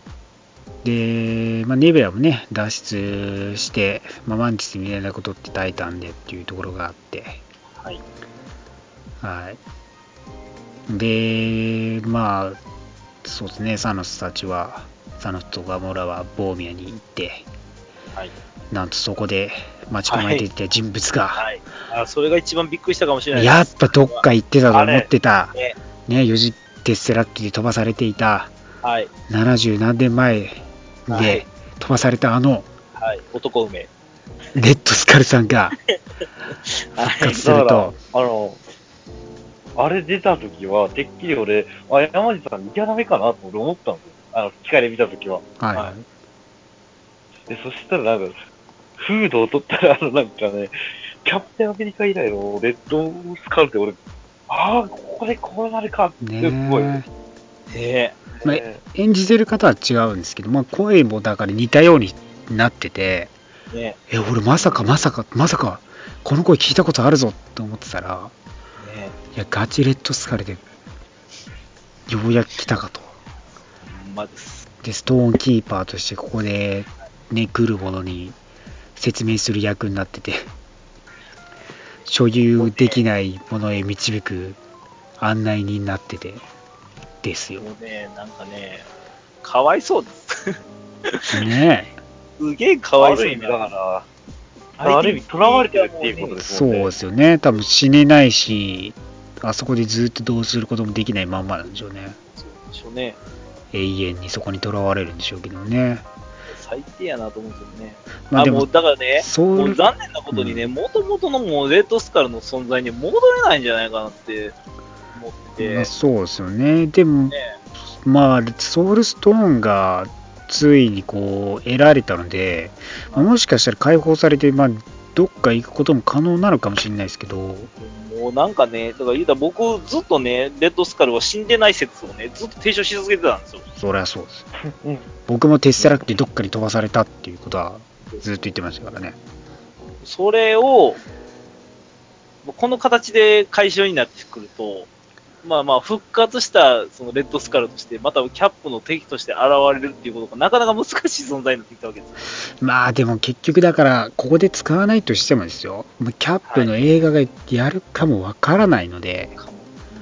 Speaker 2: で、まあ、ネビュラもね、脱出して、まあ、マンチスに見えないことってタイタンでっていうところがあって、はい。はい。で、まあ、そうですね、サノスたちは、サノスとガモラはボーミアに行って、はい、なんとそこで待ち構えていた人物が、はい
Speaker 1: はい、あそれが一番びっくりしたかもしれない
Speaker 2: です。やっぱどっか行ってたと思ってた、ねね、四次テッセラッキで飛ばされていた、はい、ななじゅう何年前で飛ばされたあの、
Speaker 1: はい、男梅
Speaker 2: レッドスカルさんが復活すると、
Speaker 3: はい、あのあれ出たときは、てっきり俺、あ、山地さん、キャラメかなと俺思ったんですよ。あの、機械で見たときは。はい。はい、で、そしたらなんか、フードを取ったら、あの、なんかね、キャプテンアメリカ以来のレッドスカルで俺、ああ、ここでこうなるかってすごい。ね
Speaker 2: え。まあ、演じてる方は違うんですけど、まあ、声もだから似たようになってて、ね、え、俺まさかまさか、まさか、この声聞いたことあるぞって思ってたら、ね、いやガチレッドスカルでようやく来たかと、ま、でストーンキーパーとしてここで、ね、来るものに説明する役になってて所有できないものへ導く案内人になっててですよ。
Speaker 1: もうね、なんかねかわいそうです
Speaker 2: ねえ
Speaker 1: すげえかわいそう
Speaker 3: だからある意味囚われてるっていうことですもんね。
Speaker 2: そうですよね。多分死ねないし、あそこでずっとどうすることもできないまんまなんでしょうね。
Speaker 1: そうでしょうね。
Speaker 2: 永遠にそこに囚われるんでしょうけどね。
Speaker 1: 最低やなと思うんですよね。まあ、でも、あもうだからね、もう残念なことにね、もともとのもうレッドスカルの存在に戻れないんじゃないかなって思ってて。まあ、
Speaker 2: そうですよね。でも、ね、まあ、ソウルストーンがついにこう得られたので、まあ、もしかしたら解放されて、まあ、どっか行くことも可能なのかもしれないですけど、
Speaker 1: もうなんかね、だから言うたら僕ずっとね、レッドスカルは死んでない説をね、ずっと提唱し続けてたんですよ。
Speaker 2: そりゃそうです。僕もテッセラクトでどっかに飛ばされたっていうことはずっと言ってましたからね。
Speaker 1: それを、この形で解消になってくると、まあまあ復活したそのレッドスカルとしてまたキャップの敵として現れるっていうことがなかなか難しい存在になってきたわけです。
Speaker 2: まあでも結局だからここで使わないとしてもですよ、キャップの映画がやるかもわからないので、はい、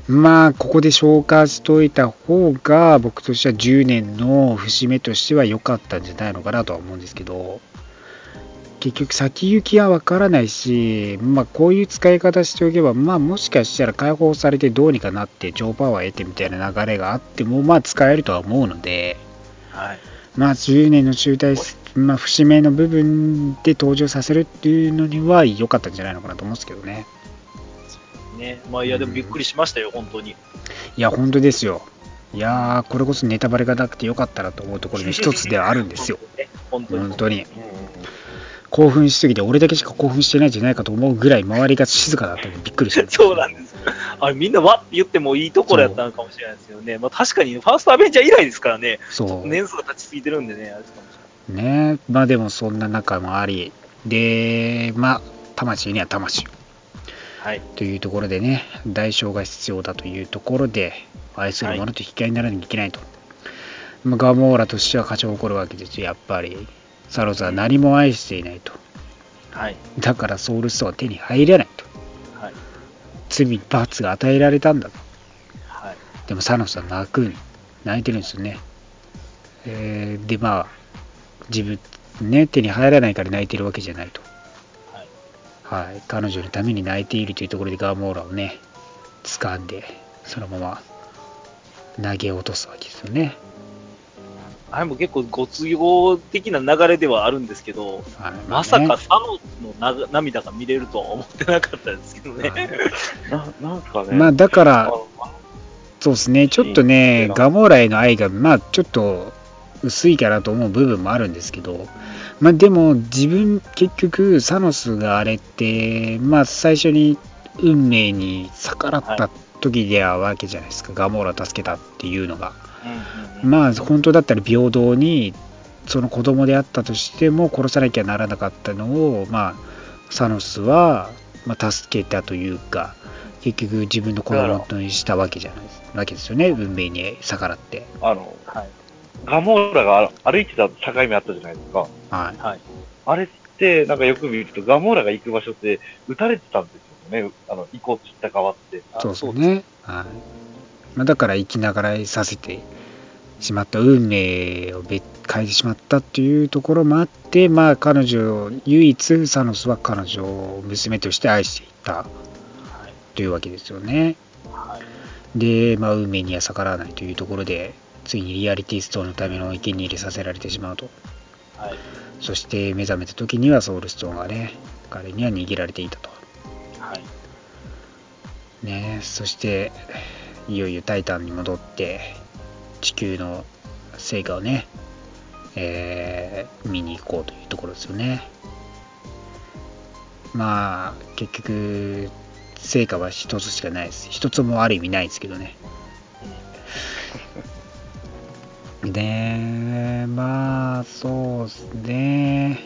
Speaker 2: まあここで消化しといた方が僕としてはじゅうねんの節目としては良かったんじゃないのかなとは思うんですけど、結局先行きは分からないし、まあこういう使い方しておけば、まあもしかしたら解放されてどうにかなって超パワー得てみたいな流れがあってもまあ使えるとは思うので、
Speaker 1: はい、
Speaker 2: まあじゅうねんの集大、まあ、節目の部分で登場させるっていうのには良かったんじゃないのかなと思うんですけどね。
Speaker 1: ね、まあいやでもびっくりしましたよ、うん、本当に。
Speaker 2: いや本当ですよ。いやーこれこそネタバレがなくてよかったなと思うところの一つではあるんですよ。本当に本当に興奮しすぎて俺だけしか興奮してないんじゃないかと思うぐらい周りが静かだったのでびっくりしたんです。
Speaker 1: そうなんです。あれみんなわって言ってもいいところやったのかもしれないですけどね。まあ確かにファーストアベンジャー以来ですからね。そう年数が経ちすぎてるんでね、あれかもしれない。
Speaker 2: ね、まあでもそんな中もありで、まあ魂には魂を、はい、というところでね、代償が必要だというところで愛する者と引き換えにならなきゃいけないと、はい、まあ、ガモーラとしては勝ち誇るわけですよ。やっぱりサロスは何も愛していないと、はい、だからソウルストーンは手に入れないと、はい、罪罰が与えられたんだと、はい、でもサノスは泣く泣いてるんですよね。えー、でまあ自分ね手に入らないから泣いてるわけじゃないと、はいはい、彼女のために泣いているというところでガーモーラをね掴んでそのまま投げ落とすわけですよね。
Speaker 1: あれも結構ご都合的な流れではあるんですけど、はいまあね、まさかサノスのな涙が見れるとは思ってなかったですけどね。
Speaker 3: ななんすかね。
Speaker 2: まあだからそうですね、ちょっとねガモーラへの愛がまあちょっと薄いかなと思う部分もあるんですけど、まあでも自分結局サノスがあれってまあ最初に運命に逆らった時ではわけじゃないですか、はい、ガモーラを助けたっていうのが、うんうん、まあ本当だったら平等にその子供であったとしても殺さなきゃならなかったのをまあサノスはまあ助けたというか結局自分の子供にしたわけじゃないわけですよね、運命に逆らって。
Speaker 3: あの、はい、ガモーラが歩いてた境目あったじゃないですか。はい。はい、あれって、なんかよく見ると、ガモーラが行く場所って、撃たれてたんですよね。あの、行こうとした側って。
Speaker 2: そうそうね。はい。まあ、だから生きながらえさせてしまった、運命を変えてしまったっていうところもあって、まあ彼女、唯一サノスは彼女を娘として愛していた、はい、というわけですよね。はい、で、まあ運命には逆らわないというところで、ついにリアリティストーンのための生贄に入れさせられてしまうと、はい、そして目覚めた時にはソウルストーンがね彼には握られていたと、はいね、そしていよいよタイタンに戻って地球の成果をね、えー、見に行こうというところですよね。まあ結局成果は一つしかないです。一つもある意味ないですけどね。で、まあ、そうですね。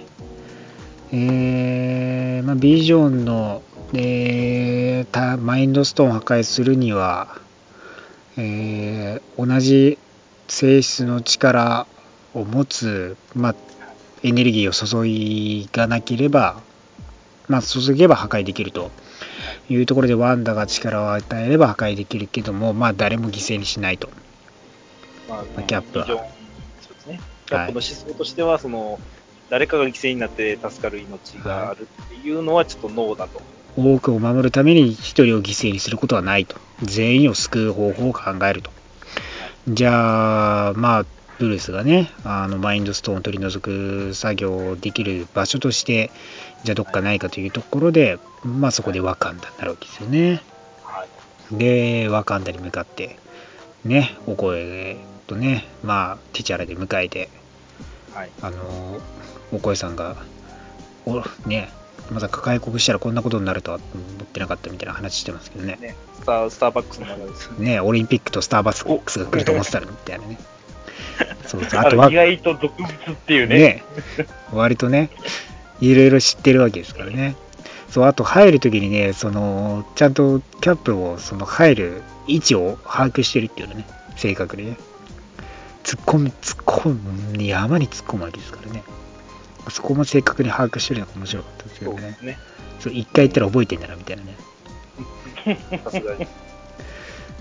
Speaker 2: えー、まあ、ビジョンの、えー、マインドストーンを破壊するには、えー、同じ性質の力を持つ、まあ、エネルギーを注がなければ、まあ、注げば破壊できるというところで、ワンダが力を与えれば破壊できるけども、まあ、誰も犠牲にしないと。
Speaker 1: まあ、まあ、キャップは。そうですね。キャップの思想としては、その、はい、誰かが犠牲になって助かる命があるっていうのはちょっとノーだと。
Speaker 2: 多くを守るために一人を犠牲にすることはないと。全員を救う方法を考えると。じゃあ、まあ、ブルースがね、あのマインドストーンを取り除く作業をできる場所として、じゃあどっかないかというところで、まあそこでワカンダになるわけですよね。で、ワカンダに向かって、ね、お声とね、まあ、ティチャラで迎えて、はい、あの、お声さんが、おね、まさか開国したらこんなことになるとは思ってなかったみたいな話してますけどね。
Speaker 1: ねスター、スターバックスの中です
Speaker 2: よね。オリンピックとスターバックスが来ると思ってたのみたいなね。
Speaker 3: そうそう、あとは意外と俗物っていうね。ね、
Speaker 2: 割とね、いろいろ知ってるわけですからね。そう、あと入るときにね、そのちゃんとキャップをその入る位置を把握してるっていうのね、正確にね。突っ込み突っ込む山に突っ込むわけですからね。そこも正確に把握してるのが面白かったですけどね。そうですね。そう一回言ったら覚えてんだなみたいなね。さすがに。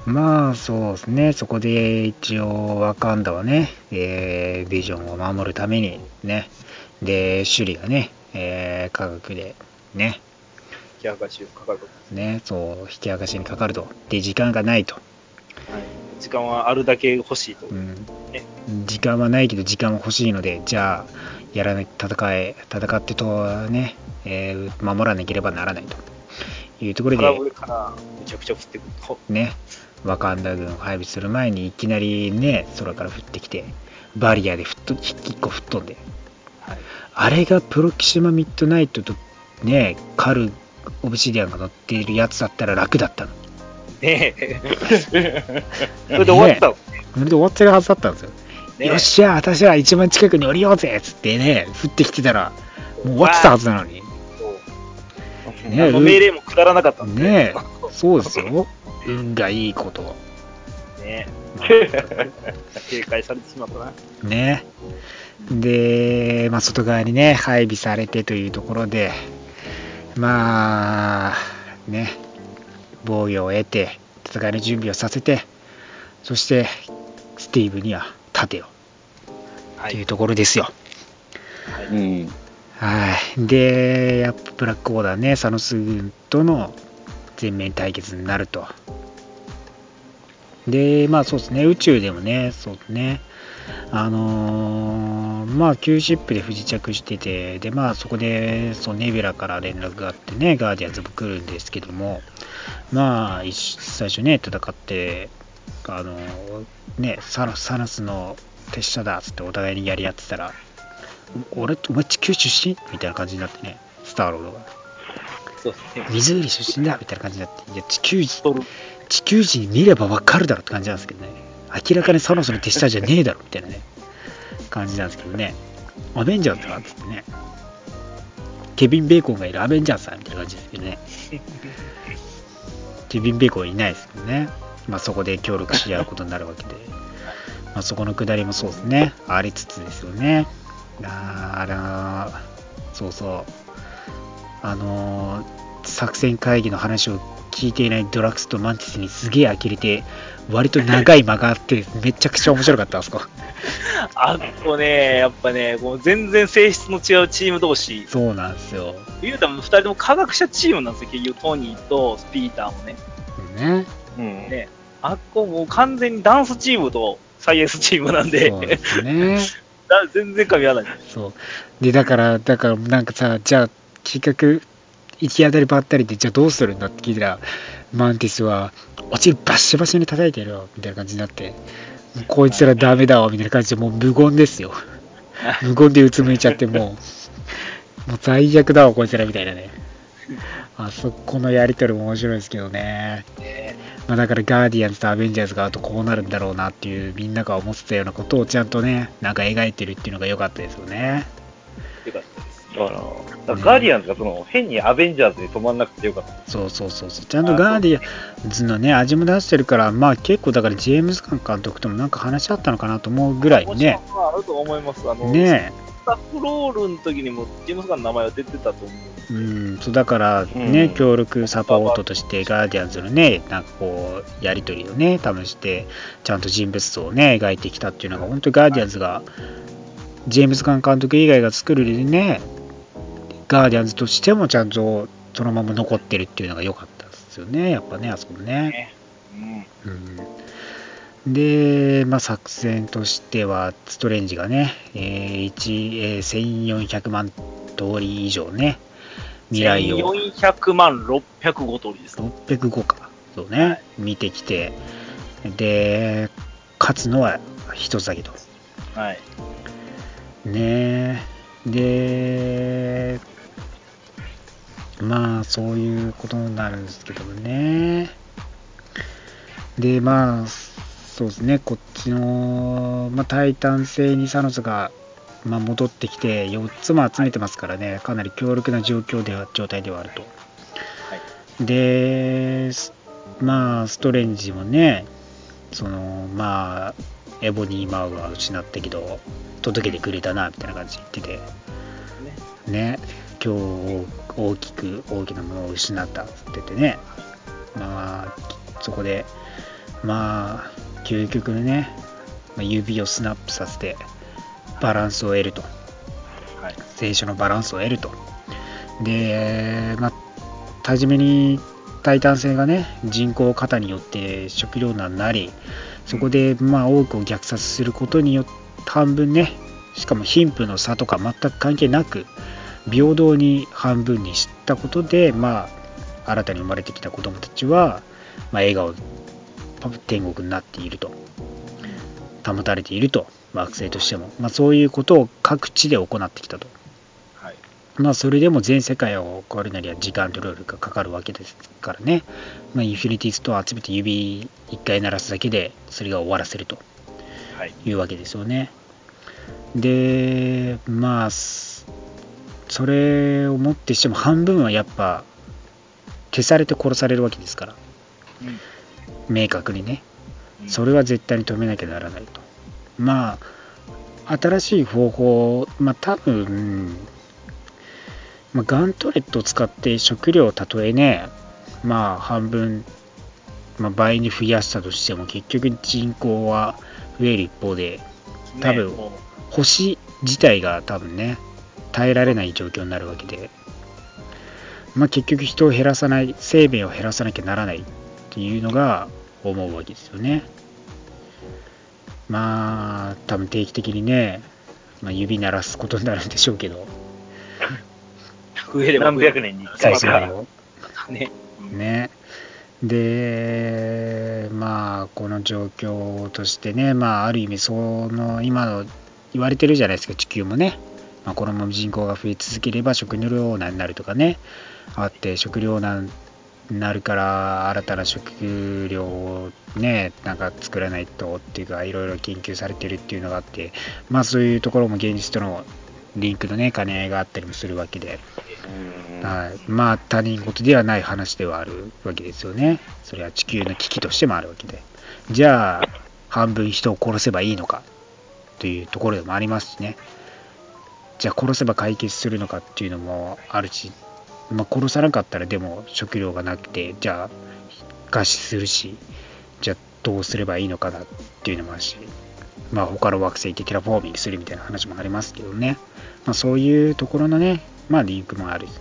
Speaker 2: まあそうですね、そこで一応ワカンダはね、えー、ビジョンを守るためにね、で、シュリがね、えー、科学でね、
Speaker 1: 引き剥がしをかかると。
Speaker 2: ね、そう、引き剥がしにかかると。で、時間がないと。
Speaker 1: はい。時間はあるだけ欲しいと。
Speaker 2: うん。
Speaker 1: ね、
Speaker 2: 時間はないけど時間は欲しいので、じゃあ、やらない、戦え、戦ってとね、えー、守らなければならないというところで、
Speaker 1: 上からめちゃくちゃ降ってくると。
Speaker 2: ね、ワカンダ軍を配備する前にいきなりね、空から降ってきて、バリアでふっと一個吹っ飛んで、はい、あれがプロキシマミッドナイトとね、カル・オブシディアンが乗っているやつだったら楽だったの。ねえ。それで終わったの、ね、それで終わってるはずだったんですよ。ね、よっしゃ、私は一番近くに降りようぜっつってね、降ってきてたら、もう終わってたはずなのに。
Speaker 1: ね、あの命令もくだらなかったんで。
Speaker 2: ねえ、そうですよ。運がいいこと。
Speaker 1: ね警戒されてしまったな。
Speaker 2: ねで、まあ、外側にね、配備されてというところで、まあ、ね、防御を得て、戦いの準備をさせて、そして、スティーブには盾を、はい、というところですよ。はい。うん、はい。で、やっぱブラックオーダーね、サノス軍との全面対決になると。で、まあそうですね、宇宙でもね、そうですね、あのー、まあ、Qシップで不時着してて、で、まあ、そこで、そう、ネビュラから連絡があってね、ガーディアンズも来るんですけども、まあ、最初ね、戦って、あのー、ね、サナ、サナスの手下だっつってお互いにやり合ってたら、俺、お前地球出身みたいな感じになってね、スターロードが。そうですね。湖出身だみたいな感じになって、いや、地球人、地球人見ればわかるだろって感じなんですけどね。明らかにサノスの手下じゃねえだろみたいなね感じなんですけどね。アベンジャーズかっつってね、ケビン・ベーコンがいるアベンジャーズさんみたいな感じですけどね。ケビン・ベーコンはいないですけどね。まあそこで協力し合うことになるわけで、まあそこのくだりもそうですね、ありつつですよね。ああら、そうそう、あのー、作戦会議の話を聞いていないドラックスとマンティスにすげえ呆れて、割と長い間があってめちゃくちゃ面白かったあそこ。
Speaker 1: あとね、やっぱね、もう全然性質の違うチーム同士。
Speaker 2: そうなんですよ。
Speaker 1: 言うたらふたりとも科学者チームなんですよ、結局トニーとスピーターもね。
Speaker 2: ね。
Speaker 1: うん。ね。あっこもう完全にダンスチームとサイエンスチームなんで。そうですね。全然噛み合わない。
Speaker 2: そう。で、だから、だからなんかさ、じゃあ、企画、行き当たりばったりで、じゃあどうするんだって聞いたら、マンティスは、落ちるバッシバシに叩いてやるよ、みたいな感じになって、こいつらダメだわ、みたいな感じで、もう無言ですよ。無言でうつむいちゃって、もう、もう最悪だわ、こいつら、みたいなね。あそこのやりとりも面白いですけどね。まあ、だからガーディアンズとアベンジャーズがあとこうなるんだろうなっていう、みんなが思ってたようなことをちゃんとね、なんか描いてるっていうのが良かったですよね。
Speaker 3: よかったです。だから、だからガーディアンズがその変にアベンジャーズで止まんなくてよかった。
Speaker 2: そうそうそうそう。ちゃんとガーディアンズのね、味も出してるから、まあ結構だからジェームズ監督ともなんか話し合ったのかなと思うぐらいね。
Speaker 1: あると思います。あの
Speaker 2: ねえ。
Speaker 1: スタッフロールの時にもジェームズガンの名前は出てたと思う。
Speaker 2: うん、そうだからね、うん、協力サポートとしてガーディアンズのね、なんかこうやり取りをね、試してちゃんと人物像をね描いてきたっていうのが本当にガーディアンズがジェームズガン監督以外が作るでね、ガーディアンズとしてもちゃんとそのまま残ってるっていうのが良かったですよね、やっぱね、あそこね。うんうん、で、まあ、作戦としてはストレンジがね、えーいちえー、せんよんひゃくまん通り以上ね、未来を
Speaker 1: せんよんひゃくまんろっぴゃくご通りです。
Speaker 2: ろっぴゃくごか、そうね、はい、見てきて、で、勝つのは一つだけと。
Speaker 1: はい。
Speaker 2: ねで、まあ、そういうことになるんですけどね。で、まあ、そうですね、こっちの、まあ、タイタン星にサノスが、まあ、戻ってきてよっつも集めてますからね、かなり強力な状況では状態ではあると。はい、で、まあ、ストレンジもね、その、まあ、エボニー・マウは失ったけど、届けてくれたな、みたいな感じで言ってて、ね、今日大きく大きなものを失ったって言っててね、まあ、そこで、 まあ究極のね、まあ、指をスナップさせてバランスを得ると、はい、聖書のバランスを得ると。で、まあ初めにタイタン星がね人口過多によって食糧難になり、そこでまあ多くを虐殺することによって半分ね、しかも貧富の差とか全く関係なく平等に半分にしたことで、まあ新たに生まれてきた子供たちは、まあ、笑顔天国になっていると、保たれていると、惑星としても、まあ、そういうことを各地で行ってきたと、はい、まあそれでも全世界を超えるなりは時間と労力がかかるわけですからね、まあ、インフィニティストーンを集めて指いっかい鳴らすだけでそれが終わらせるというわけですよね。でまあそれをもってしても半分はやっぱ消されて殺されるわけですから、うん、明確にね、それは絶対に止めなきゃならないと。まあ新しい方法、まあ多分、まあ、ガントレットを使って食料をたとえね、まあ半分、まあ、倍に増やしたとしても結局人口は増える一方で、多分星自体が多分ね耐えられない状況になるわけで、まあ、結局人を減らさない、生命を減らさなきゃならないっていうのが思うわけですよね。まあ多分定期的にね、まあ、指鳴らすことになるんでしょうけど
Speaker 3: 増えれば何百年に一回か
Speaker 2: ねねでまあこの状況としてね、まあある意味その今の言われてるじゃないですか、地球もね、まあ、このまま人口が増え続ければ食糧難になるとかねあって、食糧難になるから新たな食料をねなんか作らないとっていうかいろいろ研究されてるっていうのがあって、まあそういうところも現実とのリンクのね兼ね合いがあったりもするわけで、はい、まあ他人事ではない話ではあるわけですよね。それは地球の危機としてもあるわけで、じゃあ半分人を殺せばいいのかというところでもありますしね。じゃあ殺せば解決するのかっていうのもあるし、まあ、殺さなかったらでも食料がなくてじゃあ餓死するし、じゃあどうすればいいのかなっていうのもあるし、まあ他の惑星でテラフォーミングするみたいな話もありますけどね、まあ、そういうところのねまあリンクもある。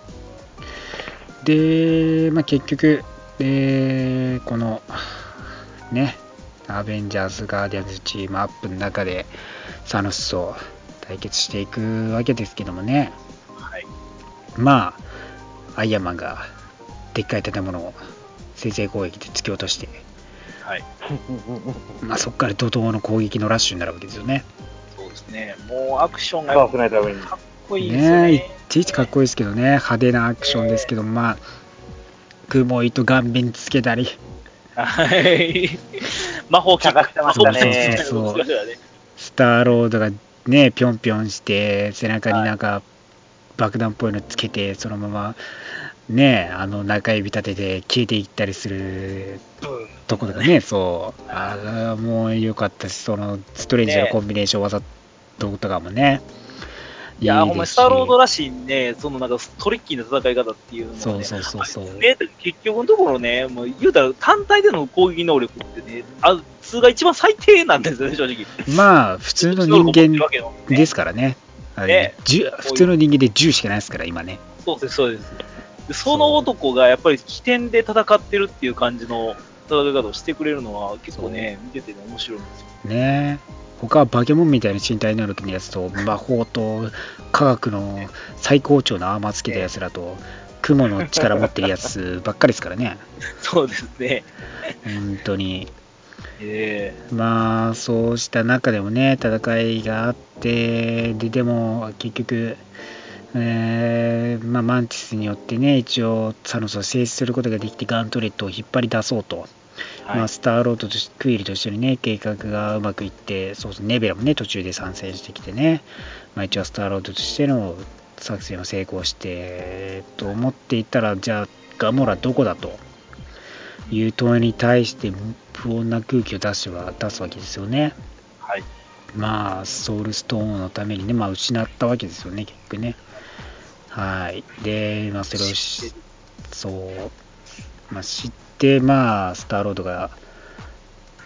Speaker 2: で、まあ、結局、えー、このねアベンジャーズガーディアンズチームアップの中でサノスと対決していくわけですけどもね、はい、まあアイアンマンがでっかい建物を先制攻撃で突き落として、はい、まあそこから怒涛の攻撃のラッシュになるわけですよね。
Speaker 1: そうですね、もうアクションがかっこいいですよね。
Speaker 2: ね、いちいちかっこいいですけどね、派手なアクションですけど、まあ雲糸顔面つけたり、
Speaker 1: はい魔法キックしてましたね。
Speaker 2: そうそうそうそうスターロードがねぴょんぴょんして背中になんか爆弾っぽいのつけてそのままねあの中指立てて消えていったりするところがね、そうあもう良かったし、そのストレンジのコンビネーション技とかもね、
Speaker 1: いや、ほんまにスターロードらしいね、そのなんかトリッキーな戦い方っていうのはね、
Speaker 2: そうそうそうそう、
Speaker 1: ね、結局のところね、もう言うたら単体での攻撃能力ってね、あ普通が一番最低なんですよね、正直。
Speaker 2: まあ、普通の人間ですからね。ね普通の人間でじゅうしかないですから、今ね。
Speaker 1: そうです、そうです。その男がやっぱり起点で戦ってるっていう感じの戦い方をしてくれるのは結構ね、見てて、ね、面白いんですよ。
Speaker 2: ね他はバケモンみたいな身体能力のやつと魔法と科学の最高潮のアーマーつけたやつらと雲の力持ってるやつばっかりですからね。
Speaker 1: そうですね。
Speaker 2: 本当に。
Speaker 1: えー、
Speaker 2: まあそうした中でもね戦いがあってででも結局、えーまあ、マンティスによってね一応サノスを制止することができてガントレットを引っ張り出そうと。はいまあ、スターロードとしてクイリとしての、ね、計画がうまくいって、そうそうネベラも、ね、途中で参戦してきてね、まあ、一応スターロードとしての作戦を成功してと思っていたら、じゃあガモラどこだという問いに対して不穏な空気を出すは出すわけですよね。はい、まあソウルストーンのためにね、まあ、失ったわけですよね結局ね。はいで、まあ、それをそう、まあ、知ってでまあスターロードが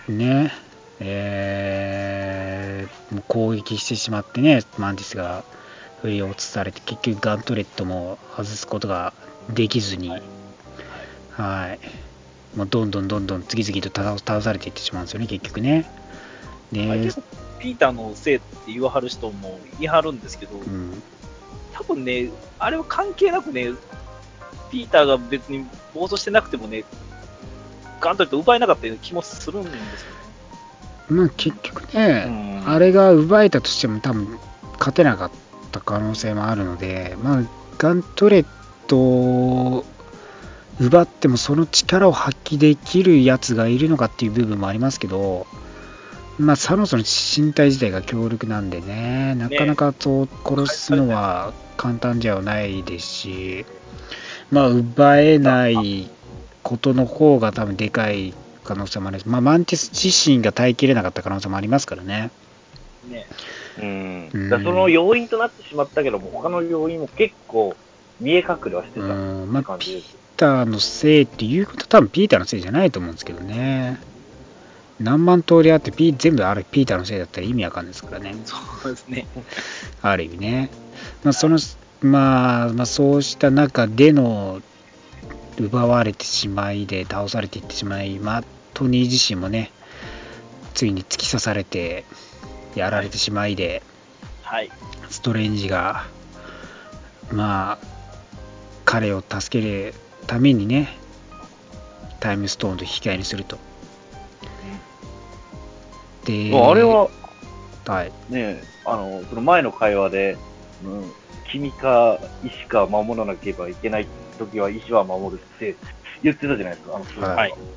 Speaker 2: ね、えー、もう攻撃してしまってね、マンティスが振り落とされて、結局ガントレットも外すことができずに、はい、はい、もうどんどんどんどん次々と倒倒されていってしまうんですよね、結局ね。で、
Speaker 1: 結構ピーターのせいって言わはる人も言いはるんですけど、うん、多分ね、あれは関係なくね、ピーターが別に暴走してなくてもね、ガントレット奪えなかったような気もするんですよね。
Speaker 2: まあ結局ね、あれが奪えたとしても多分勝てなかった可能性もあるので、まあ、ガントレットを奪ってもその力を発揮できるやつがいるのかっていう部分もありますけど、まあ、サノスの身体自体が強力なんでね、なかなかそう殺すのは簡単じゃないですし、まあ、奪えないことの方が多分でかい可能性もあります。まあ、マンティス自身が耐えきれなかった可能性もありますからね。
Speaker 3: ね、うん、うん、だその要因となってしまったけども、他の要因も結構見え隠れはしてたって感じです。
Speaker 2: ピーターのせいっていうことは多分ピーターのせいじゃないと思うんですけどね。何万通りあってピ全部あれピーターのせいだったら意味わかんないですからね。
Speaker 1: そうですね。
Speaker 2: ある意味ね。まあそのまあ、まあそうした中での奪われてしまいで倒されていってしまい、まあトニー自身もねついに突き刺されてやられてしまいで、
Speaker 1: はい、
Speaker 2: ストレンジがまあ彼を助けるためにねタイムストーンと引き換えにすると。
Speaker 3: であれは、
Speaker 2: はい、
Speaker 3: ねあのその前の会話で、うん、君か石か守らなければいけない時は石は守るって言ってたじゃないですか、あの人は。はい、だ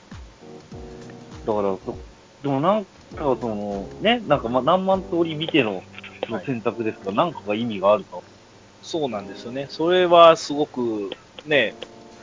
Speaker 3: からそ、でもなんかその、ね、なんかまあ何万通り見てのその選択ですが、はい、なんかが意味があると。
Speaker 1: そうなんですよね。それはすごくね、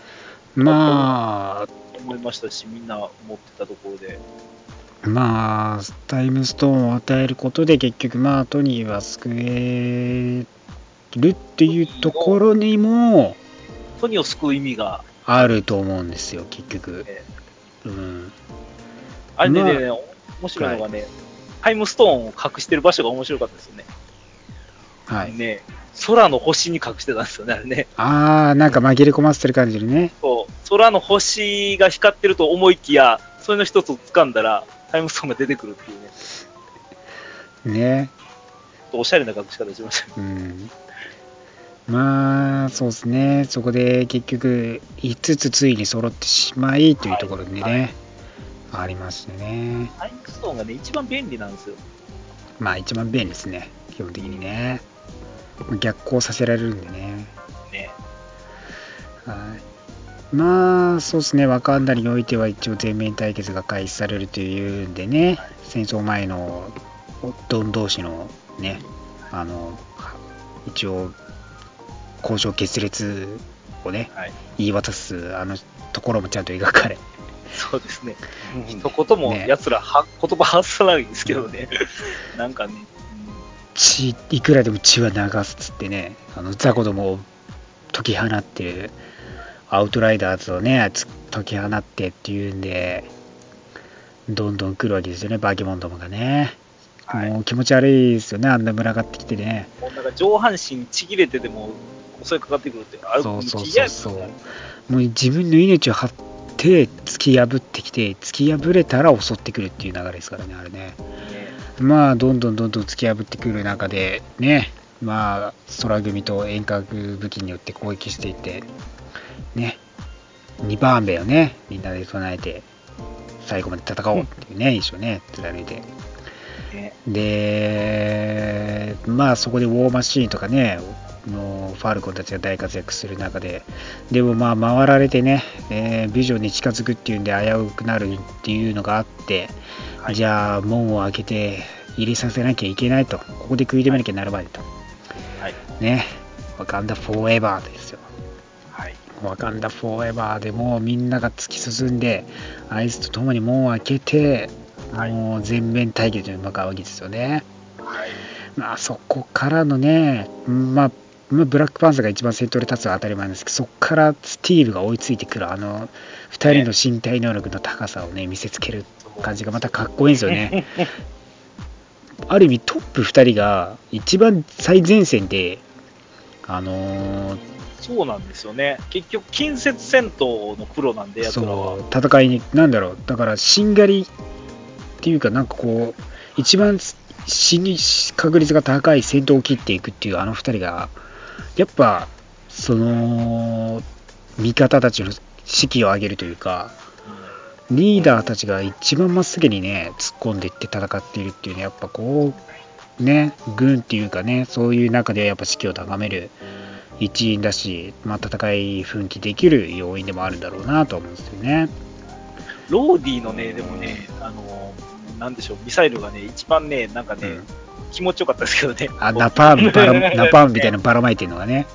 Speaker 2: まあ、
Speaker 1: 思いましたし、みんな思ってたところで。
Speaker 2: まあ、タイムストーンを与えることで結局、まあ、トニーは救えるっていうところにも、
Speaker 1: トニーを救う意味が
Speaker 2: あると思うんですよ、結局。えー、うん。
Speaker 1: あれでね、まあ、面白いのがね、はい、タイムストーンを隠してる場所が面白かったですよね。
Speaker 2: はい。
Speaker 1: ね、空の星に隠してたんですよね、あれね。
Speaker 2: ああ、なんか紛れ込ませてる感じでね。
Speaker 1: そう、空の星が光ってると思いきや、それの一つを掴んだら、タイムストーンが出てくるっていうね。
Speaker 2: ね。
Speaker 1: おしゃれな隠し方しました、
Speaker 2: ね。うん。まあ、そうですね。そこで結局、いつつついに揃ってしまいというところでね、はいはい、ありましてね。
Speaker 1: タイムストーンがね、一番便利なんですよ。
Speaker 2: まあ、一番便利ですね。基本的にね。逆行させられるんでね。
Speaker 1: ね。
Speaker 2: はい。まあ、そうですね。ワカンダにおいては一応全面対決が開始されるというんでね、はい、戦争前のドン同士のね、あの、一応、交渉決裂をね、はい、言い渡すあのところもちゃんと描かれ。
Speaker 1: そうですね。一言もやつらは、ね、言葉発さないんですけどね。なんかね、
Speaker 2: 血いくらでも血は流すっつってね、あのザコどもを解き放ってるアウトライダーズをね解き放ってっていうんでどんどん来るわけですよね、バケモンどもがね。はい、もう気持ち悪いですよね、あんな群がってきてね。
Speaker 1: もうなんか上半身ちぎれてでも襲いかかってくるって、あれ
Speaker 2: そうそうそうそう、もう自分の命を張って突き破ってきて、突き破れたら襲ってくるっていう流れですからね、あれね。ね、まあどんどんどんどん突き破ってくる中でね、まあ空組と遠隔武器によって攻撃していってね、にバーンベをねみんなで備えて最後まで戦おうっていうね、うん、一緒ね貫いて、ね、でまあそこでウォーマシーンとかねのファルコンたちが大活躍する中で、でもまあ回られてね、えー、ビジョンに近づくっていうんで危うくなるっていうのがあって、はい、じゃあ門を開けて入れさせなきゃいけないと、ここで食い止めなきゃならないと、はい、ね、ワカンダフォーエバーですよ。はい、ワカンダフォーエバーでもうみんなが突き進んでアイスとともに門を開けて、はい、もう全面対決に向かうわけですよね。はい、まあそこからのね、まあブラックパンサーが一番先頭で立つのは当たり前なんですけど、そこからスティーブが追いついてくるあのふたりの身体能力の高さをね見せつける感じがまたかっこいいんですよね。ある意味トップふたりが一番最前線で、あのー、
Speaker 1: そうなんですよね。結局近接戦闘のプロなんで、やつらは。
Speaker 2: そう戦いになんだろう、だからしんがりっていうか、なんかこう一番死に確率が高い戦闘を切っていくっていうあのふたりがやっぱその味方たちの士気を上げるというか、リーダーたちが一番真っ先にね突っ込んでいって戦っているっていうね、やっぱこうね軍っていうかね、そういう中でやっぱ士気を高める一員だし、まあ、戦い奮起できる要因でもあるんだろうなと思うんですよね。
Speaker 1: ローディーのね、でもね、あのなんでしょう、ミサイルがね一番ねなんかね、うん、気持ちよかったですけどね。
Speaker 2: あ、ナパームバラナパームみたいなばらまいてるのがね。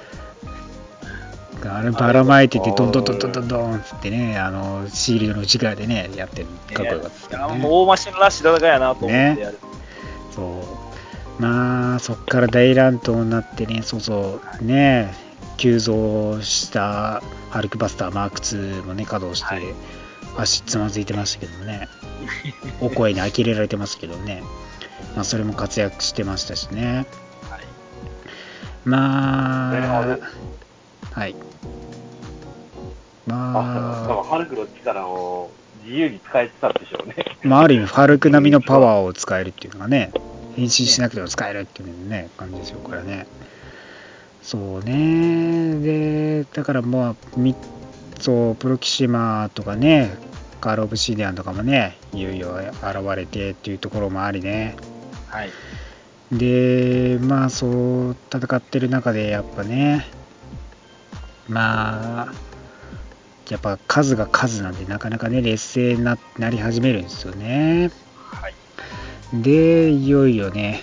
Speaker 2: あればらまいててドンドンドンドンドンドンってね、あのシールドの内側でねやってるかっこよかったですけどね。
Speaker 1: もう大マシンらしい戦いやなと思ってやる、ね、
Speaker 2: そうまあそっから大乱闘になってね、そうそうね急増したハルクバスターマークツーもね稼働して、はい、足つまずいてましたけどねお声に呆れられてますけどね、まあ、それも活躍してましたしね、はい、まあはい。
Speaker 3: まあ、ハルクの力を自由に使えてたんでしょうね。
Speaker 2: まあ、ある意味、ハルク並みのパワーを使えるっていうのがね、変身しなくても使えるっていうね、感じでしょうからね。そうね。で、だからまあ、そう、プロキシマとかね、カール・オブシディアンとかもね、いよいよ現れてっていうところもありね。
Speaker 1: はい。
Speaker 2: で、まあ、そう戦ってる中で、やっぱね、まあ、やっぱ数が数なんでなかなかね劣勢に な, なり始めるんですよね。
Speaker 1: はい、
Speaker 2: でいよいよね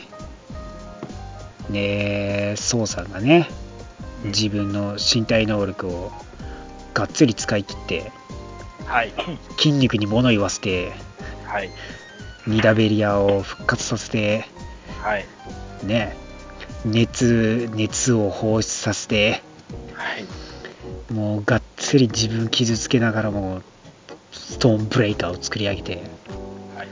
Speaker 2: ねソウさんがね自分の身体能力をがっつり使い切って、
Speaker 1: はい、
Speaker 2: 筋肉に物言わせて、
Speaker 1: はい、
Speaker 2: ニダベリアを復活させて、
Speaker 1: はい、
Speaker 2: ね熱熱を放出させて、
Speaker 1: はい、
Speaker 2: もうがっつり自分傷つけながらもストーンブレイカーを作り上げて、はい、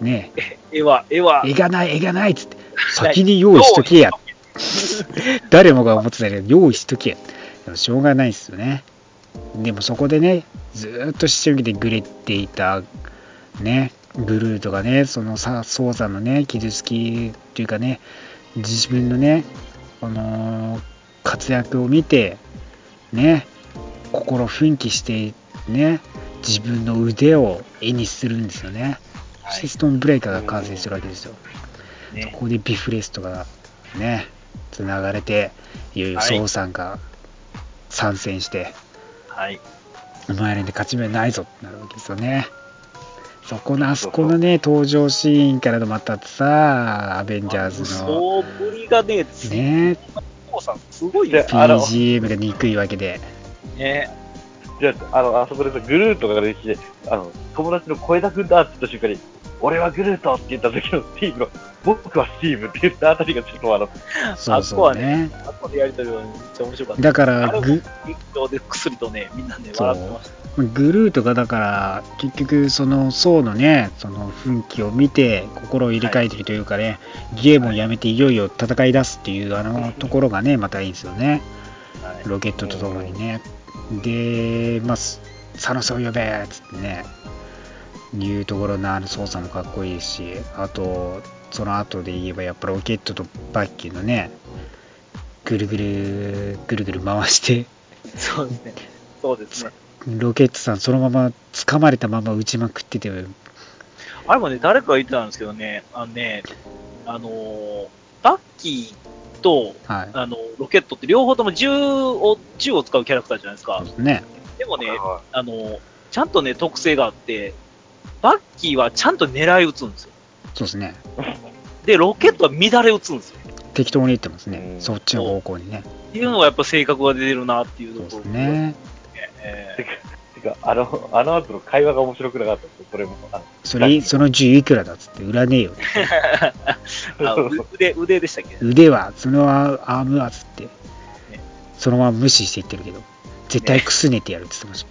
Speaker 2: ね
Speaker 1: え、絵は、絵は、
Speaker 2: 絵がない、絵がないっつって、先に用意しとけや。誰もが思ってたけど、用意しとけや。でもしょうがないっすよね。でもそこでね、ずーっと視聴器でグレていた、ね、グルートがね、そのさ、ソウさんのね、傷つきっていうかね、自分のね、この活躍を見て、ね、心奮起してね、自分の腕を絵にするんですよね。そしてストーンブレイカーが完成するわけですよ。ね、そこでビフレストがね、つながれて、いよいよソウさんが参戦して、はい、お前らに勝ち目ないぞってなるわけですよね。そこのあそこのね登場シーンからのまたさ、アベンジャーズの
Speaker 1: そうぶりがね、
Speaker 2: ね、
Speaker 1: すごい
Speaker 2: ピージーエム が憎いわけで。
Speaker 1: ね。
Speaker 3: じゃあ、あの、あそこでさ、グルートが出てきて、あの、友達の小枝くんだって言った瞬間に、俺はグルートって言った時のスティーブの、僕はスティーブって言ったあたりがちょっとあの、
Speaker 2: そうそうね。
Speaker 1: あそこでやりとりはめっちゃ面白かった。
Speaker 2: だからグ
Speaker 1: 劇場で薬とね、みんなね、笑ってました。
Speaker 2: グルートがだから結局そのソウのね、その奮起を見て心を入れ替えてるというかね、はい、ゲームをやめていよいよ戦い出すっていうあのところがね、またいいんですよね。はい、ロケットとともにね。で、まあ、サノスを呼べっつってね、いうところのある操作もかっこいいし、あと、その後で言えばやっぱロケットとバッキーのね、ぐるぐる、ぐるぐる回して、
Speaker 1: そうですね。そうですね。
Speaker 2: ロケットさんそのまま掴まれたまま撃ちまくってて、
Speaker 1: あれもね、誰かが言ってたんですけどね、あのね、あのー、バッキーと、はい、あのロケットって両方とも銃を銃を使うキャラクターじゃないですか。
Speaker 2: そうですね。
Speaker 1: でもね、あのちゃんとね特性があって、バッキーはちゃんと狙い撃つんですよ。
Speaker 2: そうですね。
Speaker 1: でロケットは乱れ撃つんですよ。
Speaker 2: 適当に言ってますね。そっちの方向にね。
Speaker 1: っていうのがやっぱ性格が出てるなっていうところ。
Speaker 2: そうですね。
Speaker 3: えー、てかあのあの後の会話が面白くなかったですよ。それもあの
Speaker 2: それその銃いくらだっつって売らねえよ
Speaker 1: あ腕腕でしたっけ。
Speaker 2: 腕はそのアームはっつって、ね、そのまま無視していってるけど絶対くすねてやるって言ってましたけど、ね、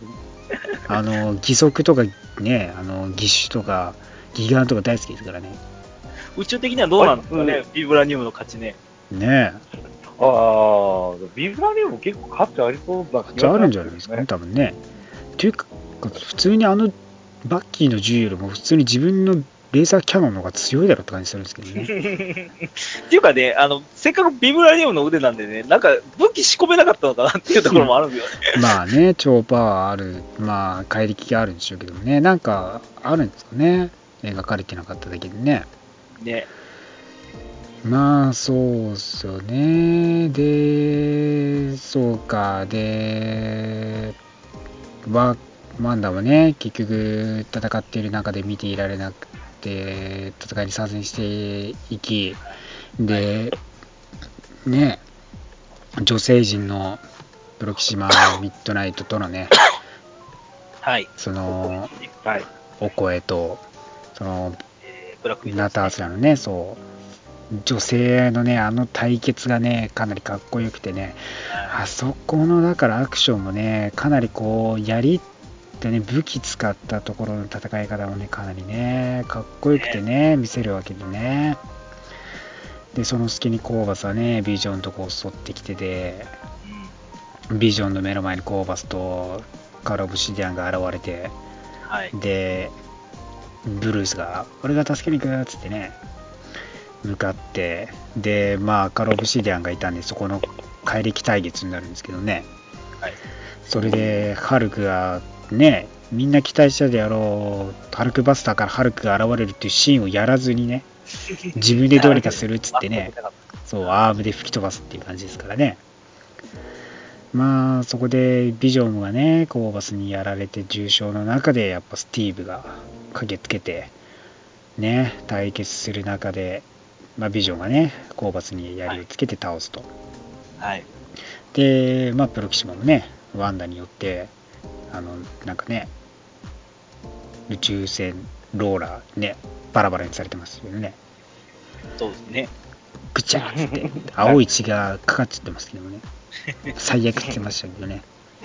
Speaker 2: あの義足とかね、あの義手とかギガンとか大好きですからね。
Speaker 1: 宇宙的にはどうなんですかね、ビブラニウムの価値ね。
Speaker 2: ね
Speaker 3: え。ああ、ビブラニウム結構価値ありそうだ
Speaker 2: 価値あるんじゃないですかね、多分ね。というか、普通にあのバッキーの銃よりも普通に自分のレーザーキャノンの方が強いだろうって感じするんですけどね。
Speaker 1: っていうかね、あの、せっかくビブラニウムの腕なんでね、なんか武器仕込めなかったのかなっていうところもあるんですよね。
Speaker 2: まあね、超パワーある、まあ怪力があるんでしょうけどもね、なんかあるんですかね、描かれてなかっただけでね。
Speaker 1: ね。
Speaker 2: まあそうっすよね。で、そうか、で、ワワンダもね、結局戦っている中で見ていられなくて、戦いに参戦していき、で、ね、女性陣のプロキシマミッドナイトとのね、
Speaker 1: はい、
Speaker 2: その、
Speaker 3: はい、
Speaker 2: お声と、その、
Speaker 1: えー、ブラックウィドウ
Speaker 2: ナタースラのね、そう、女性のね、あの対決がね、かなりかっこよくてね、はい、あそこの、だからアクションもね、かなりこう、やりってね、武器使ったところの戦い方もね、かなりね、かっこよくてね、見せるわけでね。で、その隙にコーバスはね、ビジョンとこう襲ってきてて、ビジョンの目の前にコーバスとカール・オブシディアンが現れて、
Speaker 1: はい、
Speaker 2: で、ブルースが、俺が助けに行くっつってね、向かって、で、まあ、カール・オブシディアンがいたんで、そこの怪力対決になるんですけどね、
Speaker 1: はい、
Speaker 2: それで、ハルクがね、みんな期待したであろう、ハルクバスターからハルクが現れるっていうシーンをやらずにね、自分でどうにかするっつってね、そう、アームで吹き飛ばすっていう感じですからね。まあ、そこでビジョンがね、コーバスにやられて重傷の中で、やっぱスティーブが駆けつけて、ね、対決する中で、まあ、ビジョンがね、コーバスに槍をつけて倒すと。
Speaker 1: はい。
Speaker 2: で、まあ、プロキシマもね、ワンダによって、あの、なんかね、宇宙船ローラーね、バラバラにされてますよね。
Speaker 1: そうですね。
Speaker 2: ぐちゃーっつって、青い血がかかっちゃってますけどね。最悪って言ってましたけどね。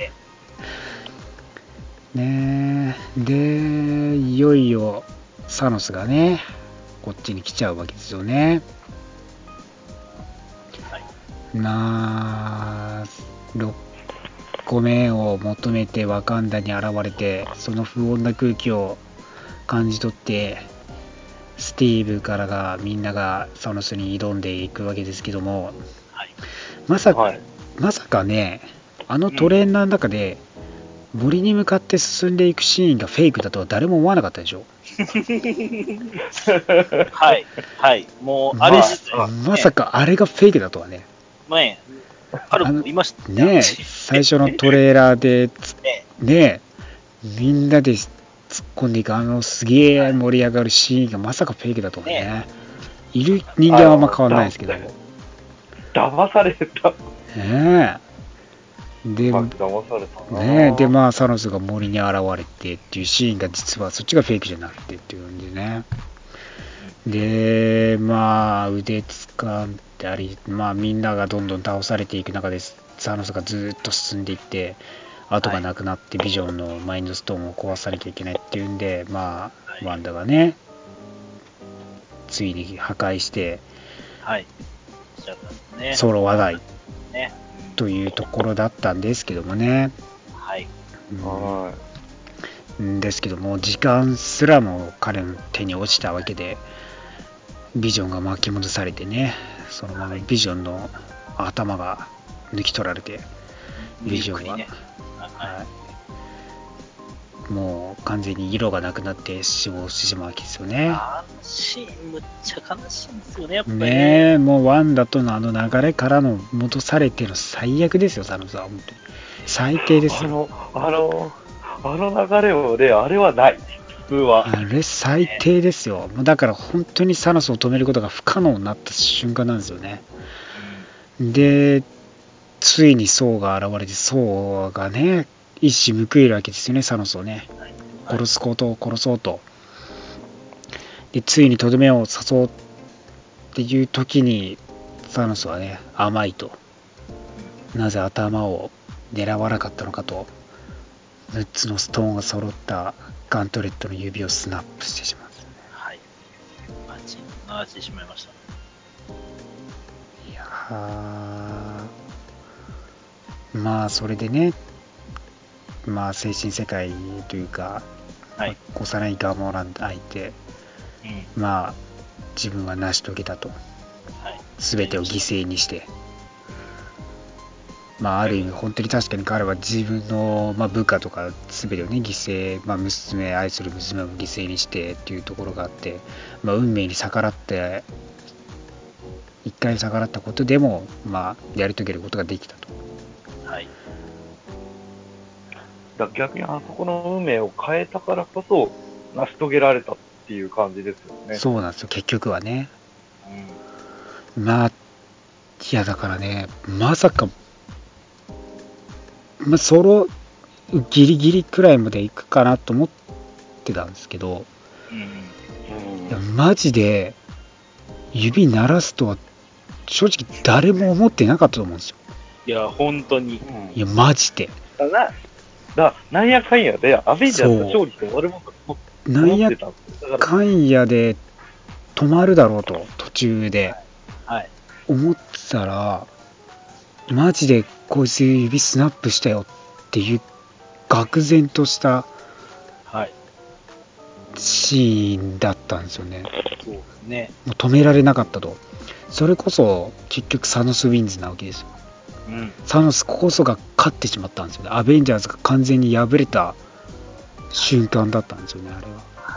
Speaker 2: ねえ、で、いよいよサノスがね、こっちに来ちゃうわけですよね。
Speaker 1: はい、
Speaker 2: まあ、ろっこめを求めてワカンダに現れて、その不穏な空気を感じ取って、スティーブからがみんながサノスに挑んでいくわけですけども、
Speaker 1: はい、
Speaker 2: まさか、
Speaker 3: はい、
Speaker 2: まさかね、あのトレーナーの中で、森に向かって進んでいくシーンがフェイクだとは誰も思わなかったでしょ。
Speaker 1: はい、はい、もう、あれ自体、
Speaker 2: まあ、まさかあれがフェイクだとはね。
Speaker 1: ね、ハルクもいました
Speaker 2: ね。ね、最初のトレーラーで、ね、みんなで突っ込んでいくあのすげえ盛り上がるシーンがまさかフェイクだとはね。ね、いる人間はあんま変わんないですけど。
Speaker 3: 騙された。
Speaker 2: ねえ。で、
Speaker 3: 騙された
Speaker 2: ね、でまあサノスが森に現れてっていうシーンが実はそっちがフェイクじゃなくてっていうんでね。でまあ腕つかんだり、まあみんながどんどん倒されていく中でサノスがずっと進んでいって後がなくなってビジョンのマインドストーンを壊さなきゃいけないっていうんで、まあワンダがねついに破壊して、
Speaker 1: はい、
Speaker 2: ソロ話題というところだったんですけどもね。
Speaker 1: はい。
Speaker 2: うん、ですけども時間すらも彼の手に落ちたわけで、ビジョンが巻き戻されてね、そのままビジョンの頭が抜き取られて、ビジョンは、ね、はい、もう完全に色がなくなって死亡してしまうわけですよね。
Speaker 1: あのシーンむっちゃ悲しいんですよね、やっぱり
Speaker 2: ね。ね、もうワンダとのあの流れからの戻されての最悪ですよ、サノスは。本当に最低ですよ。
Speaker 3: あの、あの、あの流れをね、あれはない。普通は。
Speaker 2: あれ最低ですよ。だから本当にサノスを止めることが不可能になった瞬間なんですよね。うん、で、ついにソーが現れて、ソーがね、一矢報いるわけですよね、サノスをね。殺すことを殺そうと。で、ついにとどめを刺そうっていう時に、サノスはね、甘いと。なぜ頭を狙わなかったのかと。 むっつのストーンが揃ったガントレットの指をスナップしてしまうんですよね。
Speaker 1: はい。マジ流してしまいました。
Speaker 2: いやー、まあそれでね、まあ精神世界というか、
Speaker 1: はい、
Speaker 2: 幼いガモラン相手、うん、まあ自分は成し遂げたと、はい、全てを犠牲にして、まあある意味本当に確かに彼は自分の、まあ、部下とか全てをね犠牲、まあ、娘愛する娘を犠牲にしてっていうところがあって、まあ、運命に逆らって一回逆らったことでも、まあ、やり遂げることができたと。
Speaker 3: はい。だ逆にあそこの運命を変えたからこそ成し遂げられたっていう感じですよね。
Speaker 2: そうなんですよ、結局はね。うん、まあ、いやだからね、まさか、まあ、ソロギリギリくらいまで行くかなと思ってたんですけど、うん、いやマジで指鳴らすとは正直誰も思ってなかったと思うんですよ。
Speaker 1: いや本当に、
Speaker 2: いやマジで
Speaker 3: だなだなんやかんやでアベンジャーズが勝利して終わるもんと思ってたんですよ。
Speaker 2: なんやかんやで止まるだろうと途中で思ってたら、マジでこいつ指スナップしたよっていう愕然としたシーンだったんですよね。
Speaker 1: そうですね。
Speaker 2: もう止められなかったと。それこそ結局サノス・ウィンズなわけですよ。うん、サノスこそが勝ってしまったんですよね。アベンジャーズが完全に敗れた瞬間だったんですよね、あれは。はい、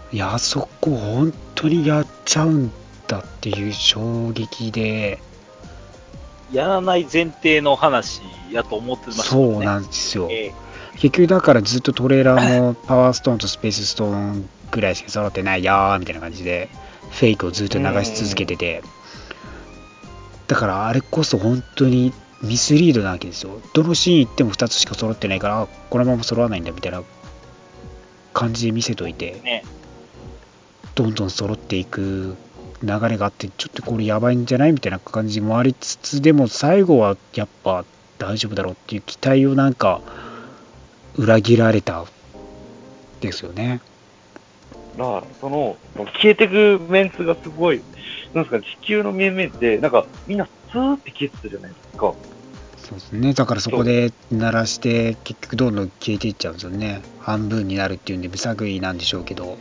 Speaker 2: いや、あそこ本当にやっちゃうんだっていう衝撃で、
Speaker 1: やらない前提の話やと思ってましたね。
Speaker 2: そうなんですよ、えー、結局だからずっとトレーラーもパワーストーンとスペースストーンぐらいしか揃ってないよーみたいな感じでフェイクをずっと流し続けてて、だからあれこそ本当にミスリードなわけですよ。どのシーン行ってもふたつしか揃ってないから、このまま揃わないんだみたいな感じで見せといて、ね、どんどん揃っていく流れがあって、ちょっとこれやばいんじゃないみたいな感じもありつつ、でも最後はやっぱ大丈夫だろうっていう期待をなんか裏切られたですよね。
Speaker 3: だからその消えてくメンツがすごい、なんですか、地球の面々ってなんかみんなスーって消えてたじゃないですか。
Speaker 2: そうですね。だからそこで鳴らして結局どんどん消えていっちゃうんですよね。半分になるっていうんで無作為なんでしょうけど。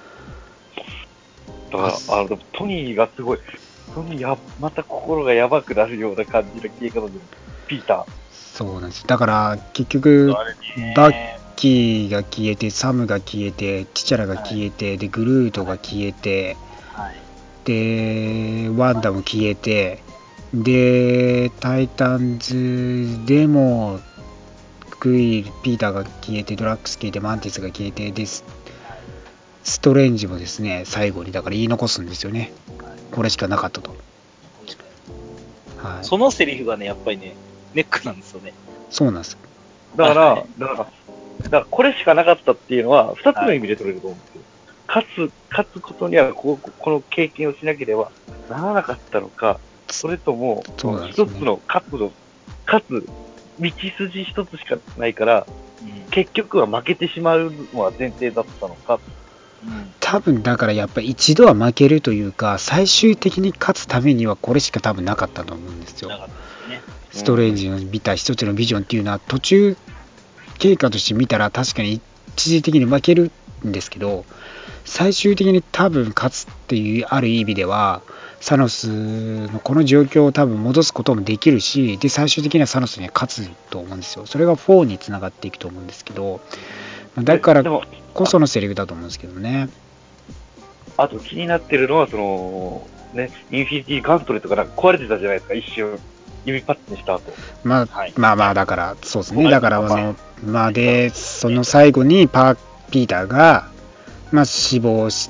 Speaker 3: だからあのトニーがすごい、トニーやまた心がやばくなるような感じの消え方で、ピーター。
Speaker 2: そうなんです。だから結局バッキーが消えて、サムが消えて、ティチャラが消えて、はい、でグルートが消えて、はい、でワンダも消えて、でタイタンズでもクイル、ピーターが消えて、ドラッグス消えて、マンティスが消えて、でストレンジもですね最後にだから言い残すんですよね。これしかなかったと。
Speaker 1: はい、そのセリフがねやっぱりねネックなんですよね。
Speaker 2: そうなんですよ。
Speaker 3: だから、はい、だから、だからこれしかなかったっていうのはふたつの意味で取れると思うんですよ。はい、勝つ、勝つことにはここの経験をしなければならなかったのか、それとも一つの勝つの、勝つ道筋一つしかないから、うん、結局は負けてしまうのは前提だったのか。
Speaker 2: うん、多分だからやっぱり一度は負けるというか最終的に勝つためにはこれしか多分なかったと思うんですよ。ね、ストレンジの見た一つのビジョンっていうのは途中経過として見たら確かに一時的に負けるんですけど、最終的に多分勝つっていうある意味ではサノスのこの状況を多分戻すこともできるし、で最終的にはサノスには勝つと思うんですよ。それがフォーにつながっていくと思うんですけど、だからこそのセリフだと思うんですけどね。
Speaker 3: あと気になってるのはそのね、インフィニティガントレットがなんか壊れてたじゃないですか、一瞬指パッチンした後。
Speaker 2: まあ、はい、まあまあだからそうですね。だからあのまあでその最後にパーピーターがまあ死亡して、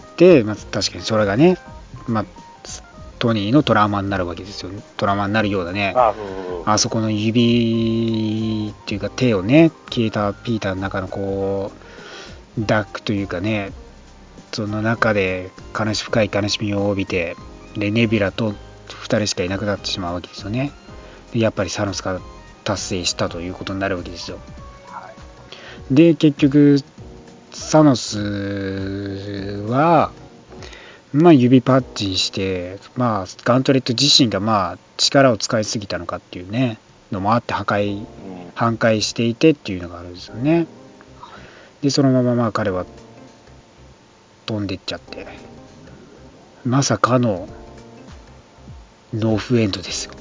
Speaker 2: まあ確かにそれがね、まあトニーのトラウマになるわけですよ。トラウマになるようだね。あ, あそこの指っていうか手をね消えたピーターの中のこうダックというかね、その中で悲し深い悲しみを帯びて、でネビュラとふたりしかいなくなってしまうわけですよね。でやっぱりサノスが達成したということになるわけですよ。はで結局サノスはまあ指パッチンして、まあガントレット自身がまあ力を使いすぎたのかっていうねのもあって破壊反壊していてっていうのがあるんですよね。でそのまままあ彼は飛んでっちゃって、まさかのノーフエンドですよ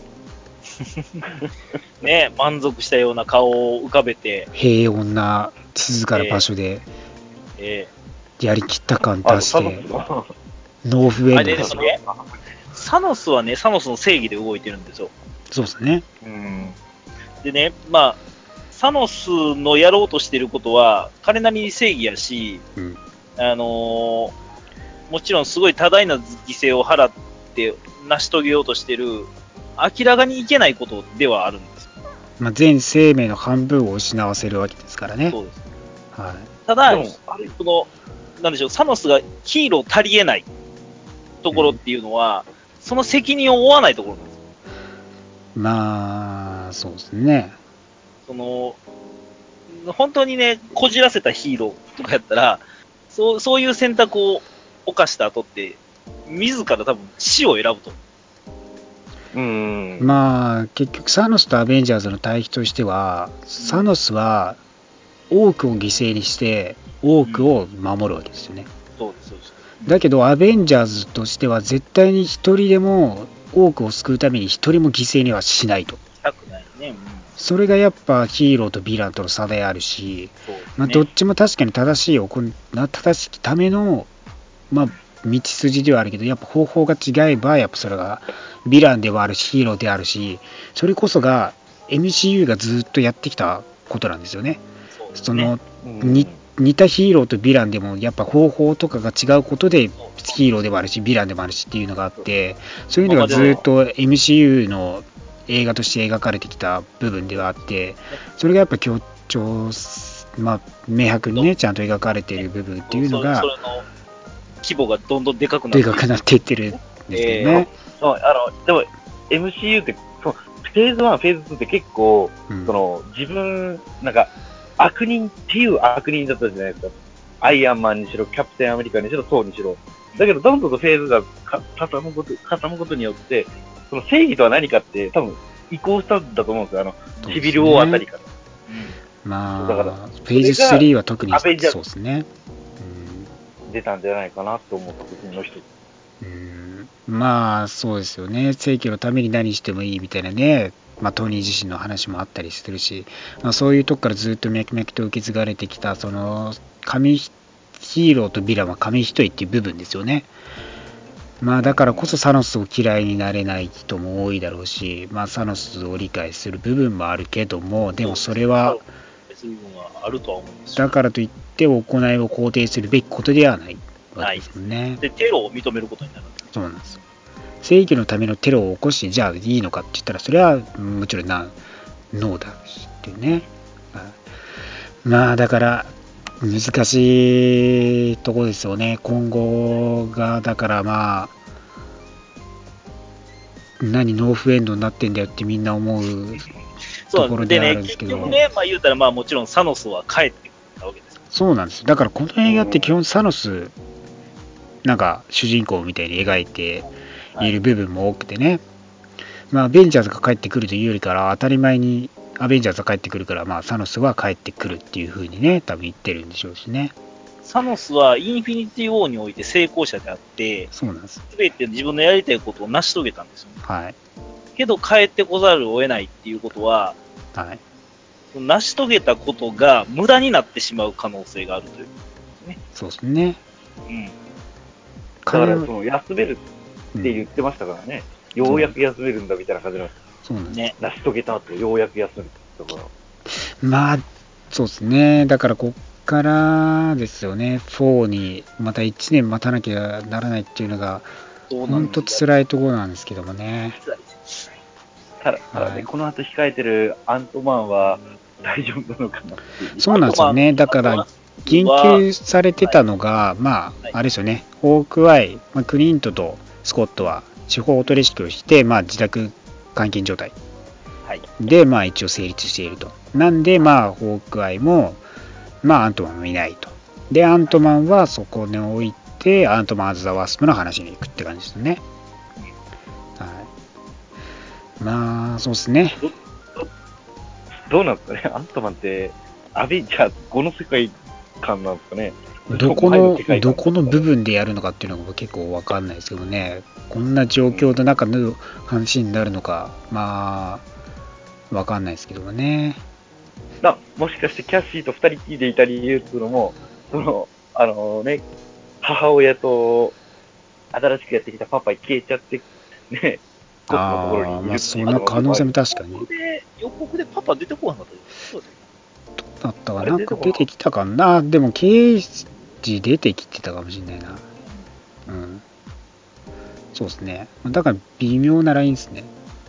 Speaker 1: ね、満足したような顔を浮かべて
Speaker 2: 平穏な静かな場所でやりきった感出して、えー、ノーフエンドですよ。
Speaker 1: ね、サノスはねサノスの正義で動いてるんですよ。
Speaker 2: そうですね。
Speaker 1: うんでね、まあサノスのやろうとしてることは彼なりに正義やし、うん、あのー、もちろんすごい多大な犠牲を払って成し遂げようとしてる明らかにいけないことではあるんです。
Speaker 2: まあ、全生命の半分を失わせるわけですからね。
Speaker 1: そうです。はい、ただ、このなんでしょう、サノスがヒーロー足りえないところっていうのは、うん、その責任を負わないところなんですよ。
Speaker 2: まあそうですね。
Speaker 1: その本当にねこじらせたヒーローとかやったら、そうそういう選択を犯した後って自ら多分死を選ぶと思う。
Speaker 2: うんまあ結局サノスとアベンジャーズの対比としては、サノスは多くを犠牲にして多くを守るわけですよね。
Speaker 1: うん、そうですそうです。
Speaker 2: だけどアベンジャーズとしては絶対に一人でも多くを救うために一人も犠牲にはしないと。
Speaker 1: したくないね。うん、
Speaker 2: それがやっぱヒーローとヴィランとの差であるし、ね、まあ、どっちも確かに正しい正しきための、まあ、道筋ではあるけど、やっぱ方法が違えばやっぱそれがヴィランではあるしヒーローであるし、それこそが エムシーユー がずっとやってきたことなんですよね。その、うん、似たヒーローとヴィランでもやっぱ方法とかが違うことでヒーローでもあるしヴィランでもあるしっていうのがあって、そういうのがずっと エムシーユー の映画として描かれてきた部分ではあって、それがやっぱ強調、まあ、明白にねちゃんと描かれている部分っていうのが、
Speaker 1: それの規模がどんどんでかくなって
Speaker 2: でかくなっていってるんですけどね。
Speaker 3: えー、あのでも エムシーユー ってそのフェーズワン、フェーズツーって結構、うん、その自分なんか悪人っていう悪人だったじゃないですか。アイアンマンにしろ、キャプテンアメリカにしろ、ソーにしろ。だけどどんどんとフェーズが傾むこと傾むことによって、その正義とは何かって多分移行したんだと思うんですよ。あのシビルウォーあたりから。
Speaker 2: うん、まあだからフェーズスリーは特にそうですね。
Speaker 3: うん、出たんじゃないかなと思った時の一つ。
Speaker 2: うん、まあそうですよね。正義のために何してもいいみたいなね。まあ、トニー自身の話もあったりするし、まあ、そういうとこからずっと脈々と受け継がれてきたその紙ヒーローとヴィランは紙一重っていう部分ですよね。まあだからこそサノスを嫌いになれない人も多いだろうし、まあ、サノスを理解する部分もあるけども、でもそれはだからといって行いを肯定するべきことではないわけですもんね。
Speaker 1: でテロを認めることになる。
Speaker 2: そうなんですよ。正義のためのテロを起こしてじゃあいいのかって言ったら、それはもちろんなノーだしっていうね。まあだから難しいところですよね。今後がだからまあ何ノーフエンドになってんだよってみんな思うところではあるんですけど、
Speaker 1: そうでね、結局ね、まあ言うたらまあもちろんサノスは帰ってくるわけです。
Speaker 2: そうなんですよ。だからこの映画って基本サノスなんか主人公みたいに描いている部分も多くてね、はい、まあアベンジャーズが帰ってくるというよりから当たり前にアベンジャーズが帰ってくるから、まあサノスは帰ってくるっていう風にね多分言ってるんでしょうしね。
Speaker 1: サノスはインフィニティ・ウォーにおいて成功者であって、
Speaker 2: そうなんです。
Speaker 1: 全て自分のやりたいことを成し遂げたんですよ、ね。
Speaker 2: はい。
Speaker 1: けど帰ってこざるを得ないっていうことは、
Speaker 2: はい。
Speaker 1: 成し遂げたことが無駄になってしまう可能性があるということですね。
Speaker 2: そうですね。
Speaker 3: うん。だからその休めるって言ってましたからね。うん、ようやく休めるんだみたいな感じなんです。
Speaker 2: そうなんですね。
Speaker 3: 成し遂げた後ようやく休めるところ。
Speaker 2: まあそうですね。だからこっからですよね。フォーにまたいちねん待たなきゃならないっていうのが本当辛いところなんですけどもね。
Speaker 3: ただ、ただね、はい、この後控えてるアントマンは大丈夫なのかなっていう。
Speaker 2: そうなんですよね。だから言及されてたのが、まあ、あれですよね。ホークアイ、まあ、クリントとスコットは司法取引をして、まあ、自宅監禁状態、はい、で、まあ、一応成立していると。なんで、まあ、ホークアイも、 まあアントマンもいないと。でアントマンはそこに置いてアントマンアズ・ザ・ワスプの話に行くって感じですね。はい、まあそうですね。
Speaker 3: ど, ど, どうなんですかね、アントマンってアベンジャーズごの世界観なんですかね。
Speaker 2: どこのどこの部分でやるのかっていうのが結構分かんないですけどね。こんな状況の中の話になるのか、まあ分かんないですけどもね。
Speaker 3: なもしかしてキャッシーとふたりきりでいた理由っていうのも、そのあのね、母親と新しくやってきたパパ消えちゃってね、
Speaker 2: ああ、まあそんな可能性も確かに。
Speaker 1: 予告でパパ出てこなかったですよ。
Speaker 2: どうだったかな、なんか出てきたかな。でも刑事出てきてたかもしれないな。うん。そうですね。だから微妙なラインですね。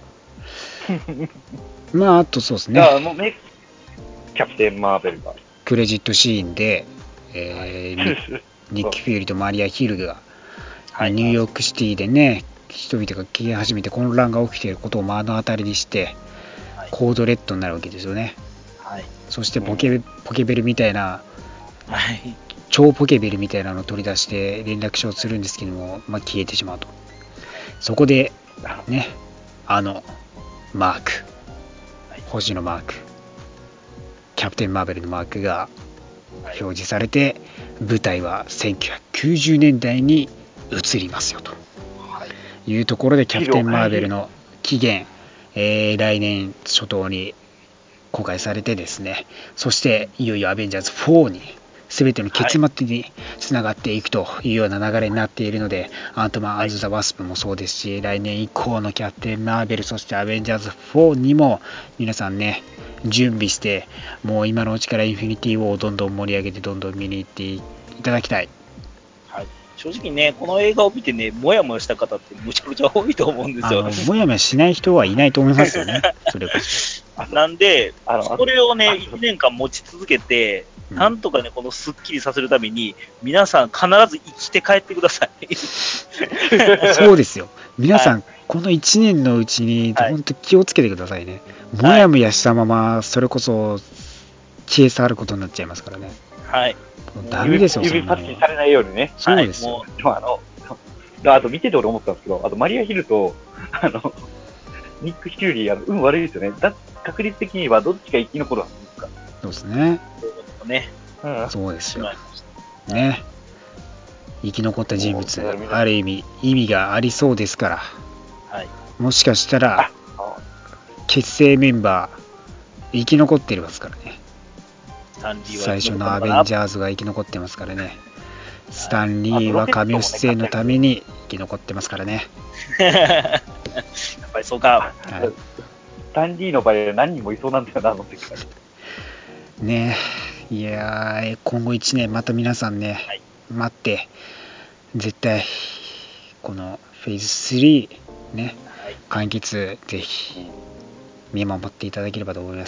Speaker 2: まああとそうですね。
Speaker 3: だからもうね、キャプテン・マーベルが
Speaker 2: クレジットシーンで、えー、ニッキ・フューリーとマリア・ヒルが、はい、ニューヨークシティでね、人々が消え始めて混乱が起きていることを目の当たりにして、はい、コードレッドになるわけですよね。はい、そしてポケ、うん、ポケベルみたいな、はい、超ポケベルみたいなのを取り出して連絡書をするんですけども、まあ、消えてしまうと。そこでね、あのマーク、星のマーク、キャプテンマーベルのマークが表示されて、舞台はせんきゅうひゃくきゅうじゅうねんだいに移りますよというところで、キャプテンマーベルの期限、えー、来年初頭に公開されてですね、そしていよいよアベンジャーズフォーに全ての結末につながっていくというような流れになっているので、アントマン・アンズ・ザ・ワスプもそうですし、来年以降のキャプテン・マーベル、そしてアベンジャーズフォーにも皆さんね、準備して、もう今のうちからインフィニティ・ウォーをどんどん盛り上げて、どんどん見に行っていただきたい。
Speaker 1: はい、正直ね、この映画を見てね、もやもやした方ってむちゃくちゃ多いと思うんですよ。
Speaker 2: あのもやもやしない人はいないと思いますよね、それこそ。
Speaker 1: なんで、それをね、いちねんかん持ち続けて、なんとかね、このスッキリさせるために、皆さん必ず生きて帰ってください。
Speaker 2: そうですよ。皆さん、はい、このいちねんのうちに、本当気をつけてくださいね。はい、もやもやしたまま、それこそ消え去ることになっちゃいますからね。
Speaker 1: はい。
Speaker 2: ダメですよ、
Speaker 3: 指パッチンされないようにね。
Speaker 2: そうですよ。
Speaker 3: はい、もうあの、あと見てて俺思ったんですけど、あとマリア・ヒルと、あの、ニック・ヒューリー、あの運悪いですよね。だ確率的にはどっちが生き残るはずですか。
Speaker 2: そうですね。
Speaker 1: ね、
Speaker 2: うん、そうですよ。ね。生き残った人物、ある意味、意味がありそうですから、はい、もしかしたら、結成メンバー、生き残ってますからね。最初のアベンジャーズが生き残ってますからね。スタンリーは神出生のために生き残ってますからね。
Speaker 1: やっぱりそうか。
Speaker 3: はい、スタンリーの場合は何人もいそうなんだよな、あの時から。
Speaker 2: ねえ、いやー、今後いちねんまた皆さんね、はい、待って、絶対このフェーズスリーね、はい、完結ぜひ見守っていただければと思います。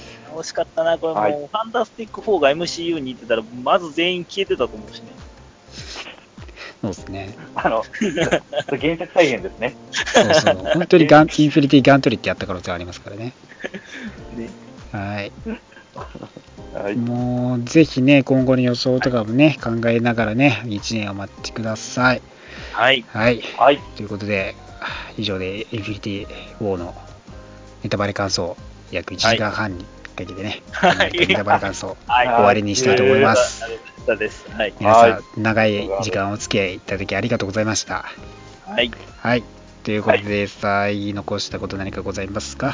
Speaker 1: 惜しかったな、これもう、はい、ファンタスティックフォーが エムシーユー に行ってたら、まず全員消えてたと思うしね。
Speaker 2: そうですね。
Speaker 3: あの、原作再現ですね。
Speaker 2: そうそう。本当にガンインフィニティガントリってやった可能性ありますからね。ね、はい。はい、もうぜひね、今後の予想とかもね、はい、考えながらね、いちねんお待ちください。
Speaker 1: はい。
Speaker 2: はい。はい、ということで、以上でインフィニティウォーのネタバレ感想、約いちじかんはんにかけてね、はい、ネタバレ感想、はい、終わりにしたいと思います。
Speaker 1: はい、
Speaker 2: 皆さん、長い時間お付き合いいただきありがとうございました。
Speaker 1: はい。
Speaker 2: はい。ということで、はい、言い残したこと何かございますか？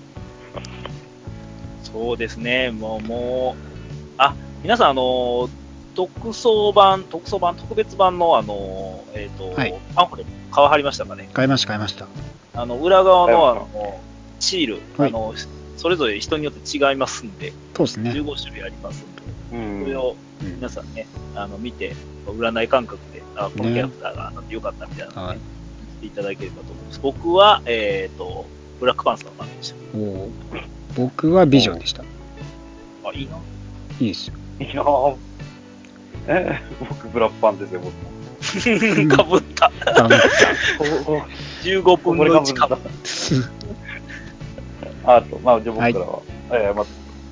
Speaker 1: そうですね、もう、もう、あ、皆さん、あの、特装版、特装版、特別版の、あの、えっ、ー、と、はい、パンフレット、買わはりましたかね？
Speaker 2: 買いました、買いました。
Speaker 1: あの、裏側の、あの、シール、はい、あの、それぞれ人によって違いますんで、
Speaker 2: そうですね。
Speaker 1: じゅうごしゅるいありますんで、うん、それを皆さんね、あの、見て、占い感覚で、あ、このキャラクターが当たってよかったみたいなのをね、ね、見ていただければと思います。僕は、えっ、ー、と、ブラックパンサーの番でした。
Speaker 2: お僕はビジョンでした。
Speaker 1: あ、いいな。
Speaker 2: いいですよ。
Speaker 3: いいなえー、僕、ブラックパンですよ、僕も。
Speaker 1: かぶった。かぶった。じゅうごぶんのいちかぶった。
Speaker 3: あと、まあ、じゃあ僕からは、はい、えー、まず、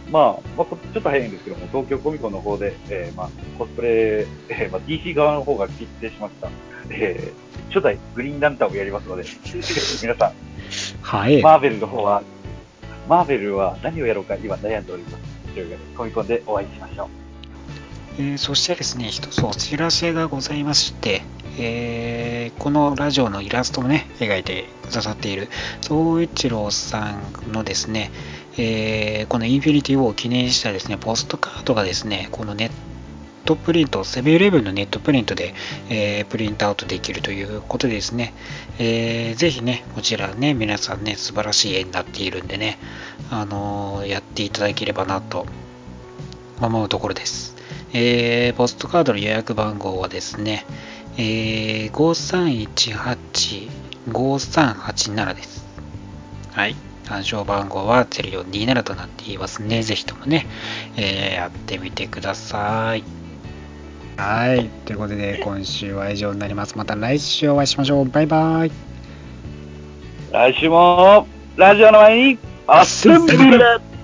Speaker 3: まあ、まあ、ちょっと早いんですけども、東京コミコンの方で、えーまあ、コスプレ、えーまあ、ディーシー 側の方が決定しました、えー、初代グリーンランタンをやりますので、皆さん、
Speaker 2: はい、
Speaker 3: マーベルの方は、マーベルは何をやろうか今悩んでおります。というわけで、コミコンでお会いしましょう。
Speaker 2: えー、そしてですね、一つお知らせがございまして、えー、このラジオのイラストをね、描いてくださっている宗一郎さんのですね、えー、このインフィニティウォーを記念したですね、ポストカードがですね、このネットプリント、セブンイレブンのネットプリントで、えー、プリントアウトできるということでですね、えー、ぜひね、こちらね、皆さんね、素晴らしい絵になっているんでね、あのー、やっていただければなと思うところです。えー、ポストカードの予約番号はですね、えー、ごさんいちはち ごさんはちななです。はい。暗証番号はゼロよんにーななとなっていますね。ぜひともね、えー、やってみてください。はい。ということで、今週は以上になります。また来週お会いしましょう。バイバイ。
Speaker 3: 来週も、ラジオの前に、アッセンブル